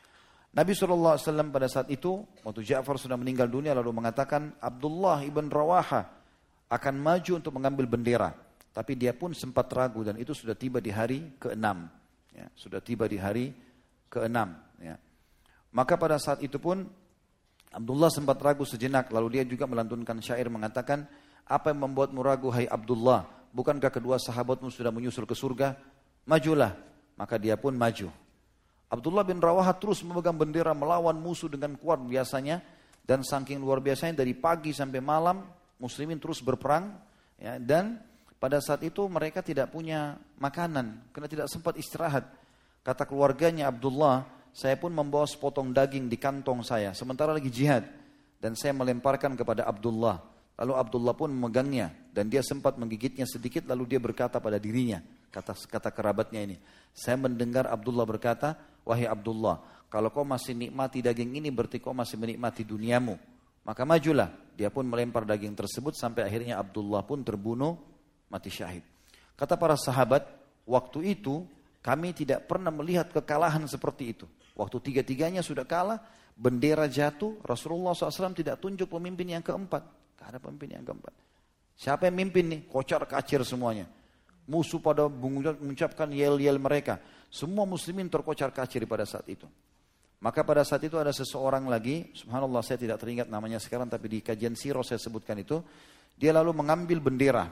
Nabi shallallahu alaihi wasallam pada saat itu, waktu Ja'far sudah meninggal dunia, lalu mengatakan, Abdullah ibn Rawaha akan maju untuk mengambil bendera. Tapi dia pun sempat ragu dan itu sudah tiba di hari keenam. Ya, sudah tiba di hari keenam. Ya. Maka pada saat itu pun, Abdullah sempat ragu sejenak, lalu dia juga melantunkan syair mengatakan, apa yang membuatmu ragu, hai Abdullah? Bukankah kedua sahabatmu sudah menyusul ke surga? Majulah. Maka dia pun maju. Abdullah bin Rawaha terus memegang bendera melawan musuh dengan kuat biasanya, dan saking luar biasanya dari pagi sampai malam muslimin terus berperang ya, dan pada saat itu mereka tidak punya makanan karena tidak sempat istirahat. Kata keluarganya Abdullah, saya pun membawa sepotong daging di kantong saya sementara lagi jihad, dan saya melemparkan kepada Abdullah. Lalu Abdullah pun memegangnya dan dia sempat menggigitnya sedikit, lalu dia berkata pada dirinya, kata kata kerabatnya ini, saya mendengar Abdullah berkata, wahai Abdullah, kalau kau masih nikmati daging ini berarti kau masih menikmati duniamu. Maka majulah. Dia pun melempar daging tersebut sampai akhirnya Abdullah pun terbunuh mati syahid. Kata para sahabat, waktu itu kami tidak pernah melihat kekalahan seperti itu. Waktu tiga-tiganya sudah kalah, bendera jatuh, Rasulullah shallallahu alaihi wasallam tidak tunjuk pemimpin yang keempat. Tidak ada pemimpin yang keempat. Siapa yang mimpin nih? Kocar kacir semuanya. Musuh pada mengucapkan yel-yel mereka. Semua muslimin terkocar kacir pada saat itu. Maka pada saat itu ada seseorang lagi, subhanallah saya tidak teringat namanya sekarang, tapi di kajian sirah saya sebutkan itu. Dia lalu mengambil bendera.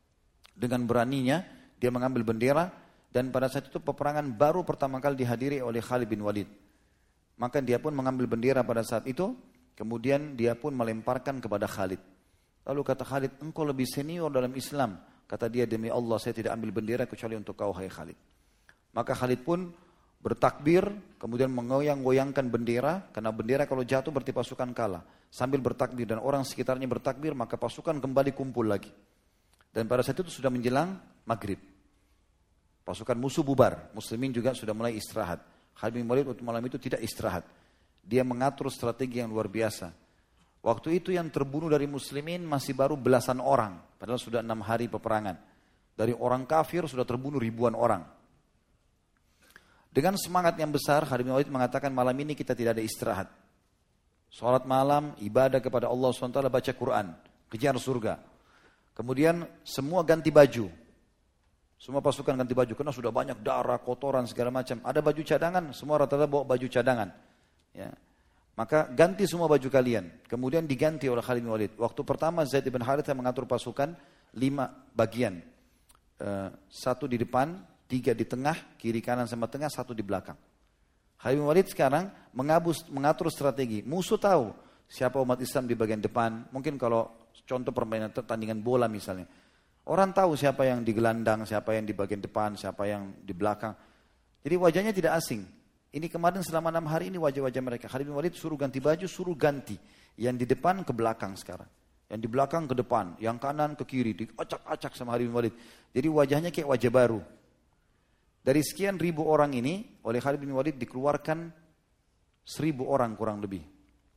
Dengan beraninya, dia mengambil bendera. Dan pada saat itu peperangan baru pertama kali dihadiri oleh Khalid bin Walid. Maka dia pun mengambil bendera pada saat itu. Kemudian dia pun melemparkan kepada Khalid. Lalu kata Khalid, engkau lebih senior dalam Islam. Kata dia, demi Allah saya tidak ambil bendera kecuali untuk kau hai Khalid. Maka Khalid pun bertakbir, kemudian mengoyang-goyangkan bendera. Karena bendera kalau jatuh berarti pasukan kalah. Sambil bertakbir dan orang sekitarnya bertakbir, maka pasukan kembali kumpul lagi. Dan pada saat itu sudah menjelang maghrib. Pasukan musuh bubar, muslimin juga sudah mulai istirahat. Khalid bin Walid untuk malam itu tidak istirahat. Dia mengatur strategi yang luar biasa. Waktu itu yang terbunuh dari muslimin masih baru belasan orang. Padahal sudah enam hari peperangan. Dari orang kafir sudah terbunuh ribuan orang. Dengan semangat yang besar, Khalid bin Walid mengatakan malam ini kita tidak ada istirahat. Salat malam, ibadah kepada Allah subhanahu wa taala, baca Quran, kejar surga. Kemudian semua ganti baju. Semua pasukan ganti baju karena sudah banyak darah, kotoran segala macam. Ada baju cadangan, semua rata-rata bawa baju cadangan. Ya. Maka ganti semua baju kalian. Kemudian diganti oleh Khalid bin Walid. Waktu pertama Zaid bin Harithah mengatur pasukan lima bagian. Uh, satu di depan, tiga di tengah, kiri kanan sama tengah, satu di belakang. Khalid bin Walid sekarang mengabus, mengatur strategi. Musuh tahu siapa umat Islam di bagian depan. Mungkin kalau contoh permainan pertandingan bola misalnya. Orang tahu siapa yang di gelandang, siapa yang di bagian depan, siapa yang di belakang. Jadi wajahnya tidak asing. Ini kemarin selama enam hari ini wajah-wajah mereka. Khalid bin Walid suruh ganti baju, suruh ganti. Yang di depan ke belakang sekarang. Yang di belakang ke depan. Yang kanan ke kiri. Diacak-acak sama Khalid bin Walid. Jadi wajahnya kayak wajah baru. Dari sekian ribu orang ini, oleh Khalid bin Walid dikeluarkan seribu orang kurang lebih.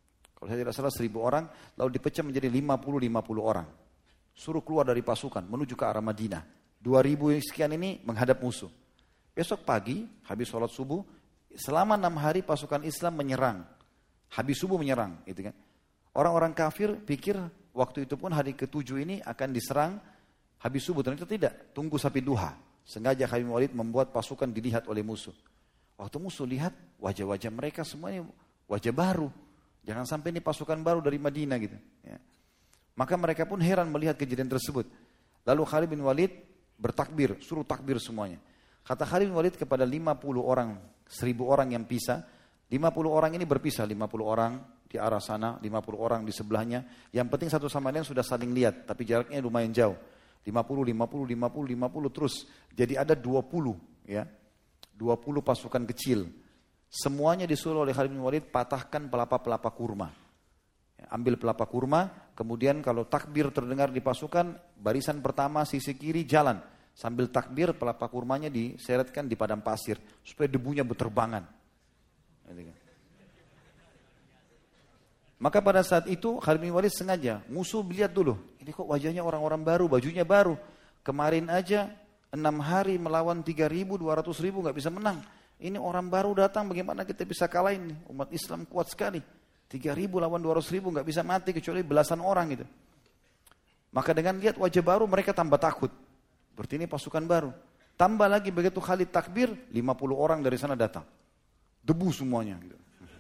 Kalau saya tidak salah seribu orang, lalu dipecah menjadi lima puluh lima puluh orang. Suruh keluar dari pasukan menuju ke arah Madinah. dua ribu sekian ini menghadap musuh. Besok pagi, habis sholat subuh, selama enam hari pasukan Islam menyerang. Habis subuh menyerang. Gitu kan. Orang-orang kafir pikir waktu itu pun hari ketujuh ini akan diserang habis subuh. Ternyata tidak, tunggu sampai duha. Sengaja Khalid bin Walid membuat pasukan dilihat oleh musuh. Waktu musuh lihat wajah-wajah mereka semuanya wajah baru. Jangan sampai ini pasukan baru dari Madinah gitu. Ya. Maka mereka pun heran melihat kejadian tersebut. Lalu Khalid bin Walid bertakbir, suruh takbir semuanya. Kata Khalid bin Walid kepada lima puluh orang, seribu orang yang pisah, lima puluh orang ini berpisah, lima puluh orang di arah sana, lima puluh orang di sebelahnya. Yang penting satu sama lain sudah saling lihat, tapi jaraknya lumayan jauh. lima puluh, lima puluh, lima puluh, lima puluh terus. Jadi ada dua puluh, ya. dua puluh pasukan kecil. Semuanya disuruh oleh Khalid bin Walid patahkan pelapa-pelapa kurma. Ambil pelapa kurma, kemudian kalau takbir terdengar di pasukan, barisan pertama sisi kiri jalan. Sambil takbir pelapa kurmanya diseretkan di padang pasir, supaya debunya berterbangan. Maka pada saat itu Khalid bin Walid sengaja, musuh lihat dulu, ini kok wajahnya orang-orang baru, bajunya baru. Kemarin aja enam hari melawan tiga ribu, dua ratus ribu gak bisa menang. Ini orang baru datang, bagaimana kita bisa kalahin? Umat Islam kuat sekali. tiga ribu lawan dua ratus ribu gak bisa mati kecuali belasan orang gitu. Maka dengan lihat wajah baru mereka tambah takut. Berarti ini pasukan baru. Tambah lagi begitu Khalid takbir, lima puluh orang dari sana datang. Debu semuanya gitu.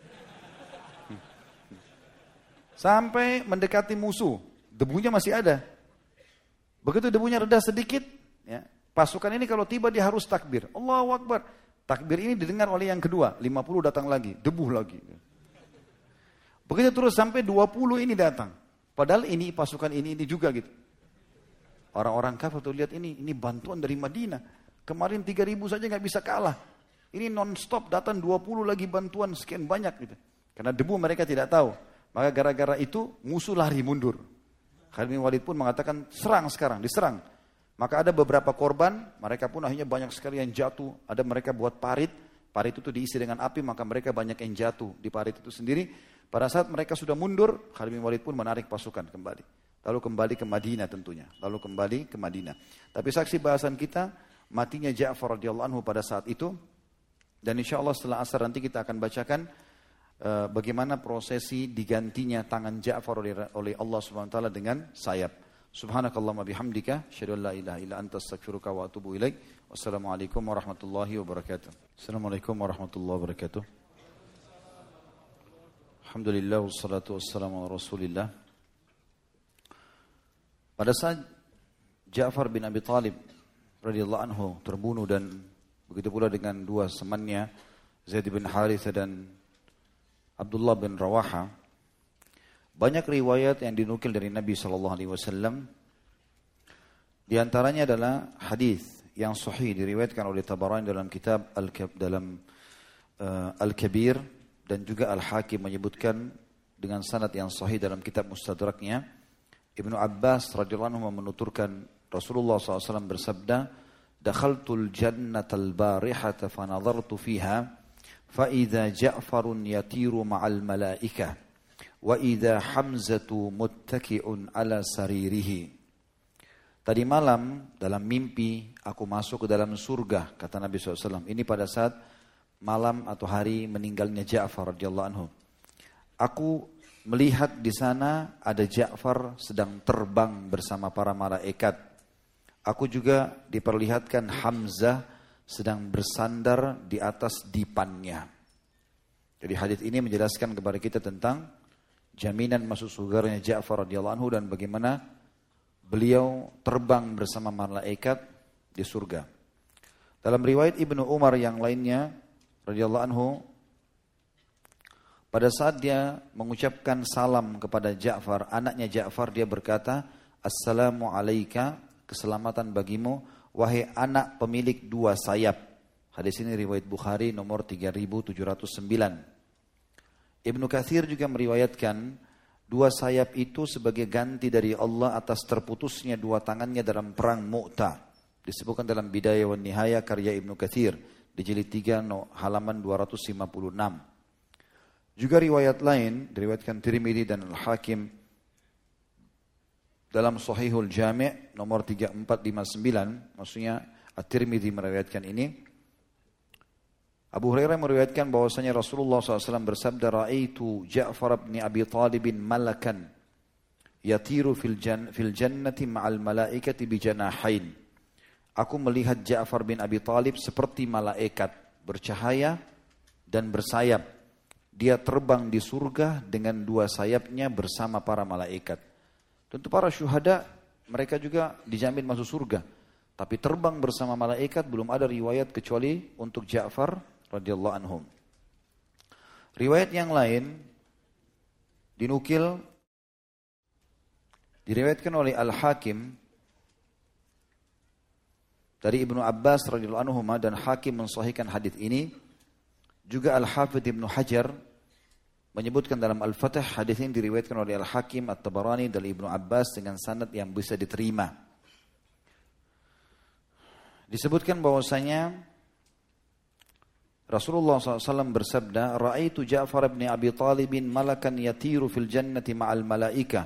Sampai mendekati musuh, debunya masih ada. Begitu debunya reda sedikit, ya, pasukan ini kalau tiba dia harus takbir. Allahu Akbar. Takbir ini didengar oleh yang kedua, lima puluh datang lagi, debu lagi. Begitu terus sampai dua puluh ini datang. Padahal ini pasukan ini ini juga gitu. Orang-orang kafir tuh lihat ini, ini bantuan dari Madinah. Kemarin tiga ribu saja nggak bisa kalah. Ini non-stop datang dua puluh lagi bantuan sekian banyak gitu. Karena debu mereka tidak tahu. Maka gara-gara itu musuh lari mundur. Khalid bin Walid pun mengatakan serang sekarang, diserang. Maka ada beberapa korban, mereka pun akhirnya banyak sekali yang jatuh. Ada mereka buat parit, parit itu diisi dengan api, maka mereka banyak yang jatuh di parit itu sendiri. Pada saat mereka sudah mundur, Khalid bin Walid pun menarik pasukan kembali. Lalu kembali ke Madinah tentunya. Lalu kembali ke Madinah. Tapi saksi bahasan kita, matinya Ja'far radhiyallahu anhu pada saat itu. Dan insya Allah setelah asar nanti kita akan bacakan uh, bagaimana prosesi digantinya tangan Ja'far oleh, oleh Allah subhanahu wa taala dengan sayap. Subhanakallahumma bihamdika, asyhadu an la ilaha illa anta astaghfiruka wa atubu ilaik. Wassalamualaikum warahmatullahi wabarakatuh. Assalamualaikum warahmatullahi wabarakatuh. Alhamdulillah wassalatu wassalamu ala Rasulillah. Pada saat Ja'far bin Abi Thalib radhiyallahu anhu terbunuh dan begitu pula dengan dua temannya Zaid bin Harithah dan Abdullah bin Rawaha, banyak riwayat yang dinukil dari Nabi sallallahu alaihi wasallam. Di antaranya adalah hadis yang sahih diriwayatkan oleh Tabarani dalam kitab Al-Kab dalam uh, Al-Kabir dan juga Al-Hakim menyebutkan dengan sanad yang sahih dalam kitab Mustadraknya. Ibnu Abbas radhiyallahu anhu menuturkan Rasulullah sallallahu alaihi wasallam bersabda, "Dakhaltul jannatal barihata fa nadartu fiha fa idza Ja'farun yatiru ma'al malaikah wa idza Hamzatu muttaki'un ala saririhi." Tadi malam dalam mimpi aku masuk ke dalam surga, kata Nabi sallallahu alaihi wasallam. Ini pada saat malam atau hari meninggalnya Ja'far radhiyallahu anhu. Aku melihat di sana ada Ja'far sedang terbang bersama para malaikat. Aku juga diperlihatkan Hamzah sedang bersandar di atas dipannya. Jadi hadis ini menjelaskan kepada kita tentang jaminan masuk surganya Ja'far radhiyallahu anhu dan bagaimana beliau terbang bersama malaikat di surga. Dalam riwayat Ibnu Umar yang lainnya radhiyallahu anhu, pada saat dia mengucapkan salam kepada Ja'far, anaknya Ja'far, dia berkata, "Assalamu alayka," keselamatan bagimu, wahai anak pemilik dua sayap. Hadis ini riwayat Bukhari nomor tiga ribu tujuh ratus sembilan. Ibnu Katsir juga meriwayatkan dua sayap itu sebagai ganti dari Allah atas terputusnya dua tangannya dalam perang Mu'tah. Disebutkan dalam Bidayah wan Nihayah karya Ibnu Katsir di jilid tiga halaman dua ratus lima puluh enam. Juga riwayat lain, diriwayatkan Tirmidzi dan Al-Hakim dalam Sahihul Jami' nomor tiga empat lima sembilan, maksudnya At-Tirmidzi meriwayatkan ini. Abu Hurairah meriwayatkan bahwasanya Rasulullah shallallahu alaihi wasallam bersabda, "Ra'aitu Ja'far bin Abi Talib malakan yatiru fil jan fil jannati ma'al malaikati bi janahain." Aku melihat Ja'far bin Abi Talib seperti malaikat, bercahaya dan bersayap. Dia terbang di surga dengan dua sayapnya bersama para malaikat. Tentu para syuhada mereka juga dijamin masuk surga. Tapi terbang bersama malaikat belum ada riwayat kecuali untuk Ja'far radhiyallahu anhum. Riwayat yang lain dinukil, diriwayatkan oleh Al-Hakim dari Ibnu Abbas radhiyallahu anhu dan Hakim mensahihkan hadis ini. Juga Al-Hafidz Ibnu Hajar menyebutkan dalam Al-Fath hadis ini diriwayatkan oleh Al-Hakim, At-Tabarani dari Ibnu Abbas dengan sanad yang bisa diterima. Disebutkan bahwasanya Rasulullah shallallahu alaihi wasallam bersabda, "Ra'aitu Ja'far bin Abi Talib malakan yatiru fil jannati ma'al malaika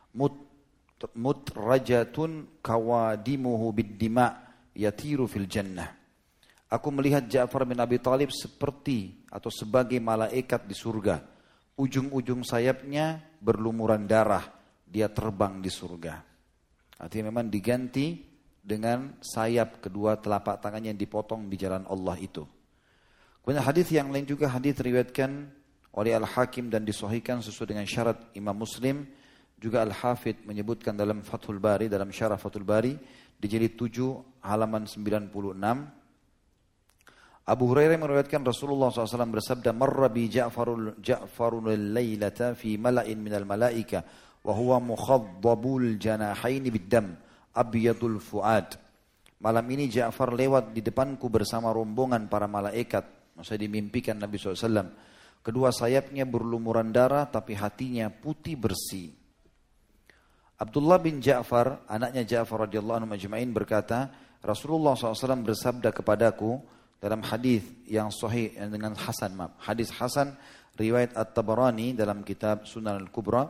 mutrajatun kawadimuhu bid-dima yatiru fil jannah." Aku melihat Ja'far bin Abi Talib seperti atau sebagai malaikat di surga. Ujung-ujung sayapnya berlumuran darah, dia terbang di surga. Artinya memang diganti dengan sayap kedua telapak tangannya yang dipotong di jalan Allah itu. Kemudian hadis yang lain juga hadis riwayatkan oleh Al-Hakim dan disahihkan sesuai dengan syarat Imam Muslim. Juga Al-Hafidz menyebutkan dalam Fathul Bari, dalam syarah Fathul Bari di jilid tujuh halaman sembilan puluh enam. Abu Hurairah meriwayatkan Rasulullah shallallahu alaihi wasallam bersabda, "Marra bi Ja'farul Ja'farul lailata fi mala'in minal malaika wa huwa mukhadhabul janahaini bid-dam abyadul fuad." Malam ini Ja'far lewat di depanku bersama rombongan para malaikat. Maksudnya dimimpikan Nabi shallallahu alaihi wasallam. Kedua sayapnya berlumuran darah tapi hatinya putih bersih. Abdullah bin Ja'far, anaknya Ja'far radhiyallahu anhu majma'in berkata, Rasulullah shallallahu alaihi wasallam bersabda kepadaku dalam hadis yang sahih dengan hasan, maaf, hadis hasan riwayat At-Tabarani dalam kitab Sunan Al-Kubra.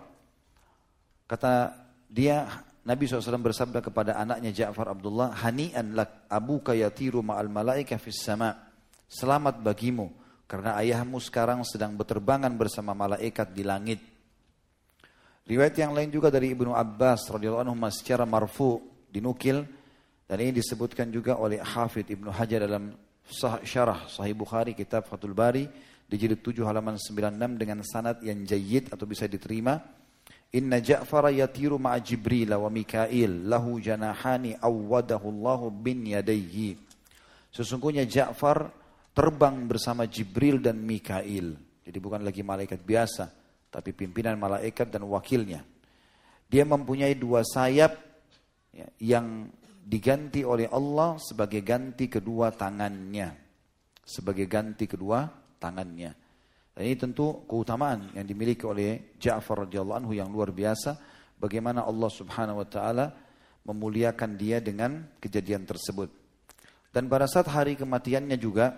Kata dia, Nabi shallallahu alaihi wasallam bersabda kepada anaknya Ja'far Abdullah, "Hani'an lak abuka yatiru ma'al malaika fis sama." Selamat bagimu karena ayahmu sekarang sedang berterbangan bersama malaikat di langit. Riwayat yang lain juga dari Ibnu Abbas radhiyallahu anhu secara marfu dinukil dan ini disebutkan juga oleh Hafidz Ibnu Hajar dalam syarah Sahih Bukhari kitab Fathul Bari di jilid tujuh halaman sembilan puluh enam dengan sanad yang jayyid atau bisa diterima. Inna Ja'far yatiru ma'a Jibril wa Mikail lahu janahani awwadahu Allahu bin yadayhi. Sesungguhnya Ja'far terbang bersama Jibril dan Mikail. Jadi bukan lagi malaikat biasa, tapi pimpinan malaikat dan wakilnya. Dia mempunyai dua sayap ya, yang diganti oleh Allah sebagai ganti kedua tangannya. Sebagai ganti kedua tangannya. Dan ini tentu keutamaan yang dimiliki oleh Ja'far radhiyallahu anhu yang luar biasa. Bagaimana Allah subhanahu wa ta'ala memuliakan dia dengan kejadian tersebut. Dan pada saat hari kematiannya juga,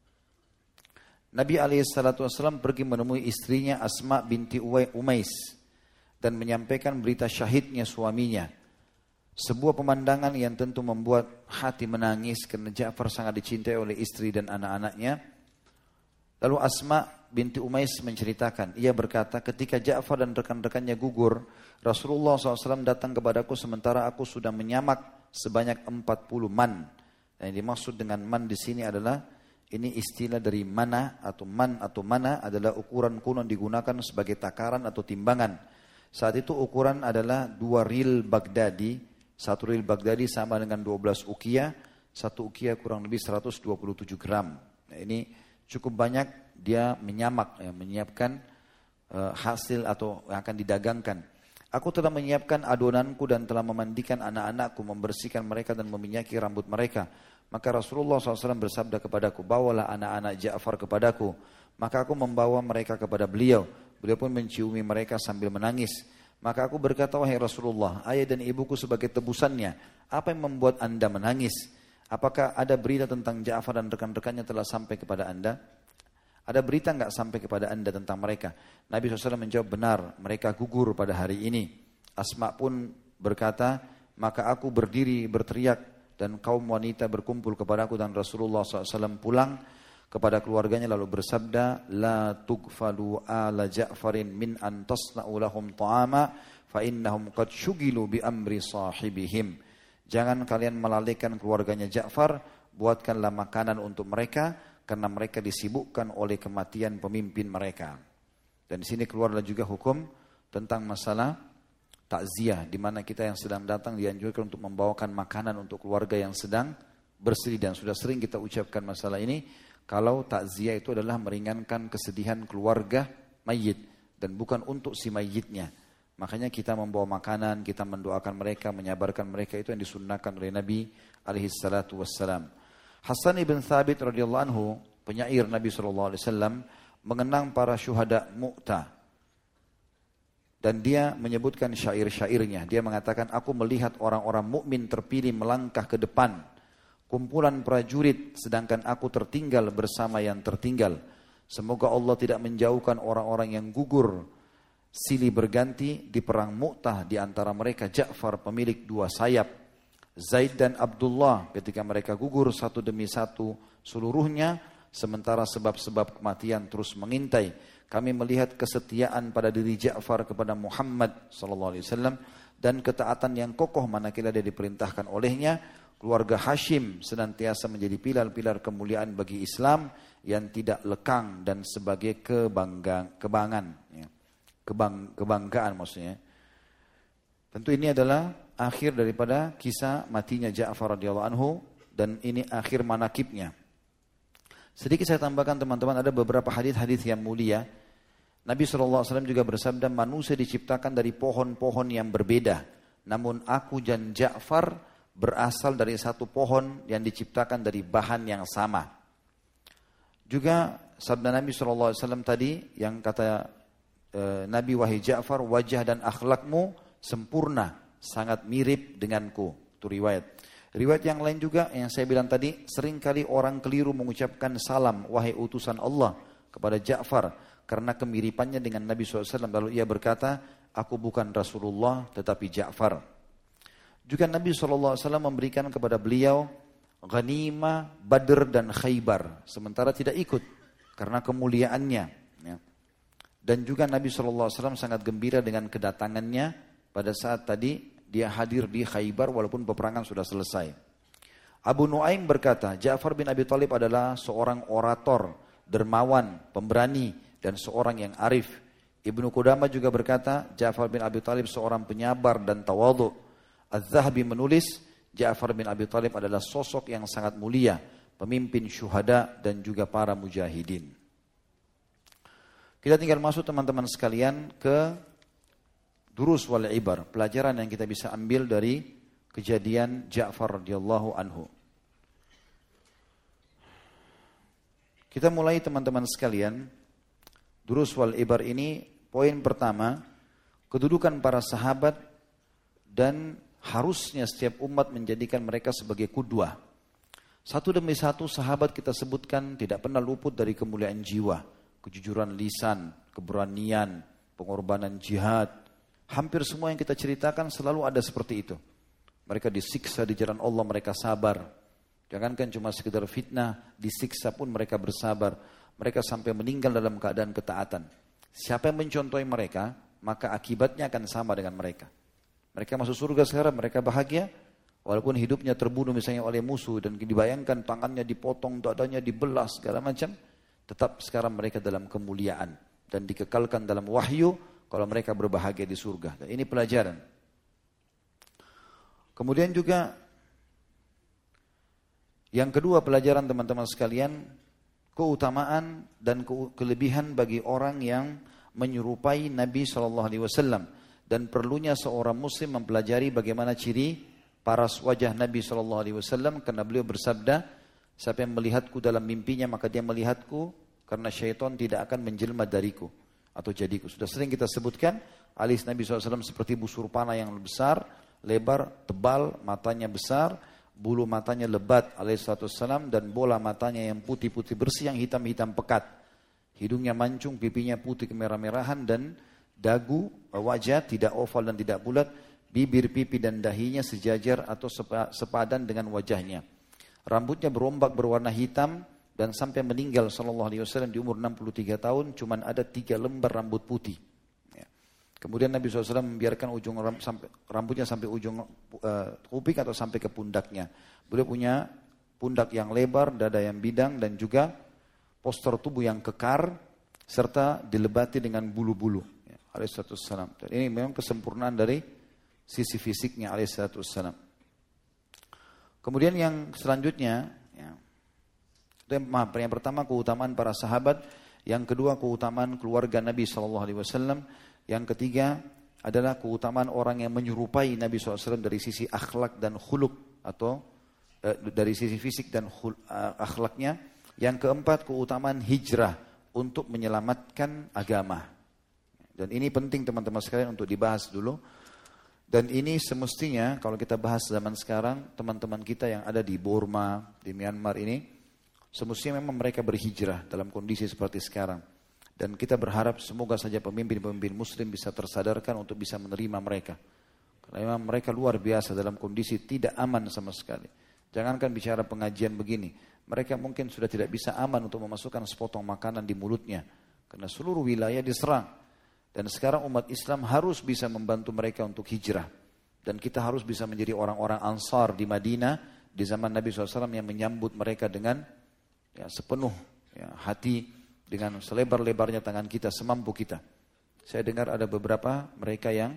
Nabi alaihi salatu wasallam pergi menemui istrinya Asma binti Umais dan menyampaikan berita syahidnya suaminya. Sebuah pemandangan yang tentu membuat hati menangis karena Ja'far sangat dicintai oleh istri dan anak-anaknya. Lalu Asma binti Umais menceritakan, ia berkata, ketika Ja'far dan rekan-rekannya gugur, Rasulullah shallallahu alaihi wasallam datang kepadaku sementara aku sudah menyamak sebanyak empat puluh man. Dan yang dimaksud dengan man di sini adalah, ini istilah dari mana atau man atau mana adalah ukuran kuno digunakan sebagai takaran atau timbangan. Saat itu ukuran adalah dua ril Baghdadi, satu ril Baghdadi sama dengan dua belas ukiah, satu ukiah kurang lebih seratus dua puluh tujuh gram. Nah, ini cukup banyak dia menyamak, ya, menyiapkan uh, hasil atau yang akan didagangkan. Aku telah menyiapkan adonanku dan telah memandikan anak-anakku, membersihkan mereka dan meminyaki rambut mereka. Maka Rasulullah shallallahu alaihi wasallam bersabda kepadaku, bawalah anak-anak Ja'far kepadaku. Maka aku membawa mereka kepada beliau. Beliau pun menciumi mereka sambil menangis. Maka aku berkata, wahai Rasulullah, ayah dan ibuku sebagai tebusannya, apa yang membuat anda menangis? Apakah ada berita tentang Ja'far dan rekan-rekannya telah sampai kepada anda? Ada berita nggak sampai kepada anda tentang mereka? Nabi shallallahu alaihi wasallam menjawab, benar, mereka gugur pada hari ini. Asma pun berkata, maka aku berdiri berteriak dan kaum wanita berkumpul kepadaku dan Rasulullah shallallahu alaihi wasallam pulang kepada keluarganya lalu bersabda, la tughfalu ala Ja'farin min an tasna'u lahum ta'ama fa innahum qad syugilu bi amri sahibihim. Jangan kalian melalaikan keluarganya Ja'far, buatkanlah makanan untuk mereka karena mereka disibukkan oleh kematian pemimpin mereka. Dan di sini keluarlah juga hukum tentang masalah takziah, di mana kita yang sedang datang dianjurkan untuk membawakan makanan untuk keluarga yang sedang bersedih. Dan sudah sering kita ucapkan masalah ini, kalau takziah itu adalah meringankan kesedihan keluarga mayit dan bukan untuk si mayitnya. Makanya kita membawa makanan, kita mendoakan mereka, menyabarkan mereka, itu yang disunnahkan oleh Nabi alaihi salatu wassalam. Hasan ibn Thabit radhiyallahu anhu, penyair Nabi sallallahu alaihi wasallam, mengenang para syuhada Mu'tah. Dan dia menyebutkan syair-syairnya. Dia mengatakan, aku melihat orang-orang mukmin terpilih melangkah ke depan, kumpulan prajurit, sedangkan aku tertinggal bersama yang tertinggal. Semoga Allah tidak menjauhkan orang-orang yang gugur silih berganti di perang Mu'tah, di antara mereka Ja'far pemilik dua sayap, Zaid dan Abdullah, ketika mereka gugur satu demi satu seluruhnya, sementara sebab-sebab kematian terus mengintai. Kami melihat kesetiaan pada diri Ja'far kepada Muhammad sallallahu alaihi wasallam dan ketaatan yang kokoh manakala dia diperintahkan olehnya. Keluarga Hashim senantiasa menjadi pilar-pilar kemuliaan bagi Islam yang tidak lekang dan sebagai kebanggaan, kebanggaan, ya. Kebang, kebanggaan maksudnya. Tentu ini adalah akhir daripada kisah matinya Ja'far radhiyallahu anhu dan ini akhir manakibnya. Sedikit saya tambahkan teman-teman, ada beberapa hadis-hadis yang mulia. Nabi shallallahu alaihi wasallam juga bersabda, manusia diciptakan dari pohon-pohon yang berbeda, namun aku dan Ja'far berasal dari satu pohon yang diciptakan dari bahan yang sama. Juga sabda Nabi shallallahu alaihi wasallam tadi yang kata e, Nabi, wahai Ja'far, wajah dan akhlakmu sempurna, sangat mirip denganku. Itu riwayat. Riwayat yang lain juga yang saya bilang tadi, seringkali orang keliru mengucapkan salam, wahai utusan Allah, kepada Ja'far karena kemiripannya dengan Nabi shallallahu alaihi wasallam. Lalu ia berkata, aku bukan Rasulullah tetapi Ja'far. Juga Nabi shallallahu alaihi wasallam memberikan kepada beliau ghanimah Badr dan Khaybar, sementara tidak ikut karena kemuliaannya. Ya. Dan juga Nabi shallallahu alaihi wasallam sangat gembira dengan kedatangannya pada saat tadi dia hadir di Khaybar walaupun peperangan sudah selesai. Abu Nuaim berkata, Ja'far bin Abi Thalib adalah seorang orator, dermawan, pemberani, dan seorang yang arif. Ibnu Qudamah juga berkata, Ja'far bin Abi Thalib seorang penyabar dan tawadhu. Az-Zahabi menulis, Ja'far bin Abi Thalib adalah sosok yang sangat mulia, pemimpin syuhada dan juga para mujahidin. Kita tinggal masuk teman-teman sekalian ke durus wal ibar, pelajaran yang kita bisa ambil dari kejadian Ja'far radhiyallahu anhu. Kita mulai teman-teman sekalian, durus wal ibar ini, poin pertama, kedudukan para sahabat dan harusnya setiap umat menjadikan mereka sebagai qudwah. Satu demi satu sahabat kita sebutkan tidak pernah luput dari kemuliaan jiwa, kejujuran lisan, keberanian, pengorbanan jihad. Hampir semua yang kita ceritakan selalu ada seperti itu. Mereka disiksa di jalan Allah, mereka sabar. Jangankan cuma sekedar fitnah, disiksa pun mereka bersabar. Mereka sampai meninggal dalam keadaan ketaatan. Siapa yang mencontohi mereka, maka akibatnya akan sama dengan mereka. Mereka masuk surga sekarang, mereka bahagia. Walaupun hidupnya terbunuh misalnya oleh musuh dan dibayangkan tangannya dipotong, dadanya dibelah, segala macam. Tetap sekarang mereka dalam kemuliaan. Dan dikekalkan dalam wahyu kalau mereka berbahagia di surga. Dan ini pelajaran. Kemudian juga yang kedua pelajaran teman-teman sekalian, keutamaan dan ke- kelebihan bagi orang yang menyerupai Nabi shallallahu alaihi wasallam dan perlunya seorang muslim mempelajari bagaimana ciri paras wajah Nabi shallallahu alaihi wasallam, karena beliau bersabda, siapa yang melihatku dalam mimpinya maka dia melihatku, karena syaitan tidak akan menjelma dariku atau jadiku. Sudah sering kita sebutkan, alis Nabi shallallahu alaihi wasallam seperti busur panah yang besar, lebar, tebal, matanya besar, bulu matanya lebat alaihi wasallam, dan bola matanya yang putih-putih bersih, yang hitam-hitam pekat. Hidungnya mancung, pipinya putih kemerah-merahan dan dagu, wajah tidak oval dan tidak bulat, bibir, pipi dan dahinya sejajar atau sepadan dengan wajahnya. Rambutnya berombak berwarna hitam dan sampai meninggal sallallahu alaihi wasallam di umur enam puluh tiga tahun cuman ada tiga lembar rambut putih. Ya. Kemudian Nabi shallallahu alaihi wasallam membiarkan ujung rambutnya sampai ujung uh, kuping atau sampai ke pundaknya. Beliau punya pundak yang lebar, dada yang bidang dan juga postur tubuh yang kekar serta dilebati dengan bulu-bulu. Ya, alaihissalatu wassalam. Dan ini memang kesempurnaan dari sisi fisiknya alaihissalatu wassalam. Kemudian yang selanjutnya, ya, maaf, yang pertama keutamaan para sahabat, yang kedua keutamaan keluarga Nabi shallallahu alaihi wasallam, yang ketiga adalah keutamaan orang yang menyerupai Nabi shallallahu alaihi wasallam dari sisi akhlak dan khuluq atau eh, dari sisi fisik dan khul, uh, akhlaknya. Yang keempat keutamaan hijrah untuk menyelamatkan agama. Dan ini penting teman-teman sekalian untuk dibahas dulu. Dan ini semestinya kalau kita bahas zaman sekarang, teman-teman kita yang ada di Burma, di Myanmar ini, semestinya memang mereka berhijrah dalam kondisi seperti sekarang. Dan kita berharap semoga saja pemimpin-pemimpin muslim bisa tersadarkan untuk bisa menerima mereka. Karena memang mereka luar biasa dalam kondisi tidak aman sama sekali. Jangankan bicara pengajian begini, mereka mungkin sudah tidak bisa aman untuk memasukkan sepotong makanan di mulutnya. Karena seluruh wilayah diserang. Dan sekarang umat Islam harus bisa membantu mereka untuk hijrah. Dan kita harus bisa menjadi orang-orang Ansar di Madinah di zaman Nabi shallallahu alaihi wasallam yang menyambut mereka dengan ya, sepenuh ya, hati, dengan selebar-lebarnya tangan kita, semampu kita. Saya dengar ada beberapa mereka yang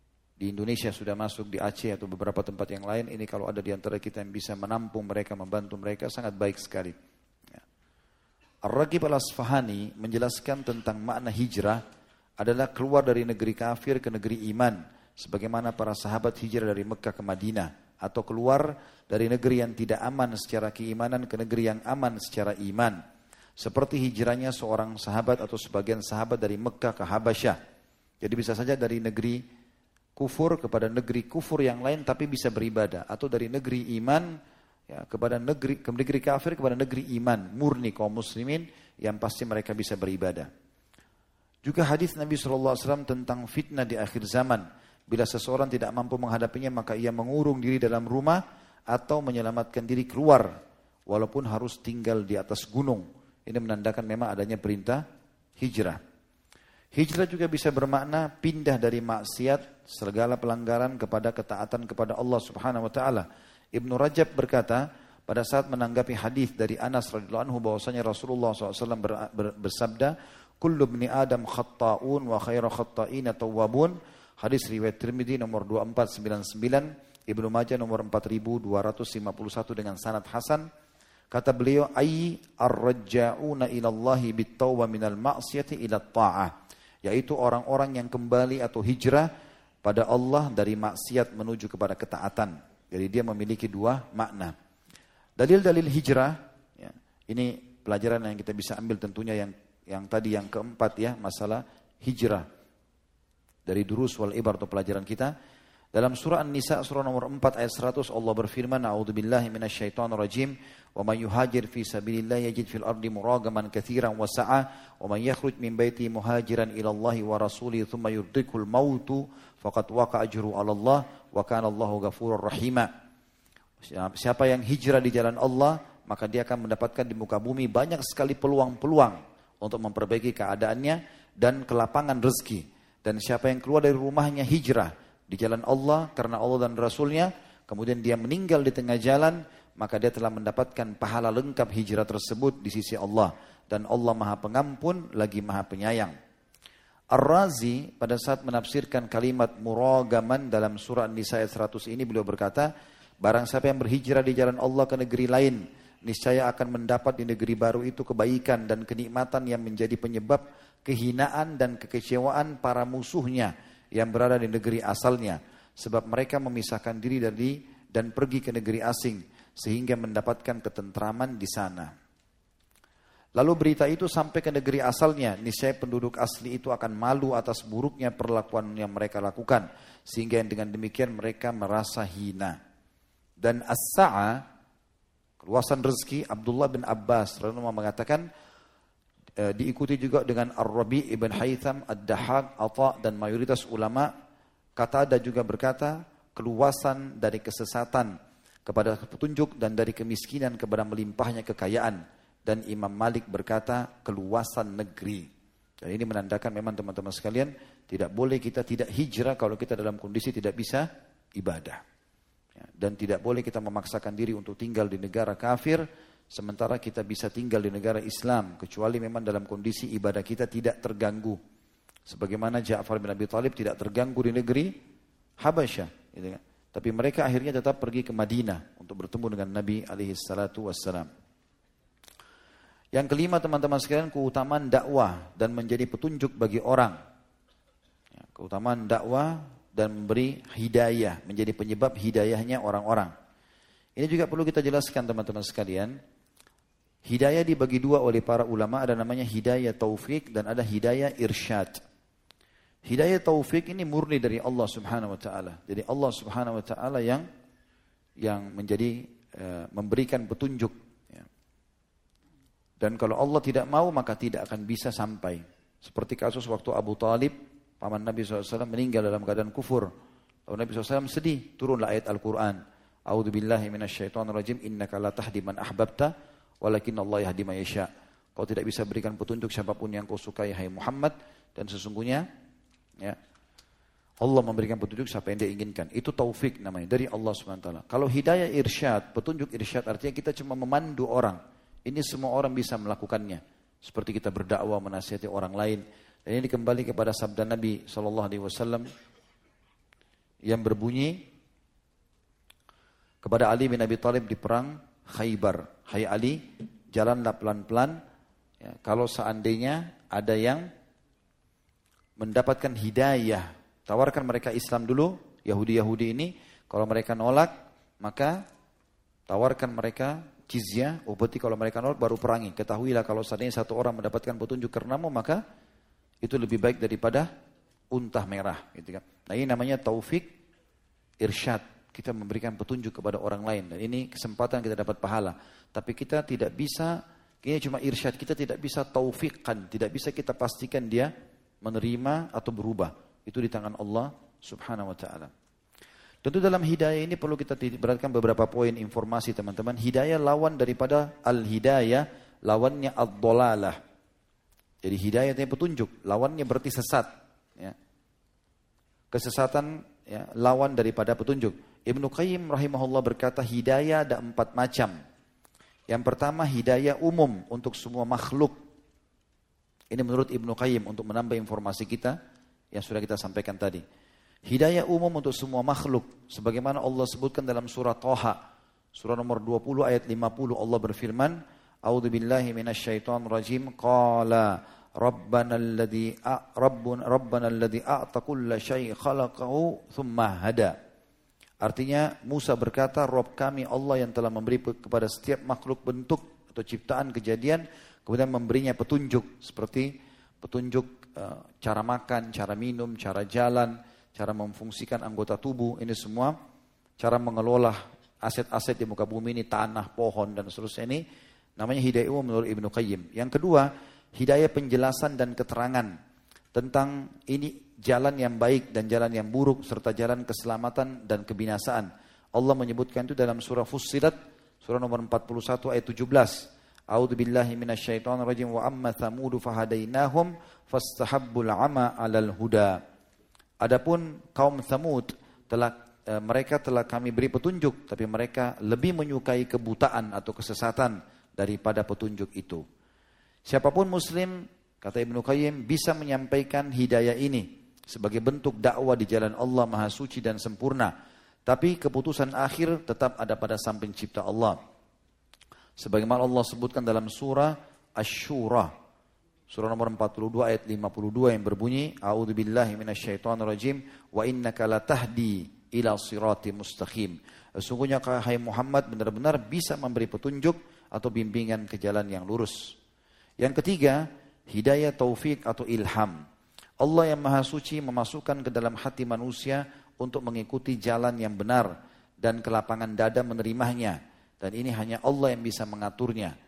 di Indonesia sudah masuk di Aceh atau beberapa tempat yang lain. Ini kalau ada di antara kita yang bisa menampung mereka, membantu mereka, sangat baik sekali. Ya. Ar-Raghib Al-Asfahani menjelaskan tentang makna hijrah adalah keluar dari negeri kafir ke negeri iman, sebagaimana para sahabat hijrah dari Mekah ke Madinah, atau keluar dari negeri yang tidak aman secara keimanan ke negeri yang aman secara iman, seperti hijrahnya seorang sahabat atau sebagian sahabat dari Mekah ke Habasyah. Jadi bisa saja dari negeri kufur kepada negeri kufur yang lain tapi bisa beribadah, atau dari negeri iman ya, kepada negeri ke negeri kafir kepada negeri iman murni kaum muslimin yang pasti mereka bisa beribadah. Juga hadis Nabi shallallahu alaihi wasallam tentang fitnah di akhir zaman. Bila seseorang tidak mampu menghadapinya, maka ia mengurung diri dalam rumah atau menyelamatkan diri keluar, walaupun harus tinggal di atas gunung. Ini menandakan memang adanya perintah hijrah. Hijrah juga bisa bermakna pindah dari maksiat, segala pelanggaran kepada ketaatan kepada Allah Subhanahu Wa Taala. Ibnu Rajab berkata pada saat menanggapi hadis dari Anas radhiyallahu anhu bahwasanya Rasulullah shallallahu alaihi wasallam bersabda, kullu ibni Adam khatta'un wa khairu khatta'ina tawwabun. Hadis riwayat Tirmidzi nomor dua empat sembilan sembilan, Ibnu Majah nomor empat ribu dua ratus lima puluh satu dengan sanad hasan. Kata beliau, ay ar-rajja'una ila Allahi bit-taubah minal ma'siyati ila ta'ah, yaitu orang-orang yang kembali atau hijrah pada Allah dari maksiat menuju kepada ketaatan. Jadi dia memiliki dua makna. Dalil-dalil hijrah, ya, ini pelajaran yang kita bisa ambil tentunya yang Yang tadi yang keempat ya, masalah hijrah. Dari durus wal ibar atau pelajaran kita. Dalam surah An-Nisa surah nomor empat ayat seratus Allah berfirman, a'udzubillahi minasyaitonirrajim, wa man yuhajir fi sabilillah yajid fil ardi muragaman katsiran wa sa'a, wa man yakhruj min baiti muhajiran ila Allah wa rasulihi thumma yudrikul mautu faqad waqa ajru 'ala Allah wa kana Allahu ghafurur rahima. Siapa yang hijrah di jalan Allah, maka dia akan mendapatkan di muka bumi banyak sekali peluang-peluang untuk memperbaiki keadaannya dan kelapangan rezeki. Dan siapa yang keluar dari rumahnya hijrah di jalan Allah karena Allah dan Rasulnya, kemudian dia meninggal di tengah jalan, maka dia telah mendapatkan pahala lengkap hijrah tersebut di sisi Allah. Dan Allah Maha Pengampun lagi Maha Penyayang. Ar-Razi pada saat menafsirkan kalimat muragaman dalam surah An-Nisa ayat seratus ini, beliau berkata, barang siapa yang berhijrah di jalan Allah ke negeri lain, niscaya akan mendapat di negeri baru itu kebaikan dan kenikmatan yang menjadi penyebab kehinaan dan kekecewaan para musuhnya yang berada di negeri asalnya. Sebab mereka memisahkan diri dari dan pergi ke negeri asing sehingga mendapatkan ketentraman di sana. Lalu berita itu sampai ke negeri asalnya, niscaya penduduk asli itu akan malu atas buruknya perlakuan yang mereka lakukan, sehingga dengan demikian mereka merasa hina. Dan as-sa'a, keluasan rezeki, Abdullah bin Abbas radhiyallahu anhu mengatakan, e, diikuti juga dengan Ar-Rabi' ibn Haytham, Ad-Dahhak, Atha dan mayoritas ulama. Qatada juga berkata, keluasan dari kesesatan kepada petunjuk dan dari kemiskinan kepada melimpahnya kekayaan. Dan Imam Malik berkata, keluasan negeri. Dan ini menandakan memang teman-teman sekalian, tidak boleh kita tidak hijrah kalau kita dalam kondisi tidak bisa ibadah. Ya, dan tidak boleh kita memaksakan diri untuk tinggal di negara kafir, sementara kita bisa tinggal di negara Islam, kecuali memang dalam kondisi ibadah kita tidak terganggu. Sebagaimana Ja'far bin Abi Thalib tidak terganggu di negeri Habasyah. Gitu kan. Tapi mereka akhirnya tetap pergi ke Madinah untuk bertemu dengan Nabi alaihi salatu wassalam. Yang kelima teman-teman sekalian, keutamaan dakwah dan menjadi petunjuk bagi orang. Ya, keutamaan dakwah dan memberi hidayah, menjadi penyebab hidayahnya orang-orang. Ini juga perlu kita jelaskan teman-teman sekalian. Hidayah dibagi dua oleh para ulama, ada namanya hidayah taufik dan ada hidayah irsyad. Hidayah taufik ini murni dari Allah Subhanahu wa taala. Jadi Allah Subhanahu wa taala yang yang menjadi uh, memberikan petunjuk. Dan kalau Allah tidak mau maka tidak akan bisa sampai. Seperti kasus waktu Abu Talib, paman Nabi shallallahu alaihi wasallam meninggal dalam keadaan kufur. Lalu Nabi shallallahu alaihi wasallam sedih, turunlah ayat Al-Quran. A'udzubillahi minasyaitonirrajim, innaka la tahdi man ahbabta, walakin Allah yahdi man yasha. Kau tidak bisa berikan petunjuk siapapun yang kau sukai, hai Muhammad. Dan sesungguhnya, ya, Allah memberikan petunjuk siapa yang dia inginkan. Itu taufik namanya, dari Allah subhanahu wa taala. Kalau hidayah irsyad, petunjuk irsyad artinya kita cuma memandu orang. Ini semua orang bisa melakukannya. Seperti kita berdakwah, menasihati orang lain. Dan ini kembali kepada sabda Nabi shallallahu alaihi wasallam yang berbunyi kepada Ali bin Abi Thalib di perang Khaybar. Hai Ali, jalanlah pelan-pelan. Ya, kalau seandainya ada yang mendapatkan hidayah, tawarkan mereka Islam dulu, Yahudi-Yahudi ini. Kalau mereka nolak, maka tawarkan mereka jizyah, oh berarti kalau mereka nolak baru perangi. Ketahuilah kalau seandainya satu orang mendapatkan petunjuk karenamu, maka itu lebih baik daripada unta merah. Gitu kan. Nah ini namanya taufik irsyad. Kita memberikan petunjuk kepada orang lain. Dan ini kesempatan kita dapat pahala. Tapi kita tidak bisa, ini cuma irsyad, kita tidak bisa taufikkan. Tidak bisa kita pastikan dia menerima atau berubah. Itu di tangan Allah subhanahu wa ta'ala. Tentu dalam hidayah ini perlu kita perhatikan beberapa poin informasi teman-teman. Hidayah lawan daripada al-hidayah, lawannya ad-dhalalah. Jadi hidayah itu petunjuk, lawannya berarti sesat. Ya. Kesesatan ya, lawan daripada petunjuk. Ibnu Qayyim rahimahullah berkata hidayah ada empat macam. Yang pertama hidayah umum untuk semua makhluk. Ini menurut Ibnu Qayyim untuk menambah informasi kita yang sudah kita sampaikan tadi. Hidayah umum untuk semua makhluk. Sebagaimana Allah sebutkan dalam surah Thaha. Surah nomor dua puluh ayat lima puluh Allah berfirman. A'udzubillahi minasyaitonirrajim. Qala Rabbana alladhi Rabbun Rabbana alladhi a'ta kulla syai' khalaqahu thumma hada. Artinya Musa berkata, Rabb kami Allah yang telah memberi kepada setiap makhluk bentuk atau ciptaan kejadian, kemudian memberinya petunjuk. Seperti petunjuk uh, cara makan, cara minum, cara jalan, cara memfungsikan anggota tubuh, ini semua cara mengelola aset-aset di muka bumi ini, tanah, pohon, dan seterusnya ini, namanya hidayah umum menurut Ibnu Qayyim. Yang kedua, hidayah penjelasan dan keterangan tentang ini jalan yang baik dan jalan yang buruk, serta jalan keselamatan dan kebinasaan. Allah menyebutkan itu dalam surah Fussilat, surah nomor empat puluh satu ayat tujuh belas. A'udzu billahi minasyaitonir rajim wa amma thamudu fahadainahum fastahabbul 'ama 'alal huda. Adapun kaum Thamud telah e, mereka telah kami beri petunjuk, tapi mereka lebih menyukai kebutaan atau kesesatan daripada petunjuk itu. Siapapun muslim, kata Ibnu Qayyim, bisa menyampaikan hidayah ini sebagai bentuk dakwah di jalan Allah Maha Suci dan sempurna. Tapi keputusan akhir tetap ada pada Sang Pencipta Allah. Sebagaimana Allah sebutkan dalam surah Asy-Syura. Surah nomor empat puluh dua ayat lima puluh dua yang berbunyi, A'udzubillahi minasyaitonirrajim wa innaka latahdi ila siratim mustaqim. Sesungguhnya hai Muhammad benar-benar bisa memberi petunjuk atau bimbingan ke jalan yang lurus. Yang ketiga, hidayah taufik atau ilham. Allah yang Maha Suci memasukkan ke dalam hati manusia untuk mengikuti jalan yang benar dan kelapangan dada menerimanya. Dan ini hanya Allah yang bisa mengaturnya.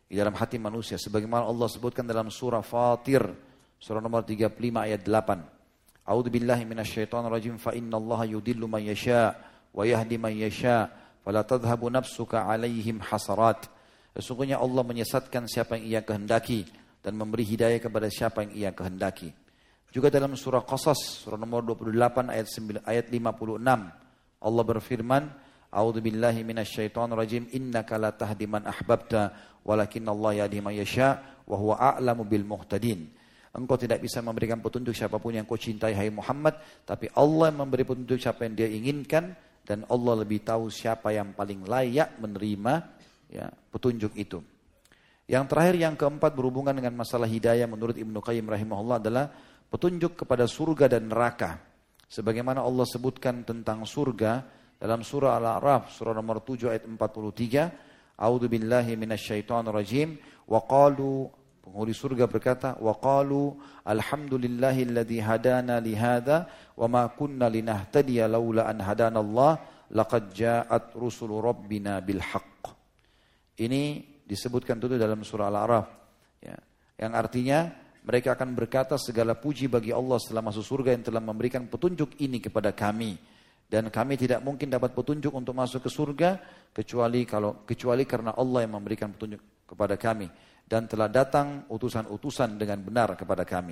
di dalam hati manusia. Sebagaimana Allah sebutkan dalam surah Fatir, surah nomor tiga puluh lima ayat delapan. A'udzu billahi minasyaitonir rajim fa innallaha yudillu man yasha wa yahdi man yasha fala tadhhabu nafsuka 'alaihim hasarat. Sesungguhnya Allah menyesatkan siapa yang Ia kehendaki dan memberi hidayah kepada siapa yang Ia kehendaki. Juga dalam surah Qasas, surah nomor dua puluh delapan ayat sembilan, ayat lima puluh enam, Allah berfirman, A'udzu billahi minasyaitonir rajim innaka la tahdi man ahbabta walakinnallaha yahdi man yasha wa huwa a'lamu bil muhtadin. Engkau tidak bisa memberikan petunjuk siapapun yang kau cintai hai Muhammad, tapi Allah yang memberi petunjuk siapa yang Dia inginkan dan Allah lebih tahu siapa yang paling layak menerima ya, petunjuk itu. Yang terakhir, yang keempat, berhubungan dengan masalah hidayah menurut Ibnu Qayyim rahimahullah adalah petunjuk kepada surga dan neraka. Sebagaimana Allah sebutkan tentang surga dalam surah Al-A'raf, surah nomor tujuh ayat empat puluh tiga, A'udzu billahi minasyaitonir rajim wa qalu, penghuni surga berkata, wa qalu alhamdulillahilladzi hadana li hadza wa ma kunna linahtadiya laula an hadanallah laqad ja'at rusulu rabbina bil haqq. Ini disebutkan itu dalam surah Al-A'raf ya, yang artinya mereka akan berkata segala puji bagi Allah setelah masuk surga yang telah memberikan petunjuk ini kepada kami, dan kami tidak mungkin dapat petunjuk untuk masuk ke surga kecuali kalau kecuali karena Allah yang memberikan petunjuk kepada kami, dan telah datang utusan-utusan dengan benar kepada kami.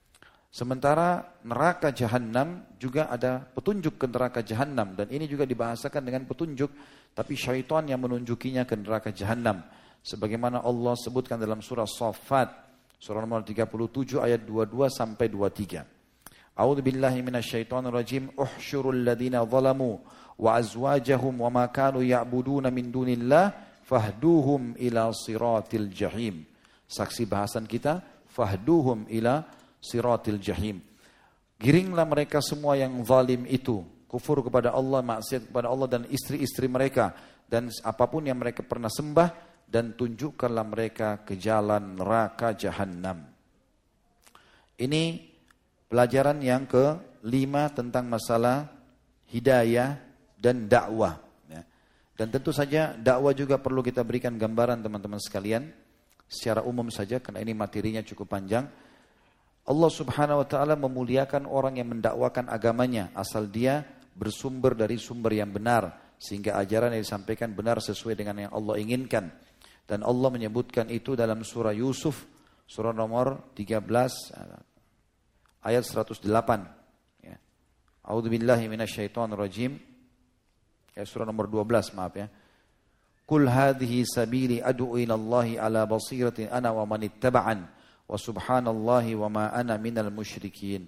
Sementara neraka jahanam juga ada petunjuk ke neraka jahanam, dan ini juga dibahasakan dengan petunjuk, tapi syaitan yang menunjukinya ke neraka jahanam. Sebagaimana Allah sebutkan dalam surah Shaffat, surah nomor tiga puluh tujuh ayat dua puluh dua sampai dua puluh tiga. A'udzu billahi minasyaitonir rajim. Uhsyurul ladzina zalamu wa azwajahum wa ma kanu ya'buduna min dunillah fahduhum ila siratil jahim. Saksi bahasan kita, fahduhum ila siratil jahim. Giringlah mereka semua yang zalim itu, kufur kepada Allah, maksiat kepada Allah dan istri-istri mereka dan apapun yang mereka pernah sembah, dan tunjukkanlah mereka ke jalan neraka jahanam. Ini pelajaran yang kelima tentang masalah hidayah dan dakwah. Dan tentu saja dakwah juga perlu kita berikan gambaran teman-teman sekalian secara umum saja karena ini materinya cukup panjang. Allah Subhanahu wa taala memuliakan orang yang mendakwakan agamanya asal dia bersumber dari sumber yang benar sehingga ajaran yang disampaikan benar sesuai dengan yang Allah inginkan. Dan Allah menyebutkan itu dalam surah Yusuf, surah nomor tiga belas ayat seratus delapan. Ya. A'udzu billahi minasyaitonir rajim. Ya, surah nomor dua belas, maaf ya. Qul hadhihi sabili ad'u ila Allahi ala basiratin ana wa man ittaba'an wa subhanallahi wa ma ana minal musyrikin.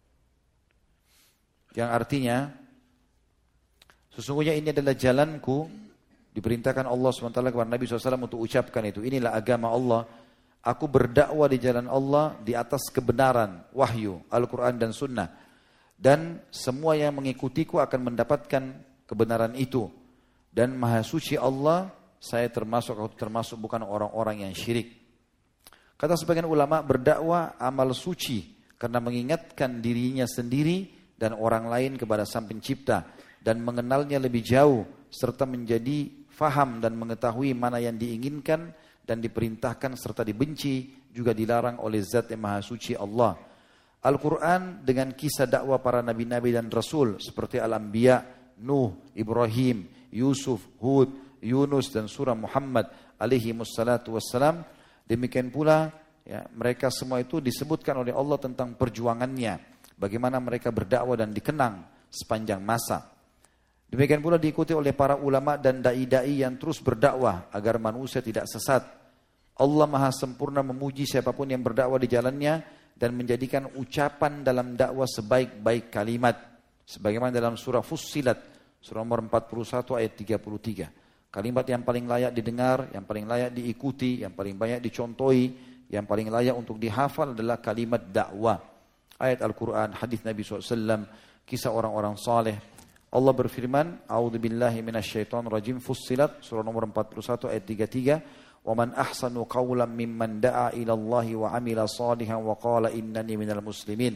Yang artinya sesungguhnya ini adalah jalanku, diperintahkan Allah subhanahu wa taala kepada Nabi shallallahu alaihi wasallam untuk ucapkan itu. Inilah agama Allah. Aku berdakwah di jalan Allah di atas kebenaran, wahyu, Al-Quran dan Sunnah. Dan semua yang mengikutiku akan mendapatkan kebenaran itu. Dan Maha Suci Allah, saya termasuk, aku termasuk bukan orang-orang yang syirik. Kata sebagian ulama, berdakwah amal suci karena mengingatkan dirinya sendiri dan orang lain kepada Sang Pencipta dan mengenalnya lebih jauh serta menjadi faham dan mengetahui mana yang diinginkan dan diperintahkan serta dibenci juga dilarang oleh Zat yang Maha Suci Allah. Al-Quran dengan kisah dakwah para nabi-nabi dan rasul seperti Al-Anbiya, Nuh, Ibrahim, Yusuf, Hud, Yunus dan surah Muhammad alaihi wassalatu wassalam. Demikian pula ya, mereka semua itu disebutkan oleh Allah tentang perjuangannya, bagaimana mereka berdakwah dan dikenang sepanjang masa. Demikian pula diikuti oleh para ulama dan dai-dai yang terus berdakwah agar manusia tidak sesat. Allah Maha sempurna memuji siapapun yang berdakwah di jalannya dan menjadikan ucapan dalam dakwah sebaik-baik kalimat. Sebagaimana dalam surah Fussilat, surah nomor empat puluh satu ayat tiga puluh tiga. Kalimat yang paling layak didengar, yang paling layak diikuti, yang paling banyak dicontohi, yang paling layak untuk dihafal adalah kalimat dakwah. Ayat Al-Quran, hadis Nabi shallallahu alaihi wasallam, kisah orang-orang saleh. Allah berfirman, A'udzu billahi minasyaitonir rajim, Fussilat, surah nomor empat puluh satu ayat tiga puluh tiga. Wa man ahsanu qawlan mimman da'a ila Allahi wa 'amila shalihan wa qala innani minal muslimin.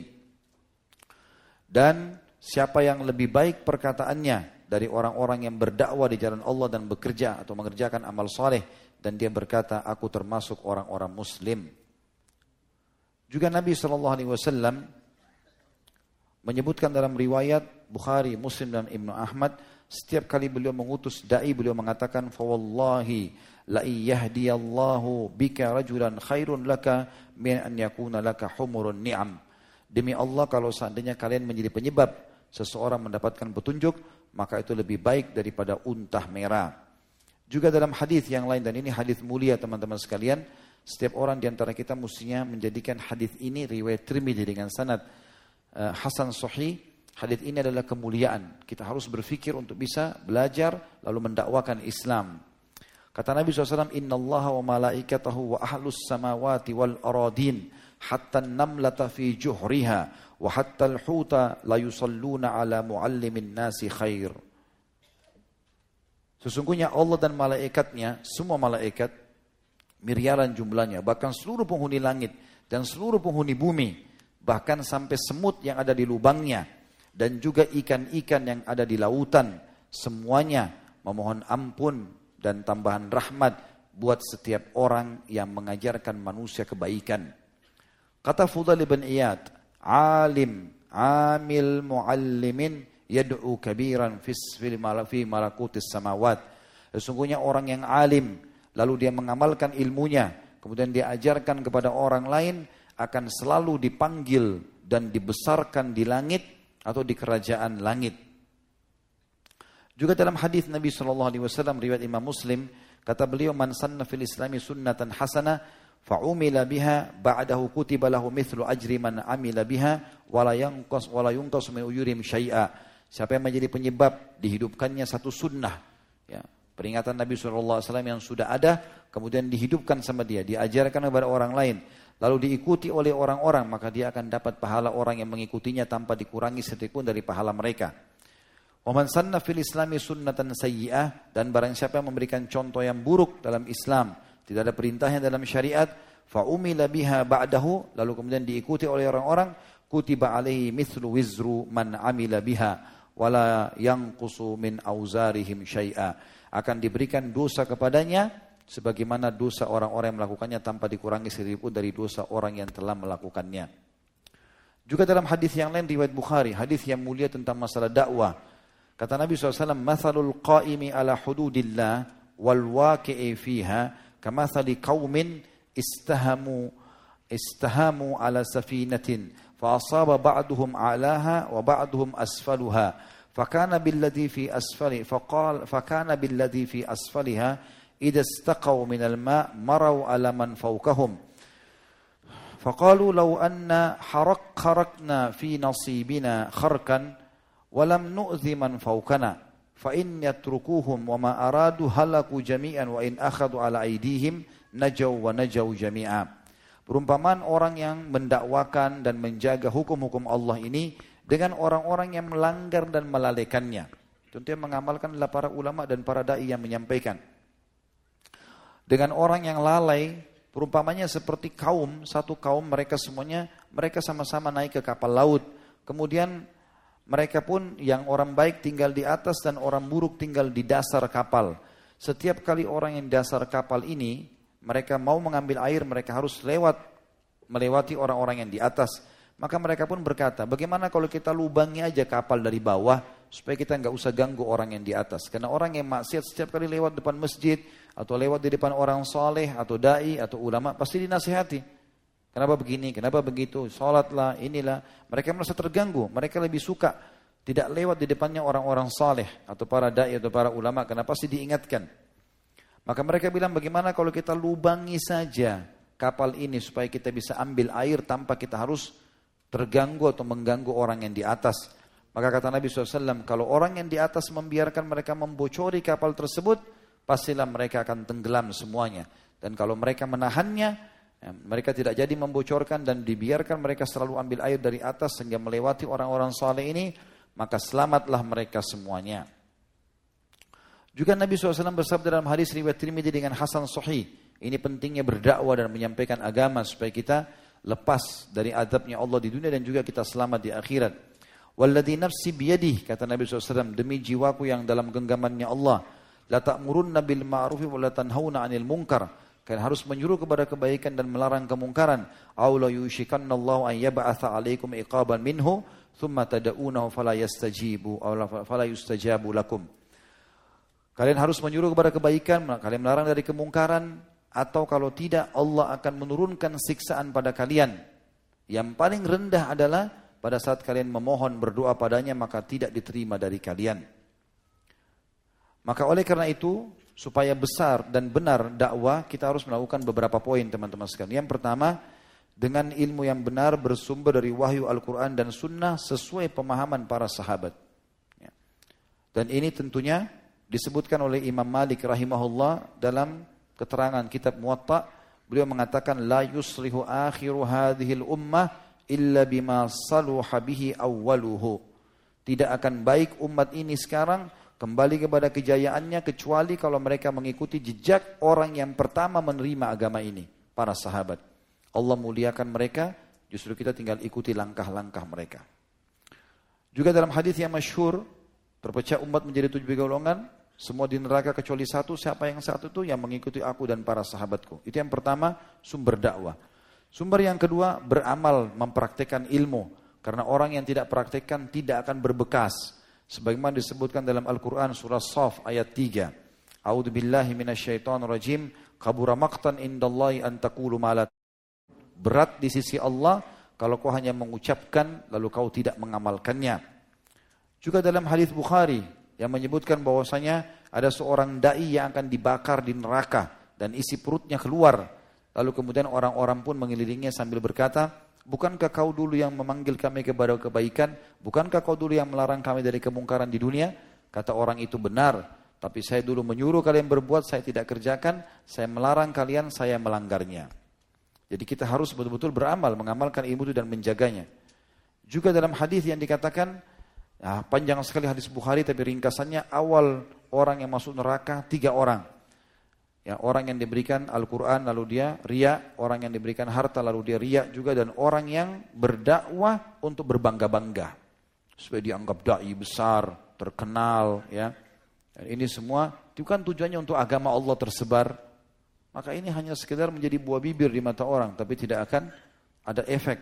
Dan siapa yang lebih baik perkataannya dari orang-orang yang berdakwah di jalan Allah dan bekerja atau mengerjakan amal saleh dan dia berkata, aku termasuk orang-orang muslim. Juga Nabi shallallahu alaihi wasallam menyebutkan dalam riwayat Bukhari, Muslim dan Ibnu Ahmad, setiap kali beliau mengutus dai, beliau mengatakan, fawallahi la yahdiyallahu bika rajulan khairun laka min an yakuna laka humurun ni'am. Demi Allah, kalau seandainya kalian menjadi penyebab seseorang mendapatkan petunjuk, maka itu lebih baik daripada unta merah. Juga dalam hadis yang lain, dan ini hadis mulia teman-teman sekalian, setiap orang di antara kita mestinya menjadikan hadis ini riwayat Tirmidzi dengan sanad uh, hasan sahih. Hadis ini adalah kemuliaan. Kita harus berfikir untuk bisa belajar lalu mendakwakan Islam. Kata Nabi shallallahu alaihi wasallam, Inna Allah wa malaikatahu wa ahlus samawati wal aradin hatta namlata fi juhriha wa hatta al-huta la yusalluna ala muallimin nasi khair. Sesungguhnya Allah dan malaikatnya, semua malaikat, miliaran jumlahnya, bahkan seluruh penghuni langit dan seluruh penghuni bumi, bahkan sampai semut yang ada di lubangnya, dan juga ikan-ikan yang ada di lautan, semuanya memohon ampun dan tambahan rahmat buat setiap orang yang mengajarkan manusia kebaikan. Kata Fudail bin Iyad, alim, amil, muallimin, yad'u kabiran fi malakutis samawat. Sesungguhnya orang yang alim, lalu dia mengamalkan ilmunya, kemudian dia ajarkan kepada orang lain, akan selalu dipanggil dan dibesarkan di langit atau di kerajaan langit. Juga dalam hadis Nabi shallallahu alaihi wasallam riwayat Imam Muslim, kata beliau, man sanna fil islami sunnatan hasanah fa'umila biha ba'dahu kutiba lahu mithlu ajri man amila biha wala yanqas wala yunqas min ujurihim syai'a. Siapa yang menjadi penyebab dihidupkannya satu sunnah, ya, peringatan Nabi shallallahu alaihi wasallam yang sudah ada, kemudian dihidupkan sama dia, diajarkan kepada orang lain, lalu diikuti oleh orang-orang, maka dia akan dapat pahala orang yang mengikutinya tanpa dikurangi sedikitpun dari pahala mereka. Wa man sanna fil islami sunnatan sayyi'ah, dan barang siapa yang memberikan contoh yang buruk dalam Islam, tidak ada perintahnya dalam syariat, fa umila biha ba'dahu, lalu kemudian diikuti oleh orang-orang, kutiba alaihi mithlu wizru man amila biha wala yanqusu min auzarihim syai'a. Akan diberikan dosa kepadanya sebagaimana dosa orang-orang yang melakukannya tanpa dikurangi sedikitpun dari dosa orang yang telah melakukannya. Juga dalam hadis yang lain riwayat Bukhari, hadis yang mulia tentang masalah dakwah, kata Nabi shallallahu alaihi wasallam, mathalul qaimi ala hududillah wal waqi'i fiha kamathali qaumin istahamu istahamu ala safinatin fa asaba ba'duhum a'laha wa ba'duhum asfaluha fakana billadhi fi asfali faqala fakana billadhi fi asfaliha idza istaqaw min al-ma' maraw ala man fawqahum faqalu law anna harak kharakna fi nasibina kharkan wa lam nu'dhi man fawqana fa in yatrukuhum wa ma aradu halaku jami'an wa in akhadhu ala aydihim najaw wa najaw jami'a. Perumpamaan orang yang mendakwakan dan menjaga hukum-hukum Allah ini dengan orang-orang yang melanggar dan melalaikannya. Tentu yang mengamalkan adalah para ulama dan para dai yang menyampaikan. Dengan orang yang lalai, perumpamannya seperti kaum, satu kaum mereka semuanya, mereka sama-sama naik ke kapal laut. Kemudian mereka pun yang orang baik tinggal di atas dan orang buruk tinggal di dasar kapal. Setiap kali orang yang di dasar kapal ini, mereka mau mengambil air, mereka harus lewat, melewati orang-orang yang di atas. Maka mereka pun berkata, bagaimana kalau kita lubangi aja kapal dari bawah, supaya kita nggak usah ganggu orang yang di atas. Karena orang yang maksiat setiap kali lewat depan masjid, atau lewat di depan orang soleh, atau da'i, atau ulama, pasti dinasihati. Kenapa begini, kenapa begitu, sholatlah, inilah. Mereka merasa terganggu, mereka lebih suka tidak lewat di depannya orang-orang saleh atau para da'i atau para ulama, karena pasti diingatkan. Maka mereka bilang, bagaimana kalau kita lubangi saja kapal ini supaya kita bisa ambil air tanpa kita harus terganggu atau mengganggu orang yang di atas. Maka kata Nabi shallallahu alaihi wasallam, kalau orang yang di atas membiarkan mereka membocori kapal tersebut, pastilah mereka akan tenggelam semuanya. Dan kalau mereka menahannya, ya, mereka tidak jadi membocorkan dan dibiarkan mereka selalu ambil air dari atas sehingga melewati orang-orang saleh ini, maka selamatlah mereka semuanya. Juga Nabi shallallahu alaihi wasallam bersabda dalam hadis riwayat Tirmidzi dengan hasan sahih, ini pentingnya berdakwah dan menyampaikan agama supaya kita lepas dari azabnya Allah di dunia dan juga kita selamat di akhirat. Walladzi nafsi biyadihi, kata Nabi shallallahu alaihi wasallam, demi jiwaku yang dalam genggamannya Allah, La ta'murunna bil ma'rufi wa la tanhauna 'anil munkar. Kalian harus menyuruh kepada kebaikan dan melarang kemungkaran. Aw la yushikanallahu an yab'atsa 'alaikum iqaban minhu thumma tad'unahu fala yastajibu aw fala yustajabu lakum. Kalian harus menyuruh kepada kebaikan, kalian melarang dari kemungkaran, atau kalau tidak Allah akan menurunkan siksaan pada kalian. Yang paling rendah adalah pada saat kalian memohon berdoa padanya maka tidak diterima dari kalian. Maka oleh karena itu, supaya besar dan benar dakwah, kita harus melakukan beberapa poin teman-teman sekalian. Yang pertama, dengan ilmu yang benar bersumber dari wahyu Al-Quran dan Sunnah sesuai pemahaman para sahabat. Dan ini tentunya disebutkan oleh Imam Malik rahimahullah dalam keterangan kitab Muwatta. Beliau mengatakan, la yuslihu akhiru hadhil ummah illa bima saluha bihi awwaluhu. Tidak akan baik umat ini sekarang kembali kepada kejayaannya kecuali kalau mereka mengikuti jejak orang yang pertama menerima agama ini, para sahabat. Allah muliakan mereka, justru kita tinggal ikuti langkah-langkah mereka. Juga dalam hadis yang masyhur, terpecah umat menjadi tujuh golongan, semua di neraka kecuali satu. Siapa yang satu itu? Yang mengikuti aku dan para sahabatku. Itu yang pertama, sumber dakwah. Sumber yang kedua, beramal, mempraktekkan ilmu. Karena orang yang tidak praktekkan tidak akan berbekas. Sebagaimana disebutkan dalam Al-Quran surah Shaf ayat tiga. A'udzu billahi minasyaitonir rajim. Kabura maqtan indallahi an taqulu ma la. Berat di sisi Allah kalau kau hanya mengucapkan lalu kau tidak mengamalkannya. Juga dalam hadis Bukhari yang menyebutkan bahwasanya ada seorang dai yang akan dibakar di neraka dan isi perutnya keluar. Lalu kemudian orang-orang pun mengelilinginya sambil berkata, bukankah kau dulu yang memanggil kami kepada kebaikan? Bukankah kau dulu yang melarang kami dari kemungkaran di dunia? Kata orang itu, benar. Tapi saya dulu menyuruh kalian berbuat, saya tidak kerjakan. Saya melarang kalian, saya melanggarnya. Jadi kita harus betul-betul beramal, mengamalkan ilmu itu dan menjaganya. Juga dalam hadis yang dikatakan, nah, panjang sekali hadis Bukhari, tapi ringkasannya awal orang yang masuk neraka tiga orang. Ya, orang yang diberikan Al-Quran lalu dia riya, orang yang diberikan harta lalu dia riya juga, dan orang yang berdakwah untuk berbangga-bangga supaya dianggap dai besar, terkenal. Ya, dan ini semua itu kan tujuannya untuk agama Allah tersebar. Maka ini hanya sekedar menjadi buah bibir di mata orang, tapi tidak akan ada efek.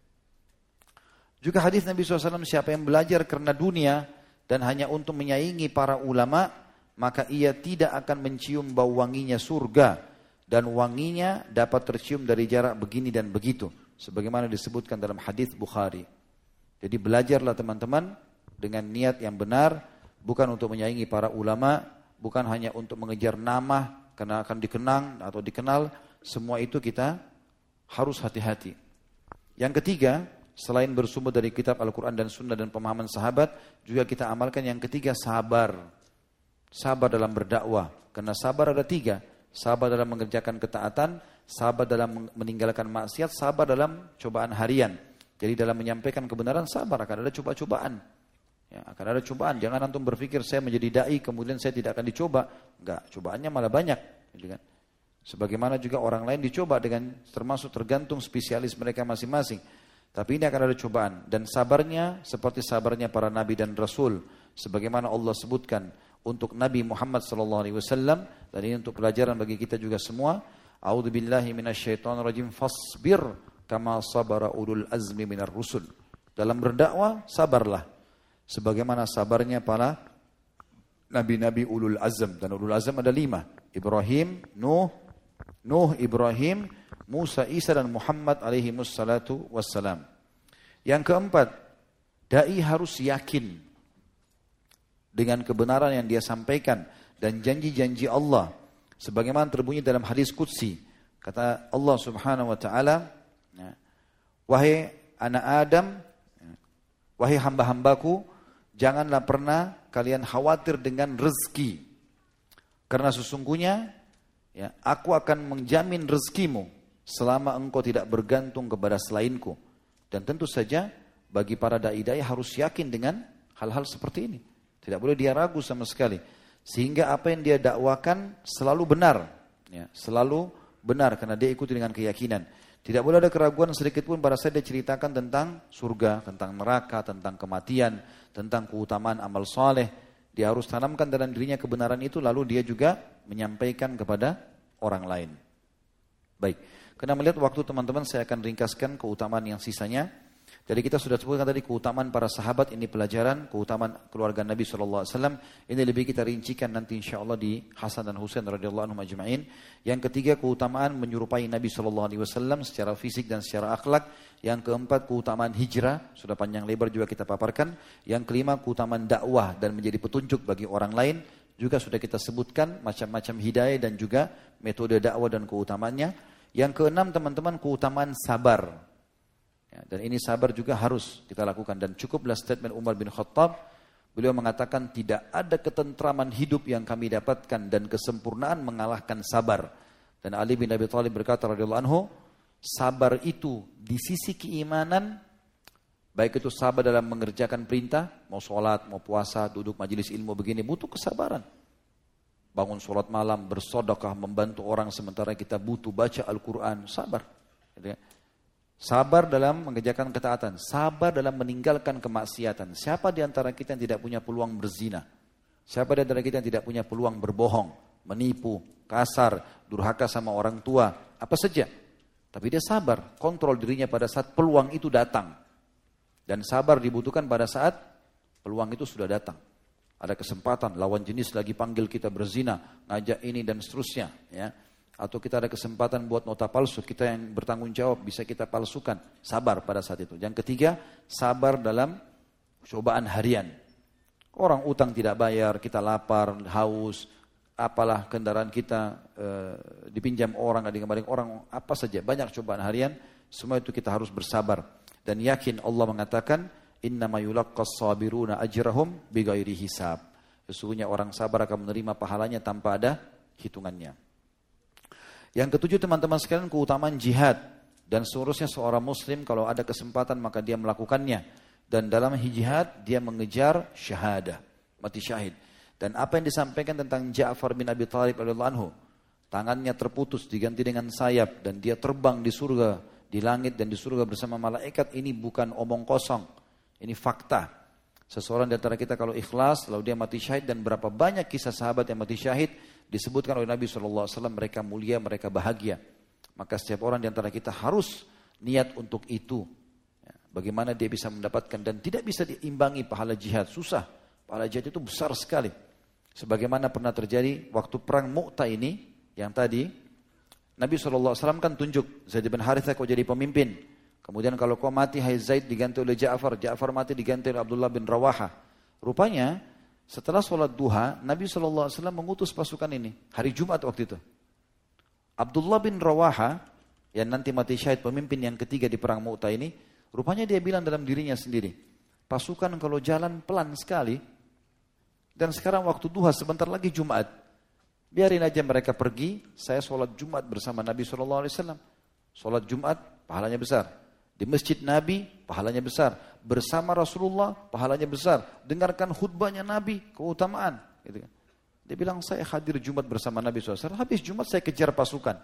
Juga hadis Nabi shallallahu alaihi wasallam, siapa yang belajar karena dunia dan hanya untuk menyaingi para ulama, maka ia tidak akan mencium bau wanginya surga, dan wanginya dapat tercium dari jarak begini dan begitu. Sebagaimana disebutkan dalam hadis Bukhari. Jadi belajarlah teman-teman dengan niat yang benar, bukan untuk menyaingi para ulama, bukan hanya untuk mengejar nama karena akan dikenang atau dikenal. Semua itu kita harus hati-hati. Yang ketiga, selain bersumber dari kitab Al-Quran dan Sunnah dan pemahaman sahabat, juga kita amalkan yang ketiga, sabar. Sabar dalam berdakwah. Karena sabar ada tiga. Sabar dalam mengerjakan ketaatan, sabar dalam meninggalkan maksiat, sabar dalam cobaan harian. Jadi dalam menyampaikan kebenaran, sabar, akan ada coba-cobaan. Ya, akan ada cobaan. Jangan antum berpikir saya menjadi dai kemudian saya tidak akan dicoba. Enggak, cobaannya malah banyak. Gitu kan? Sebagaimana juga orang lain dicoba dengan termasuk tergantung spesialis mereka masing-masing. Tapi ini akan ada cobaan. Dan sabarnya seperti sabarnya para nabi dan rasul. Sebagaimana Allah sebutkan untuk Nabi Muhammad sallallahu alaihi wasallam, dan ini untuk pelajaran bagi kita juga semua. A'udzubillahi minasyaitonirrajim, fasbir kama sabara ulul azmi minar rusul. Dalam berdakwah sabarlah sebagaimana sabarnya para nabi-nabi ulul azm. Dan ulul azm ada lima. Ibrahim, Nuh, Nuh, Ibrahim, Musa, Isa, dan Muhammad alaihi wassalatu wassalam. Yang keempat, dai harus yakin dengan kebenaran yang dia sampaikan dan janji-janji Allah. Sebagaimana terbunyi dalam hadis qudsi, kata Allah Subhanahu wa taala, wahai anak Adam, wahai hamba-hambaku, janganlah pernah kalian khawatir dengan rezeki. Karena sesungguhnya ya, aku akan menjamin rezekimu selama engkau tidak bergantung kepada selainku. Dan tentu saja bagi para dai-dai harus yakin dengan hal-hal seperti ini. Tidak boleh dia ragu sama sekali. Sehingga apa yang dia dakwakan selalu benar. Ya, selalu benar karena dia ikuti dengan keyakinan. Tidak boleh ada keraguan sedikit pun pada saat dia ceritakan tentang surga, tentang neraka, tentang kematian, tentang keutamaan amal saleh. Dia harus tanamkan dalam dirinya kebenaran itu, lalu dia juga menyampaikan kepada orang lain. Baik, karena melihat waktu teman-teman, saya akan ringkaskan keutamaan yang sisanya. Jadi kita sudah sebutkan tadi keutamaan para sahabat, ini pelajaran, keutamaan keluarga Nabi shallallahu alaihi wasallam. Ini lebih kita rincikan nanti insya Allah di Hasan dan Husain radhiyallahu anhum ajma'in. Yang ketiga, keutamaan menyerupai Nabi shallallahu alaihi wasallam secara fisik dan secara akhlak. Yang keempat, keutamaan hijrah, sudah panjang lebar juga kita paparkan. Yang kelima, keutamaan dakwah dan menjadi petunjuk bagi orang lain. Juga sudah kita sebutkan macam-macam hidayah dan juga metode dakwah dan keutamaannya. Yang keenam teman-teman, keutamaan sabar. Ya, dan ini sabar juga harus kita lakukan. Dan cukuplah statement Umar bin Khattab. Beliau mengatakan tidak ada ketentraman hidup yang kami dapatkan dan kesempurnaan mengalahkan sabar. Dan Ali bin Abi Thalib berkata radhiyallahu anhu, sabar itu di sisi keimanan, baik itu sabar dalam mengerjakan perintah, mau sholat, mau puasa, duduk majelis ilmu begini, butuh kesabaran. Bangun sholat malam, bersodokah, membantu orang sementara kita butuh baca Al-Quran, sabar. Sabar dalam mengerjakan ketaatan, sabar dalam meninggalkan kemaksiatan. Siapa di antara kita yang tidak punya peluang berzina? Siapa di antara kita yang tidak punya peluang berbohong, menipu, kasar, durhaka sama orang tua, apa saja? Tapi dia sabar, kontrol dirinya pada saat peluang itu datang. Dan sabar dibutuhkan pada saat peluang itu sudah datang. Ada kesempatan, lawan jenis lagi panggil kita berzina, ngajak ini dan seterusnya. Ya. Atau kita ada kesempatan buat nota palsu, kita yang bertanggung jawab bisa kita palsukan. Sabar pada saat itu. Yang ketiga, sabar dalam cobaan harian. Orang utang tidak bayar, kita lapar, haus, apalah kendaraan kita e, dipinjam orang, ada kembali orang, apa saja. Banyak cobaan harian, semua itu kita harus bersabar. Dan yakin Allah mengatakan, innama yulaqqas sabiruna ajrahum bighairi hisab. Sesungguhnya orang sabar akan menerima pahalanya tanpa ada hitungannya. Yang ketujuh teman-teman sekalian, keutamaan jihad. Dan seharusnya seorang muslim kalau ada kesempatan maka dia melakukannya. Dan dalam jihad dia mengejar syahadah, mati syahid. Dan apa yang disampaikan tentang Ja'far bin Abi Thalib radhiyallahu anhu, tangannya terputus diganti dengan sayap dan dia terbang di surga, di langit dan di surga bersama malaikat, ini bukan omong kosong. Ini fakta. Seseorang di antara kita kalau ikhlas, lalu dia mati syahid, dan berapa banyak kisah sahabat yang mati syahid disebutkan oleh Nabi shallallahu alaihi wasallam, mereka mulia, mereka bahagia. Maka setiap orang di antara kita harus niat untuk itu. Bagaimana dia bisa mendapatkan, dan tidak bisa diimbangi pahala jihad, susah. Pahala jihad itu besar sekali. Sebagaimana pernah terjadi waktu perang Mu'tah ini, yang tadi Nabi shallallahu alaihi wasallam kan tunjuk Zaid bin Harithah kau jadi pemimpin. Kemudian kalau kau mati, hai Zaid, diganti oleh Ja'far. Ja'far mati diganti oleh Abdullah bin Rawaha. Rupanya setelah sholat duha, Nabi shallallahu alaihi wasallam mengutus pasukan ini. Hari Jumat waktu itu. Abdullah bin Rawaha, yang nanti mati syahid, pemimpin yang ketiga di perang Mu'tah ini, rupanya dia bilang dalam dirinya sendiri, pasukan kalau jalan pelan sekali, dan sekarang waktu duha sebentar lagi Jumat, biarin aja mereka pergi, saya sholat Jumat bersama Nabi shallallahu alaihi wasallam. Sholat Jumat, pahalanya besar. Di masjid Nabi, pahalanya besar. Bersama Rasulullah, pahalanya besar. Dengarkan khutbahnya Nabi, keutamaan. Gitu kan. Dia bilang, saya hadir Jumat bersama Nabi shallallahu alaihi wasallam. Habis Jumat saya kejar pasukan.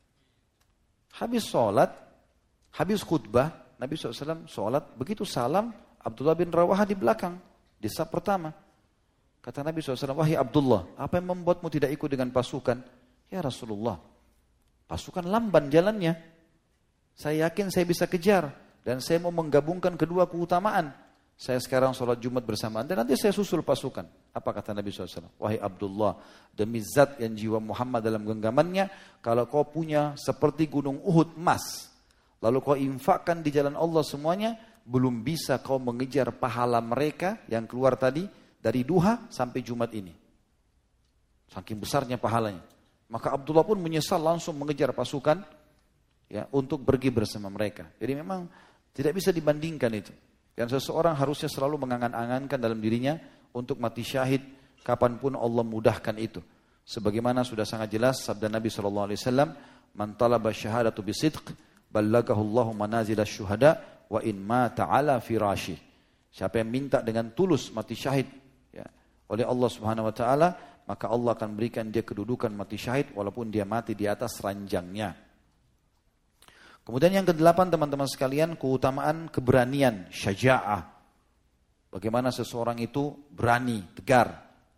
Habis sholat, habis khutbah, Nabi shallallahu alaihi wasallam sholat. Begitu salam, Abdullah bin Rawaha di belakang. Di saf pertama. Kata Nabi shallallahu alaihi wasallam, wahai Abdullah, apa yang membuatmu tidak ikut dengan pasukan? Ya Rasulullah, pasukan lamban jalannya. Saya yakin saya bisa kejar. Dan saya mau menggabungkan kedua keutamaan. Saya sekarang sholat Jumat bersama Anda, nanti saya susul pasukan. Apa kata Nabi shallallahu alaihi wasallam? Wahai Abdullah, demi zat yang jiwa Muhammad dalam genggamannya, kalau kau punya seperti gunung Uhud emas, lalu kau infakkan di jalan Allah semuanya, belum bisa kau mengejar pahala mereka yang keluar tadi, dari duha sampai Jumat ini. Saking besarnya pahalanya. Maka Abdullah pun menyesal, langsung mengejar pasukan, ya, untuk pergi bersama mereka. Jadi memang tidak bisa dibandingkan itu. Dan seseorang harusnya selalu mengangan-angankan dalam dirinya untuk mati syahid kapanpun Allah mudahkan itu. Sebagaimana sudah sangat jelas sabda Nabi shallallahu alaihi wasallam, man talaba syahadatu bisidq ballagahu Allahu manazil syuhada wa in mata ala firashi. Siapa yang minta dengan tulus mati syahid, ya, oleh Allah Subhanahu wa taala, maka Allah akan berikan dia kedudukan mati syahid walaupun dia mati di atas ranjangnya. Kemudian yang kedelapan teman-teman sekalian, keutamaan keberanian, syaja'ah. Bagaimana seseorang itu berani, tegar,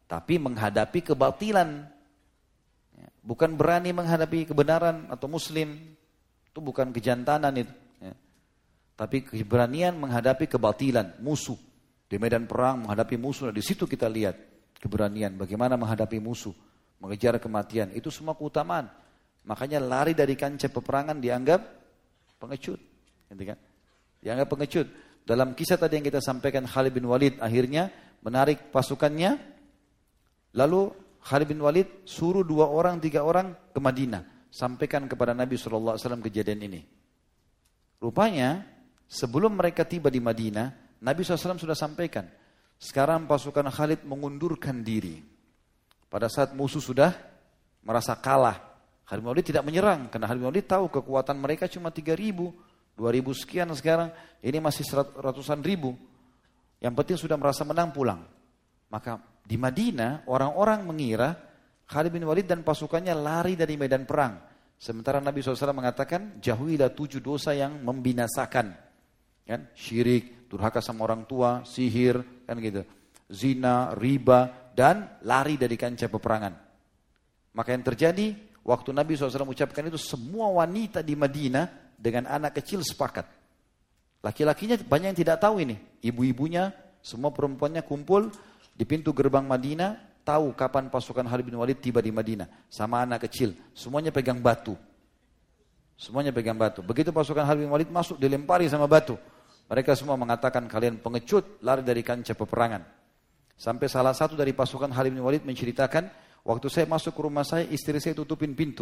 tapi menghadapi kebatilan. Ya, bukan berani menghadapi kebenaran atau muslim, itu bukan kejantanan itu. Ya. Tapi keberanian menghadapi kebatilan, musuh. Di medan perang menghadapi musuh, di situ kita lihat keberanian, bagaimana menghadapi musuh, mengejar kematian, itu semua keutamaan. Makanya lari dari kancah peperangan dianggap pengecut. Gitu kan? Dianggap pengecut. Dalam kisah tadi yang kita sampaikan, Khalid bin Walid akhirnya menarik pasukannya, lalu Khalid bin Walid suruh dua orang, tiga orang ke Madinah, sampaikan kepada Nabi shallallahu alaihi wasallam kejadian ini. Rupanya sebelum mereka tiba di Madinah, Nabi shallallahu alaihi wasallam sudah sampaikan, sekarang pasukan Khalid mengundurkan diri. Pada saat musuh sudah merasa kalah, Khalid bin Walid tidak menyerang, karena Khalid bin Walid tahu kekuatan mereka cuma tiga ribu, dua ribu sekian sekarang, ini masih ratusan ribu. Yang penting sudah merasa menang, pulang. Maka di Madinah orang-orang mengira Khalid bin Walid dan pasukannya lari dari medan perang. Sementara Nabi shallallahu alaihi wasallam mengatakan, jauhilah tujuh dosa yang membinasakan. Kan? Syirik, durhaka sama orang tua, sihir, kan gitu, zina, riba, dan lari dari kancah peperangan. Maka yang terjadi, waktu Nabi shallallahu alaihi wasallam ucapkan itu, semua wanita di Madinah dengan anak kecil sepakat. Laki-lakinya banyak yang tidak tahu ini. Ibu-ibunya, semua perempuannya kumpul di pintu gerbang Madinah, tahu kapan pasukan Khalid bin Walid tiba di Madinah. Sama anak kecil, semuanya pegang batu. Semuanya pegang batu. Begitu pasukan Khalid bin Walid masuk, dilempari sama batu. Mereka semua mengatakan, kalian pengecut, lari dari kancah peperangan. Sampai salah satu dari pasukan Khalid bin Walid menceritakan, waktu saya masuk ke rumah saya, istri saya tutupin pintu.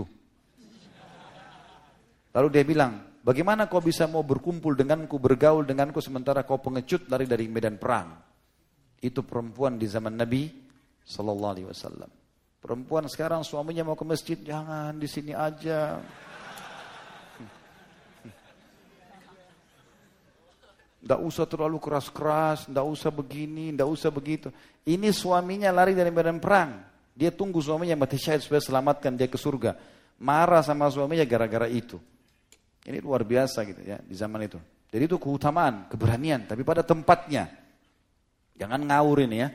Lalu dia bilang, bagaimana kau bisa mau berkumpul denganku, bergaul denganku, sementara kau pengecut lari dari medan perang. Itu perempuan di zaman Nabi Sallallahu Alaihi Wasallam. Perempuan sekarang suaminya mau ke masjid, jangan di sini aja. Tidak usah terlalu keras-keras, tidak usah begini, tidak usah begitu. Ini suaminya lari dari medan perang. Dia tunggu suaminya mati syahid supaya selamatkan dia ke surga. Marah sama suaminya gara-gara itu. Ini luar biasa gitu ya di zaman itu. Jadi itu keutamaan, keberanian, tapi pada tempatnya. Jangan ngawur ini ya.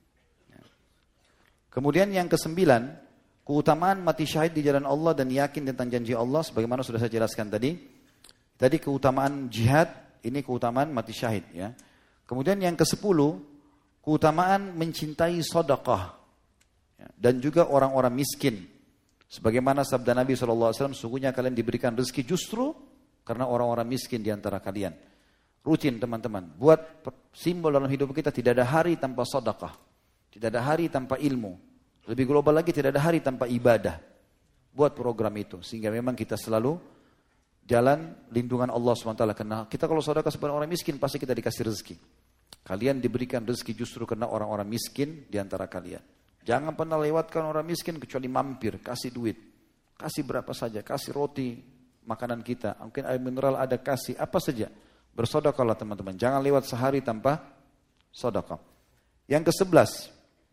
Kemudian yang kesembilan, keutamaan mati syahid di jalan Allah dan yakin tentang janji Allah, sebagaimana sudah saya jelaskan tadi. Tadi keutamaan jihad, ini keutamaan mati syahid ya. Kemudian yang kesepuluh, keutamaan mencintai sedekah ya, dan juga orang-orang miskin. Sebagaimana sabda Nabi shallallahu alaihi wasallam, sungguhnya kalian diberikan rezeki justru karena orang-orang miskin di antara kalian. Rutin teman-teman, buat simbol dalam hidup kita, tidak ada hari tanpa sedekah. Tidak ada hari tanpa ilmu. Lebih global lagi, tidak ada hari tanpa ibadah. Buat program itu, sehingga memang kita selalu jalan lindungan Allah subhanahu wa taala. Karena kita kalau sedekah kepada orang miskin, pasti kita dikasih rezeki. Kalian diberikan rezeki justru karena orang-orang miskin di antara kalian. Jangan pernah lewatkan orang miskin kecuali mampir, kasih duit. Kasih berapa saja, kasih roti, makanan kita. Mungkin air mineral ada, kasih apa saja. Bersedekahlah teman-teman, jangan lewat sehari tanpa sedekah. Yang kesebelas,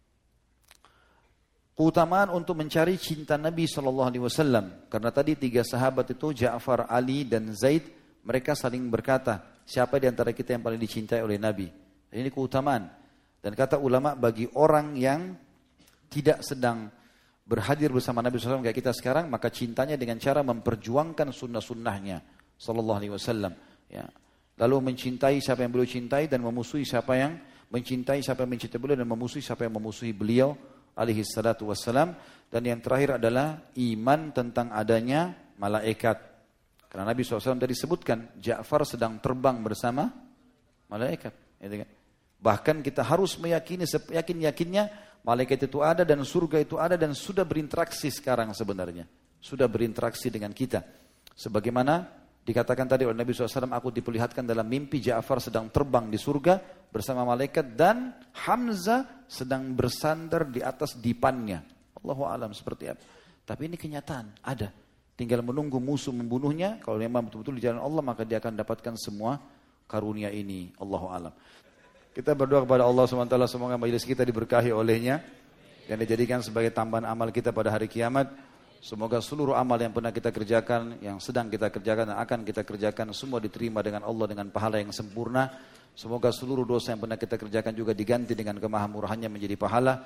keutamaan untuk mencari cinta Nabi shallallahu alaihi wasallam. Karena tadi tiga sahabat itu, Ja'far, Ali, dan Zaid, mereka saling berkata, siapa di antara kita yang paling dicintai oleh Nabi? Ini keutamaan. Dan kata ulama, bagi orang yang tidak sedang berhadir bersama Nabi shallallahu alaihi wasallam kayak kita sekarang, maka cintanya dengan cara memperjuangkan sunnah-sunnahnya sallallahu alaihi wasallam. Ya. Lalu mencintai siapa yang beliau cintai dan memusuhi siapa yang mencintai siapa yang mencintai beliau dan memusuhi siapa yang memusuhi beliau alaihi salatu wassalam. Dan yang terakhir adalah iman tentang adanya malaikat. Karena Nabi shallallahu alaihi wasallam tadi sebutkan, Ja'far sedang terbang bersama malaikat. Bahkan kita harus meyakini, yakin-yakinnya, malaikat itu ada dan surga itu ada dan sudah berinteraksi sekarang sebenarnya. Sudah berinteraksi dengan kita. Sebagaimana dikatakan tadi oleh Nabi shallallahu alaihi wasallam, aku diperlihatkan dalam mimpi Ja'far sedang terbang di surga bersama malaikat dan Hamzah sedang bersandar di atas dipannya. Allahu a'lam seperti apa. Tapi ini kenyataan, ada. Tinggal menunggu musuh membunuhnya. Kalau memang betul-betul di jalan Allah, maka dia akan dapatkan semua karunia ini. Allahu a'lam. Kita berdoa kepada Allah subhanahu wa taala, semoga majelis kita diberkahi olehnya dan dijadikan sebagai tambahan amal kita pada hari kiamat. Semoga seluruh amal yang pernah kita kerjakan, yang sedang kita kerjakan dan akan kita kerjakan, semua diterima dengan Allah dengan pahala yang sempurna. Semoga seluruh dosa yang pernah kita kerjakan juga diganti dengan kemahamurahannya menjadi pahala.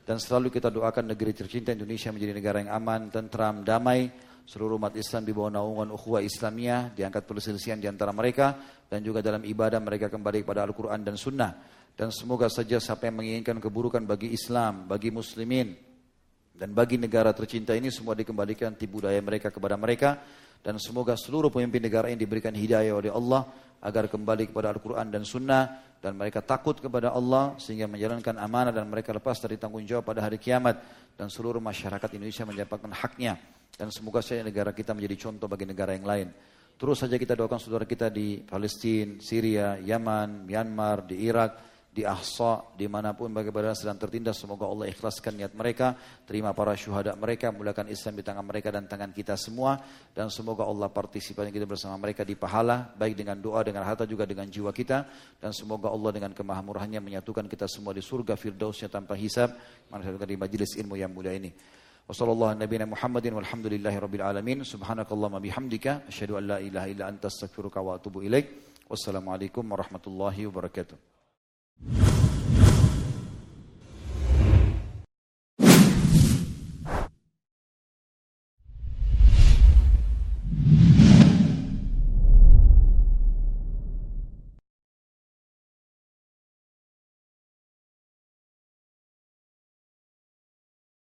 Dan selalu kita doakan negeri tercinta Indonesia menjadi negara yang aman, tentram, damai. Seluruh umat Islam di bawah naungan ukhuwah Islamiyah, diangkat perselisihan di antara mereka, dan juga dalam ibadah mereka kembali kepada Al-Quran dan Sunnah. Dan semoga saja siapa yang menginginkan keburukan bagi Islam, bagi muslimin, dan bagi negara tercinta ini semua dikembalikan tipu daya mereka kepada mereka. Dan semoga seluruh pemimpin negara ini diberikan hidayah oleh Allah agar kembali kepada Al-Quran dan Sunnah, dan mereka takut kepada Allah sehingga menjalankan amanah dan mereka lepas dari tanggung jawab pada hari kiamat, dan seluruh masyarakat Indonesia mendapatkan haknya. Dan semoga saja negara kita menjadi contoh bagi negara yang lain. Terus saja kita doakan saudara kita di Palestina, Syria, Yaman, Myanmar, di Irak, di Ahsa, dimanapun bagaimana sedang tertindas, semoga Allah ikhlaskan niat mereka, terima para syuhada mereka, mulakan Islam di tangan mereka dan tangan kita semua, dan semoga Allah partisipasi kita bersama mereka di pahala, baik dengan doa, dengan harta, juga dengan jiwa kita, dan semoga Allah dengan kemahamurahannya menyatukan kita semua di surga firdausnya tanpa hisab, menyatukan di majelis ilmu yang mulia ini. Wassallallahu ala nabiyina Muhammadin walhamdulillahi rabbil alamin. Subhanakallahumma bihamdika asyhadu an la ilaha illa anta astaghfiruka wa atubu ilaik. Wassalamualaikum warahmatullahi wabarakatuh.